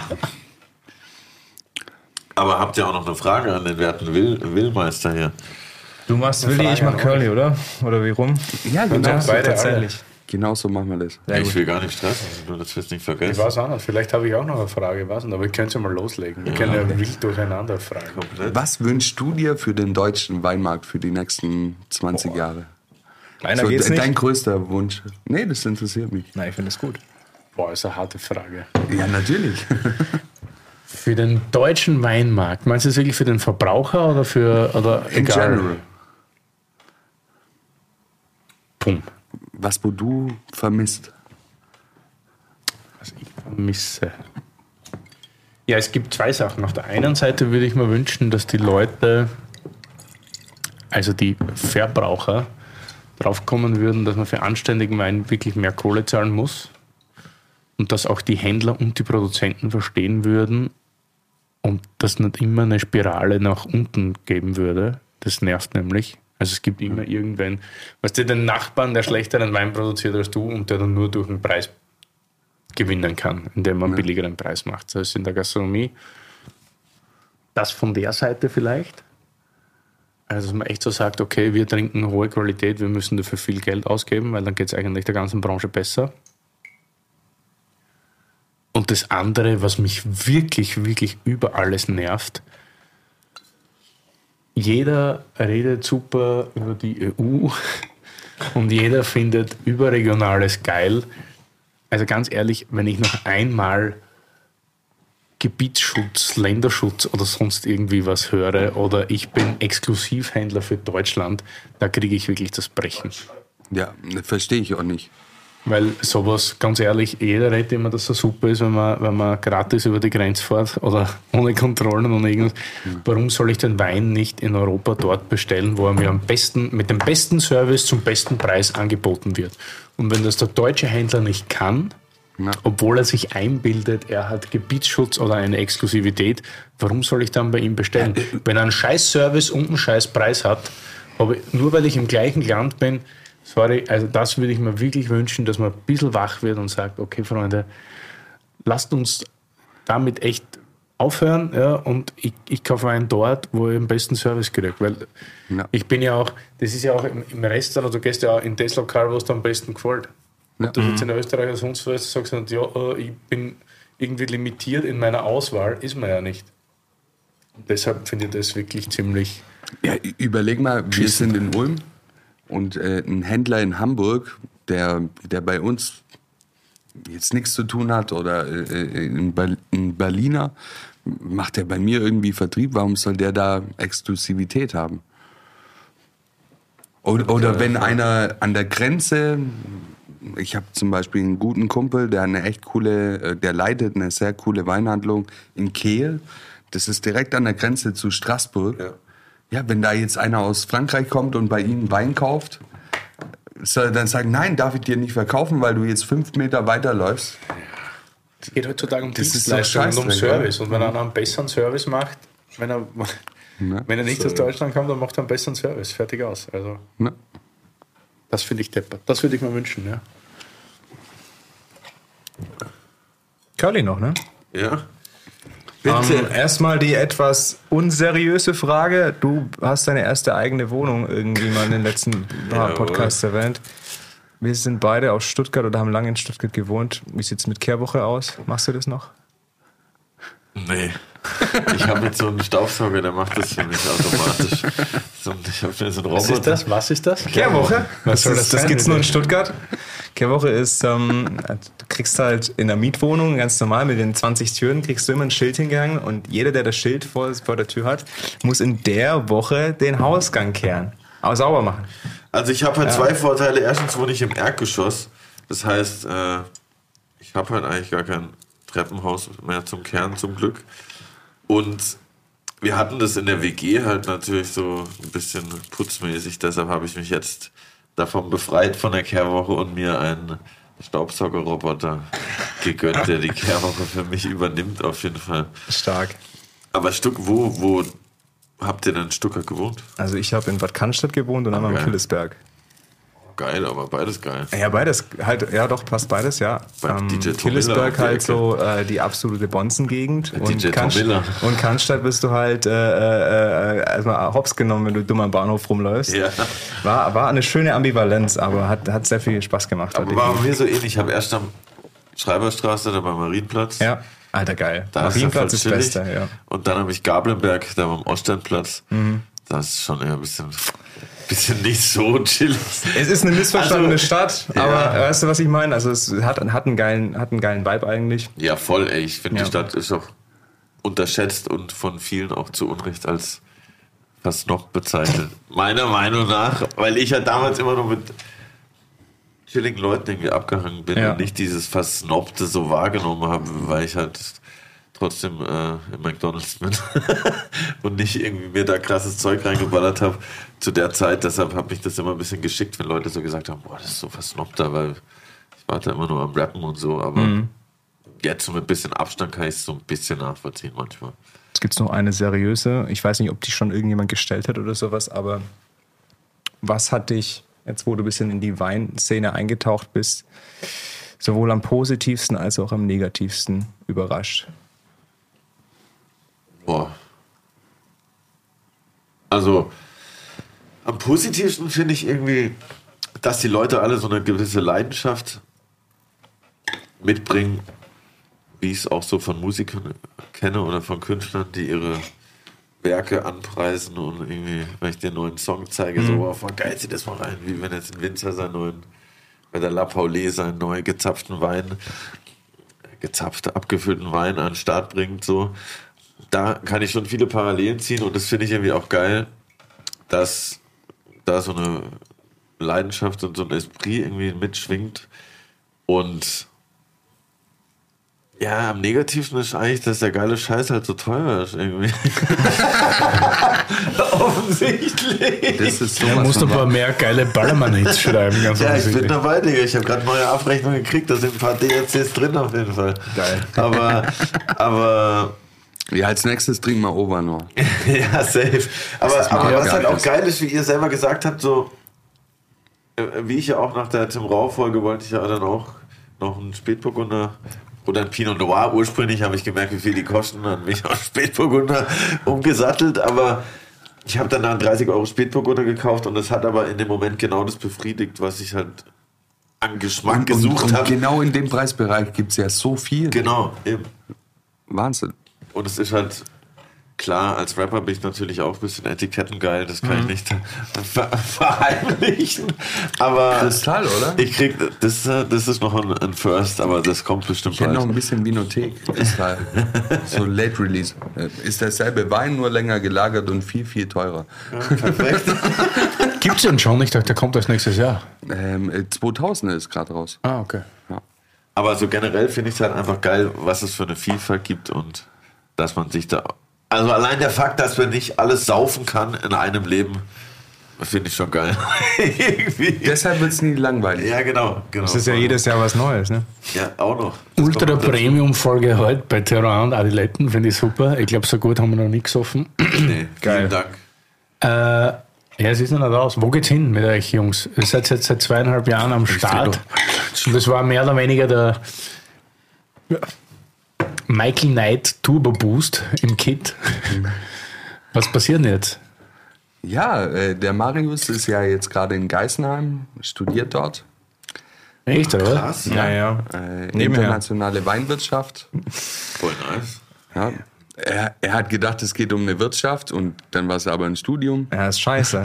[SPEAKER 1] Aber habt ihr auch noch eine Frage an den werten Will, Willmeister hier?
[SPEAKER 3] Du machst Willi, ich mach Curly, oder? Oder wie rum?
[SPEAKER 4] Ja, genau.
[SPEAKER 2] Ja, beide
[SPEAKER 3] tatsächlich.
[SPEAKER 4] Genau so machen wir das.
[SPEAKER 3] Sehr
[SPEAKER 1] ich
[SPEAKER 3] gut.
[SPEAKER 1] will gar nicht stressen, nur dass wir es nicht
[SPEAKER 2] Ich
[SPEAKER 1] vergessen.
[SPEAKER 2] weiß auch nicht, vielleicht habe ich auch noch eine Frage, ich weiß nicht, aber ich könnte ja mal loslegen. Wir können ja wild durcheinander fragen.
[SPEAKER 4] Was wünschst du dir für den deutschen Weinmarkt für die nächsten zwanzig
[SPEAKER 2] Boah.
[SPEAKER 4] Jahre?
[SPEAKER 3] Kleiner
[SPEAKER 4] So,
[SPEAKER 3] geht's
[SPEAKER 4] de-
[SPEAKER 3] nicht.
[SPEAKER 4] dein größter Wunsch? Nee, das interessiert mich.
[SPEAKER 3] Nein, ich finde es gut.
[SPEAKER 2] Boah, ist eine harte Frage.
[SPEAKER 4] Ja, natürlich.
[SPEAKER 2] Für den deutschen Weinmarkt, meinst du das wirklich für den Verbraucher oder für, oder
[SPEAKER 4] In
[SPEAKER 2] egal?
[SPEAKER 4] general.
[SPEAKER 2] Pum.
[SPEAKER 4] Was, wo du vermisst?
[SPEAKER 2] Was ich vermisse. Ja, es gibt zwei Sachen. Auf der einen Seite würde ich mir wünschen, dass die Leute, also die Verbraucher, drauf kommen würden, dass man für anständigen Wein wirklich mehr Kohle zahlen muss und dass auch die Händler und die Produzenten verstehen würden und dass nicht immer eine Spirale nach unten geben würde. Das nervt nämlich. Also es gibt immer irgendwen, weißt du, den Nachbarn, der schlechteren Wein produziert als du und der dann nur durch den Preis gewinnen kann, indem man einen billigeren Preis macht. Das heißt in der Gastronomie das von der Seite vielleicht. Also dass man echt so sagt, okay, wir trinken hohe Qualität, wir müssen dafür viel Geld ausgeben, weil dann geht es eigentlich der ganzen Branche besser. Und das andere, was mich wirklich, wirklich über alles nervt, jeder redet super über die E U und jeder findet Überregionales geil. Also ganz ehrlich, wenn ich noch einmal Gebietsschutz, Länderschutz oder sonst irgendwie was höre oder ich bin Exklusivhändler für Deutschland, da kriege ich wirklich das Brechen.
[SPEAKER 4] Ja, verstehe ich auch nicht.
[SPEAKER 2] Weil sowas, ganz ehrlich, jeder redet immer, dass es super ist, wenn man, wenn man gratis über die Grenze fährt oder ohne Kontrollen und irgendwas. Mhm. Warum soll ich den Wein nicht in Europa dort bestellen, wo er mir am besten, mit dem besten Service zum besten Preis angeboten wird? Und wenn das der deutsche Händler nicht kann, ja. obwohl er sich einbildet, er hat Gebietsschutz oder eine Exklusivität, warum soll ich dann bei ihm bestellen? Ja. Wenn er einen scheiß Service und einen scheiß Preis hat, aber nur weil ich im gleichen Land bin, sorry, also das würde ich mir wirklich wünschen, dass man ein bisschen wach wird und sagt, okay, Freunde, lasst uns damit echt aufhören, ja, und ich, ich kaufe einen dort, wo ich den besten Service kriege, weil ja. ich bin ja auch, das ist ja auch im, im Restaurant, du gehst ja auch in das Lokal, wo es dir am besten gefällt. Ja. Und du sitzt in Österreich oder sonst was, sagst du, ja, ich bin irgendwie limitiert in meiner Auswahl, ist man ja nicht. Und deshalb finde ich das wirklich ziemlich...
[SPEAKER 4] Ja, überleg mal, wir sind in Ulm. Und äh, ein Händler in Hamburg, der, der bei uns jetzt nichts zu tun hat, oder äh, ein, Ber- ein Berliner, macht der bei mir irgendwie Vertrieb? Warum soll der da Exklusivität haben? Oder, oder wenn einer an der Grenze, ich habe zum Beispiel einen guten Kumpel, der eine echt coole, der leitet eine sehr coole Weinhandlung in Kehl. Das ist direkt an der Grenze zu Straßburg. Ja. Ja, wenn da jetzt einer aus Frankreich kommt und bei Ihnen Wein kauft, soll er dann sagen, nein, darf ich dir nicht verkaufen, weil du jetzt fünf Meter weiterläufst.
[SPEAKER 2] Es geht heutzutage um
[SPEAKER 4] das
[SPEAKER 2] Dienstleistung und um Service. Und wenn einer einen besseren Service macht, wenn er, ja, wenn er nicht so aus Deutschland kommt, dann macht er einen besseren Service. Fertig aus. Also, ja. Das finde ich deppert. Das würde ich mir wünschen, ja.
[SPEAKER 3] Curly noch, ne?
[SPEAKER 1] Ja.
[SPEAKER 3] Um, erstmal die etwas unseriöse Frage. Du hast deine erste eigene Wohnung irgendwie mal in den letzten paar Podcasts erwähnt. Wir sind beide aus Stuttgart oder haben lange in Stuttgart gewohnt. Wie sieht es mit Kehrwoche aus? Machst du das noch?
[SPEAKER 1] Nee. Ich habe jetzt so einen Staubsauger, der macht das für mich automatisch. So, ich habe so einen Roboter.
[SPEAKER 2] Was ist das? Was ist das?
[SPEAKER 3] Kehrwoche. Was soll das? Das gibt es nur in Stuttgart. Kehrwoche ist, ähm, du kriegst halt in der Mietwohnung ganz normal mit den zwanzig Türen, kriegst du immer ein Schild hingehangen und jeder, der das Schild vor, vor der Tür hat, muss in der Woche den Hausgang kehren. Auch sauber machen.
[SPEAKER 1] Also ich habe halt ja. zwei Vorteile. Erstens wohne ich im Erdgeschoss. Das heißt, äh, ich habe halt eigentlich gar kein Treppenhaus mehr zum Kehren, zum Glück. Und wir hatten das in der W G halt natürlich so ein bisschen putzmäßig. Deshalb habe ich mich jetzt davon befreit von der Kehrwoche und mir einen Staubsaugerroboter gegönnt, der die Kehrwoche für mich übernimmt, auf jeden Fall.
[SPEAKER 3] Stark.
[SPEAKER 1] Aber Stuck, wo, wo habt ihr denn in Stuttgart gewohnt?
[SPEAKER 3] Also ich habe in Bad Cannstatt gewohnt und dann am Killesberg.
[SPEAKER 1] Geil, aber beides geil.
[SPEAKER 3] Ja, beides, halt, ja doch, passt beides, ja.
[SPEAKER 1] Ähm, D J
[SPEAKER 3] Killesberg halt so äh, die absolute Bonzengegend.
[SPEAKER 1] D J Tomilla.
[SPEAKER 3] Und Cannstatt bist du halt äh, äh, erstmal hops genommen, wenn du dumm am Bahnhof rumläufst.
[SPEAKER 1] Ja.
[SPEAKER 3] War, war eine schöne Ambivalenz, aber hat, hat sehr viel Spaß gemacht.
[SPEAKER 1] Aber war mir so ähnlich. Ich habe erst am Schreiberstraße, da beim Marienplatz.
[SPEAKER 3] Ja, alter geil.
[SPEAKER 1] Da
[SPEAKER 3] Marienplatz
[SPEAKER 1] ist
[SPEAKER 3] das Beste, ja.
[SPEAKER 1] Und dann habe ich Gablenberg, da beim Ostendplatz. Mhm. Das ist schon eher ein bisschen... bisschen nicht so chillig.
[SPEAKER 3] Es ist eine missverstandene also, Stadt, aber ja. Weißt du, was ich meine? Also es hat, hat, einen geilen, hat einen geilen Vibe eigentlich.
[SPEAKER 1] Ja, voll, ey. Ich finde,
[SPEAKER 3] ja.
[SPEAKER 1] die Stadt ist auch unterschätzt und von vielen auch zu Unrecht als versnobbt bezeichnet. Meiner Meinung nach, weil ich ja damals immer nur mit chilligen Leuten irgendwie abgehangen bin ja. und nicht dieses Versnobbte so wahrgenommen habe, weil ich halt trotzdem äh, im McDonald's bin und nicht irgendwie mir da krasses Zeug reingeballert habe zu der Zeit. Deshalb hat mich das immer ein bisschen geschickt, wenn Leute so gesagt haben, boah, das ist so versnobbt da, weil ich war da immer nur am Rappen und so, aber mhm. jetzt so mit ein bisschen Abstand kann ich es so ein bisschen nachvollziehen manchmal.
[SPEAKER 3] Es gibt noch eine seriöse, ich weiß nicht, ob die schon irgendjemand gestellt hat oder sowas, aber was hat dich, jetzt wo du ein bisschen in die Weinszene eingetaucht bist, sowohl am positivsten als auch am negativsten überrascht?
[SPEAKER 1] Boah. Also, am positivsten finde ich irgendwie, dass die Leute alle so eine gewisse Leidenschaft mitbringen, wie ich es auch so von Musikern kenne oder von Künstlern, die ihre Werke anpreisen und irgendwie, wenn ich dir einen neuen Song zeige, mhm. so, oh, voll geil, zieh das mal rein, wie wenn jetzt ein Winzer seinen neuen, bei der La Paulée seinen neu gezapften Wein, gezapfte, abgefüllten Wein an den Start bringt, so. Da kann ich schon viele Parallelen ziehen und das finde ich irgendwie auch geil, dass da so eine Leidenschaft und so ein Esprit irgendwie mitschwingt. Und ja, am negativsten ist eigentlich, dass der geile Scheiß halt so teuer ist irgendwie. Offensichtlich.
[SPEAKER 2] Das ist so, ja, musst du aber mehr geile Ballermann-Hits schreiben. Ganz
[SPEAKER 1] ja, ich bin dabei, Digga. Ich habe gerade neue Abrechnungen gekriegt. Da sind ein paar D L Cs drin auf jeden Fall.
[SPEAKER 3] Geil.
[SPEAKER 1] Aber, aber
[SPEAKER 4] ja, als nächstes trinken wir Overnor.
[SPEAKER 1] Ja, safe. Aber, aber was halt auch geil ist, wie ihr selber gesagt habt, so wie ich ja auch nach der Tim Rau-Folge wollte ich ja dann auch noch einen Spätburgunder oder ein Pinot Noir. Ursprünglich habe ich gemerkt, wie viel die kosten, dann bin ich auf Spätburgunder umgesattelt, aber ich habe dann einen dreißig Euro Spätburgunder gekauft und das hat aber in dem Moment genau das befriedigt, was ich halt an Geschmack
[SPEAKER 4] und,
[SPEAKER 1] gesucht
[SPEAKER 4] und, und
[SPEAKER 1] habe.
[SPEAKER 4] Genau in dem Preisbereich gibt es ja so viel.
[SPEAKER 1] Genau, eben.
[SPEAKER 4] Wahnsinn.
[SPEAKER 1] Und es ist halt klar, als Rapper bin ich natürlich auch ein bisschen etikettengeil, das kann mhm. ich nicht ver- verheimlichen. Aber
[SPEAKER 4] Kristall, oder?
[SPEAKER 1] Ich krieg, das, das ist noch ein, ein First, aber das kommt bestimmt
[SPEAKER 4] ich bald. Ich
[SPEAKER 1] noch
[SPEAKER 4] ein bisschen Vinothek. Kristall. So Late Release. Ist derselbe Wein, nur länger gelagert und viel, viel teurer.
[SPEAKER 1] Ja, perfekt.
[SPEAKER 2] Gibt's den schon? Ich dachte, der kommt erst nächstes Jahr.
[SPEAKER 4] Ähm, zweitausend ist gerade raus.
[SPEAKER 2] Ah, okay.
[SPEAKER 1] Ja. Aber so generell finde ich es halt einfach geil, was es für eine Vielfalt gibt und dass man sich da... Also allein der Fakt, dass man nicht alles saufen kann in einem Leben, finde ich schon geil.
[SPEAKER 4] Deshalb wird es nie langweilig.
[SPEAKER 1] Ja, genau, genau.
[SPEAKER 3] Das ist ja jedes Jahr was Neues, ne?
[SPEAKER 1] Ja, auch noch. Das
[SPEAKER 2] Ultra Premium-Folge heute bei Terroir und Adiletten, finde ich super. Ich glaube, so gut haben wir noch nie gesoffen.
[SPEAKER 1] Nee,
[SPEAKER 3] geil.
[SPEAKER 1] Vielen Dank.
[SPEAKER 2] Äh, ja, es ist noch nicht raus. Wo geht's hin mit euch, Jungs? Ihr seid jetzt seit zweieinhalb Jahren am Start. Und das war mehr oder weniger der... Ja. Michael Knight Turbo Boost im Kit. Was passiert denn jetzt?
[SPEAKER 4] Ja, äh, der Marius ist ja jetzt gerade in Geisenheim, studiert dort.
[SPEAKER 2] Echt, oder?
[SPEAKER 1] Krass.
[SPEAKER 3] Ja, ja.
[SPEAKER 4] Äh, internationale Weinwirtschaft.
[SPEAKER 1] Voll nice.
[SPEAKER 4] Ja. Er, er hat gedacht, es geht um eine Wirtschaft und dann war es aber ein Studium.
[SPEAKER 3] Ja, ist scheiße.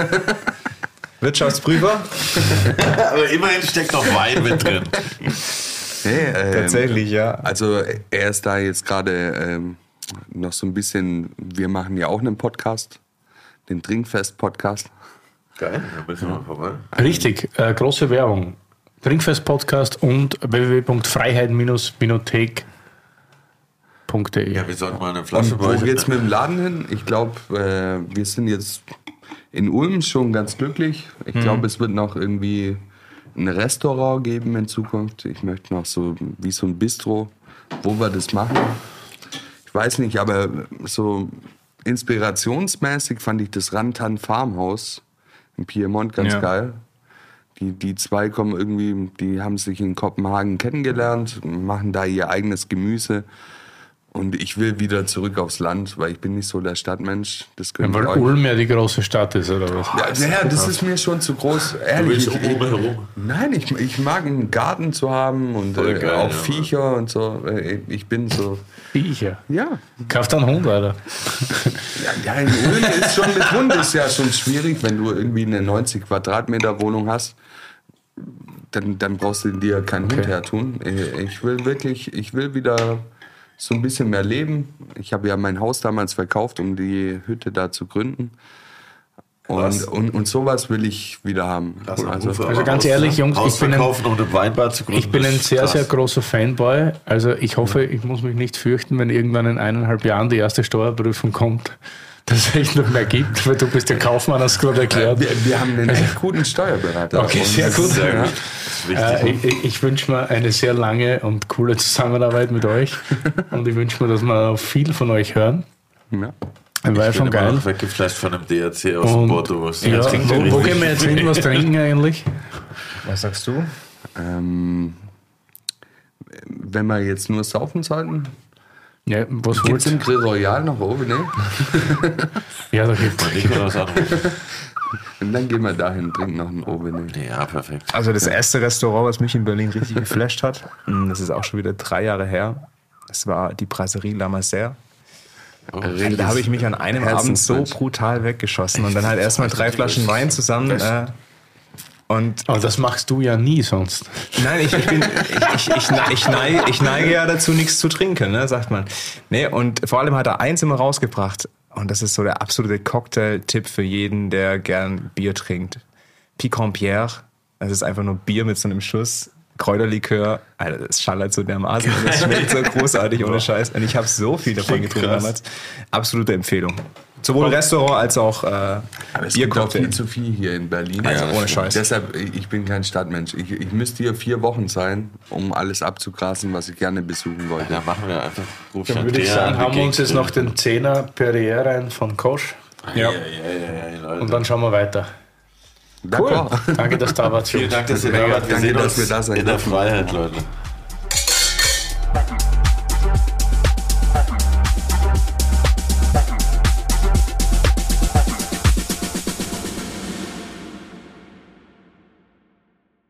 [SPEAKER 3] Wirtschaftsprüfer?
[SPEAKER 1] Aber immerhin steckt noch Wein mit drin.
[SPEAKER 4] Hey, ähm,
[SPEAKER 3] Tatsächlich, ja.
[SPEAKER 4] Also er ist da jetzt gerade ähm, noch so ein bisschen, wir machen ja auch einen Podcast, den Trinkfest-Podcast.
[SPEAKER 1] Geil, da müssen wir mal vorbei.
[SPEAKER 2] Richtig, äh, große Werbung. Trinkfest-Podcast und w w w punkt freiheit Winothek punkt d e.
[SPEAKER 1] Ja, wir sollten mal eine Flasche
[SPEAKER 4] Und wo geht's mit dem Laden hin? Ich glaube, äh, wir sind jetzt in Ulm schon ganz glücklich. Ich
[SPEAKER 3] Mhm.
[SPEAKER 4] glaube, es wird noch irgendwie ein Restaurant geben in Zukunft. Ich möchte noch so wie so ein Bistro, wo wir das machen. Ich weiß nicht, aber so inspirationsmäßig fand ich das Rantan Farmhaus in Piemont ganz
[SPEAKER 3] Ja.
[SPEAKER 4] geil. Die, die zwei kommen irgendwie, die haben sich in Kopenhagen kennengelernt, machen da ihr eigenes Gemüse. Und ich will wieder zurück aufs Land, weil ich bin nicht so der Stadtmensch. Das
[SPEAKER 2] Ja,
[SPEAKER 4] könnt
[SPEAKER 2] weil
[SPEAKER 4] ihr euch.
[SPEAKER 2] Ulm ja die große Stadt ist, oder was?
[SPEAKER 4] Ja, ja, das ist mir schon zu groß. Ehrlich,
[SPEAKER 1] willst
[SPEAKER 4] ich,
[SPEAKER 1] um
[SPEAKER 4] ich,
[SPEAKER 1] Ulm herum?
[SPEAKER 4] nein, ich, ich mag einen Garten zu haben und
[SPEAKER 1] Voll
[SPEAKER 4] äh,
[SPEAKER 1] geil,
[SPEAKER 4] auch
[SPEAKER 1] ja,
[SPEAKER 4] Viecher und so. Äh, Ich bin so,
[SPEAKER 2] Viecher.
[SPEAKER 4] ja.
[SPEAKER 2] Kauft einen Hund, Alter.
[SPEAKER 4] Ja, ja in Ulm ist schon mit Hund ist ja schon schwierig, wenn du irgendwie eine neunzig Quadratmeter Wohnung hast. Dann, dann brauchst du dir keinen Hund
[SPEAKER 2] Okay.
[SPEAKER 4] hertun. Ich will wirklich, ich will wieder so ein bisschen mehr leben. Ich habe ja mein Haus damals verkauft, um die Hütte da zu gründen. Und, und, und sowas will ich wieder haben.
[SPEAKER 1] Krass,
[SPEAKER 4] Also,
[SPEAKER 1] Ufer,
[SPEAKER 2] Also
[SPEAKER 1] aber
[SPEAKER 2] ganz
[SPEAKER 1] Haus-
[SPEAKER 2] ehrlich, Jungs, ich bin ein-
[SPEAKER 1] Haus verkaufen, um eine Weinbar zu gründen.
[SPEAKER 2] Ich bin ein
[SPEAKER 1] ist
[SPEAKER 2] sehr,
[SPEAKER 1] krass.
[SPEAKER 2] sehr großer Fanboy. Also ich hoffe, ich muss mich nicht fürchten, wenn irgendwann in eineinhalb Jahren die erste Steuerprüfung kommt, dass es echt noch mehr gibt, weil du bist der Kaufmann, hast du gerade erklärt.
[SPEAKER 4] wir, wir haben einen echt guten Steuerberater.
[SPEAKER 2] Okay,
[SPEAKER 4] Und
[SPEAKER 2] sehr
[SPEAKER 4] das
[SPEAKER 2] gut.
[SPEAKER 4] ist,
[SPEAKER 1] Sehr
[SPEAKER 4] ja,
[SPEAKER 1] gut. Das ist
[SPEAKER 2] Äh,
[SPEAKER 1] wichtig.
[SPEAKER 2] ich ich wünsche mir eine sehr lange und coole Zusammenarbeit mit euch und ich wünsche mir, dass wir auch viel von euch hören.
[SPEAKER 4] ja.
[SPEAKER 2] War ja
[SPEAKER 1] Ich
[SPEAKER 2] schon
[SPEAKER 1] bin immer
[SPEAKER 2] geil.
[SPEAKER 1] noch weggeflasht von einem D R C aus
[SPEAKER 2] Und,
[SPEAKER 1] Bordeaux.
[SPEAKER 2] ja,
[SPEAKER 1] trinkt
[SPEAKER 2] wo,
[SPEAKER 1] ihr
[SPEAKER 2] wo
[SPEAKER 1] richtig?
[SPEAKER 2] gehen wir jetzt hin, was trinken eigentlich?
[SPEAKER 3] Was sagst du?
[SPEAKER 4] Ähm, wenn wir jetzt nur saufen sollten,
[SPEAKER 2] Ja, was
[SPEAKER 4] gibt es
[SPEAKER 2] wollt
[SPEAKER 4] im Grill Royal noch oben, ne?
[SPEAKER 2] Ja, da gibt's
[SPEAKER 1] Nikolaus anrufen.
[SPEAKER 4] Und dann gehen wir dahin, trinken noch einen Oben.
[SPEAKER 1] Ja, perfekt.
[SPEAKER 3] Also das erste Restaurant, was mich in Berlin richtig geflasht hat, das ist auch schon wieder drei Jahre her. Das war die Brasserie La Masère. Also da habe ich mich an einem Abend so
[SPEAKER 4] Herzensmensch.
[SPEAKER 3] brutal weggeschossen und dann halt erstmal drei Flaschen Wein zusammen. Äh, und
[SPEAKER 2] Aber das machst du ja nie sonst.
[SPEAKER 3] nein, ich, ich, bin, ich, ich, ich, ich, neige, ich neige ja dazu, nichts zu trinken, ne, sagt man. Nee, und vor allem hat er eins immer rausgebracht. Und das ist so der absolute Cocktail-Tipp für jeden, der gern Bier trinkt. Picon Pierre, das ist einfach nur Bier mit so einem Schuss Kräuterlikör. Alter, das schallert so dermaßen und das schmeckt so großartig, ohne Scheiß. Und ich habe so viel davon getrunken
[SPEAKER 1] krass.
[SPEAKER 3] damals. Absolute Empfehlung. Sowohl Restaurant als auch äh,
[SPEAKER 4] Aber es gibt auch
[SPEAKER 3] Biercocktail.
[SPEAKER 4] viel zu viel hier in Berlin.
[SPEAKER 3] Also ohne Scheiß.
[SPEAKER 4] Deshalb, ich bin kein Stadtmensch. Ich, ich müsste hier vier Wochen sein, um alles abzugrasen, was ich gerne besuchen wollte.
[SPEAKER 1] Ja, machen wir einfach. Ruf
[SPEAKER 2] Dann würde ich
[SPEAKER 1] Andrea
[SPEAKER 2] sagen,
[SPEAKER 1] an,
[SPEAKER 2] haben wir uns
[SPEAKER 1] begegnet.
[SPEAKER 2] jetzt noch den Zehner Perrier rein von Kosch
[SPEAKER 1] Ja, ja, ja, ja, ja, Leute.
[SPEAKER 2] und dann schauen wir weiter.
[SPEAKER 4] D'accord.
[SPEAKER 2] Danke, dass du da wart.
[SPEAKER 1] Vielen Dank, dass ihr da
[SPEAKER 4] Mega,
[SPEAKER 1] wart. Wir
[SPEAKER 4] danke,
[SPEAKER 1] sehen
[SPEAKER 4] dass
[SPEAKER 1] uns
[SPEAKER 4] wir da sein
[SPEAKER 1] in der
[SPEAKER 4] durften.
[SPEAKER 1] Freiheit, Leute.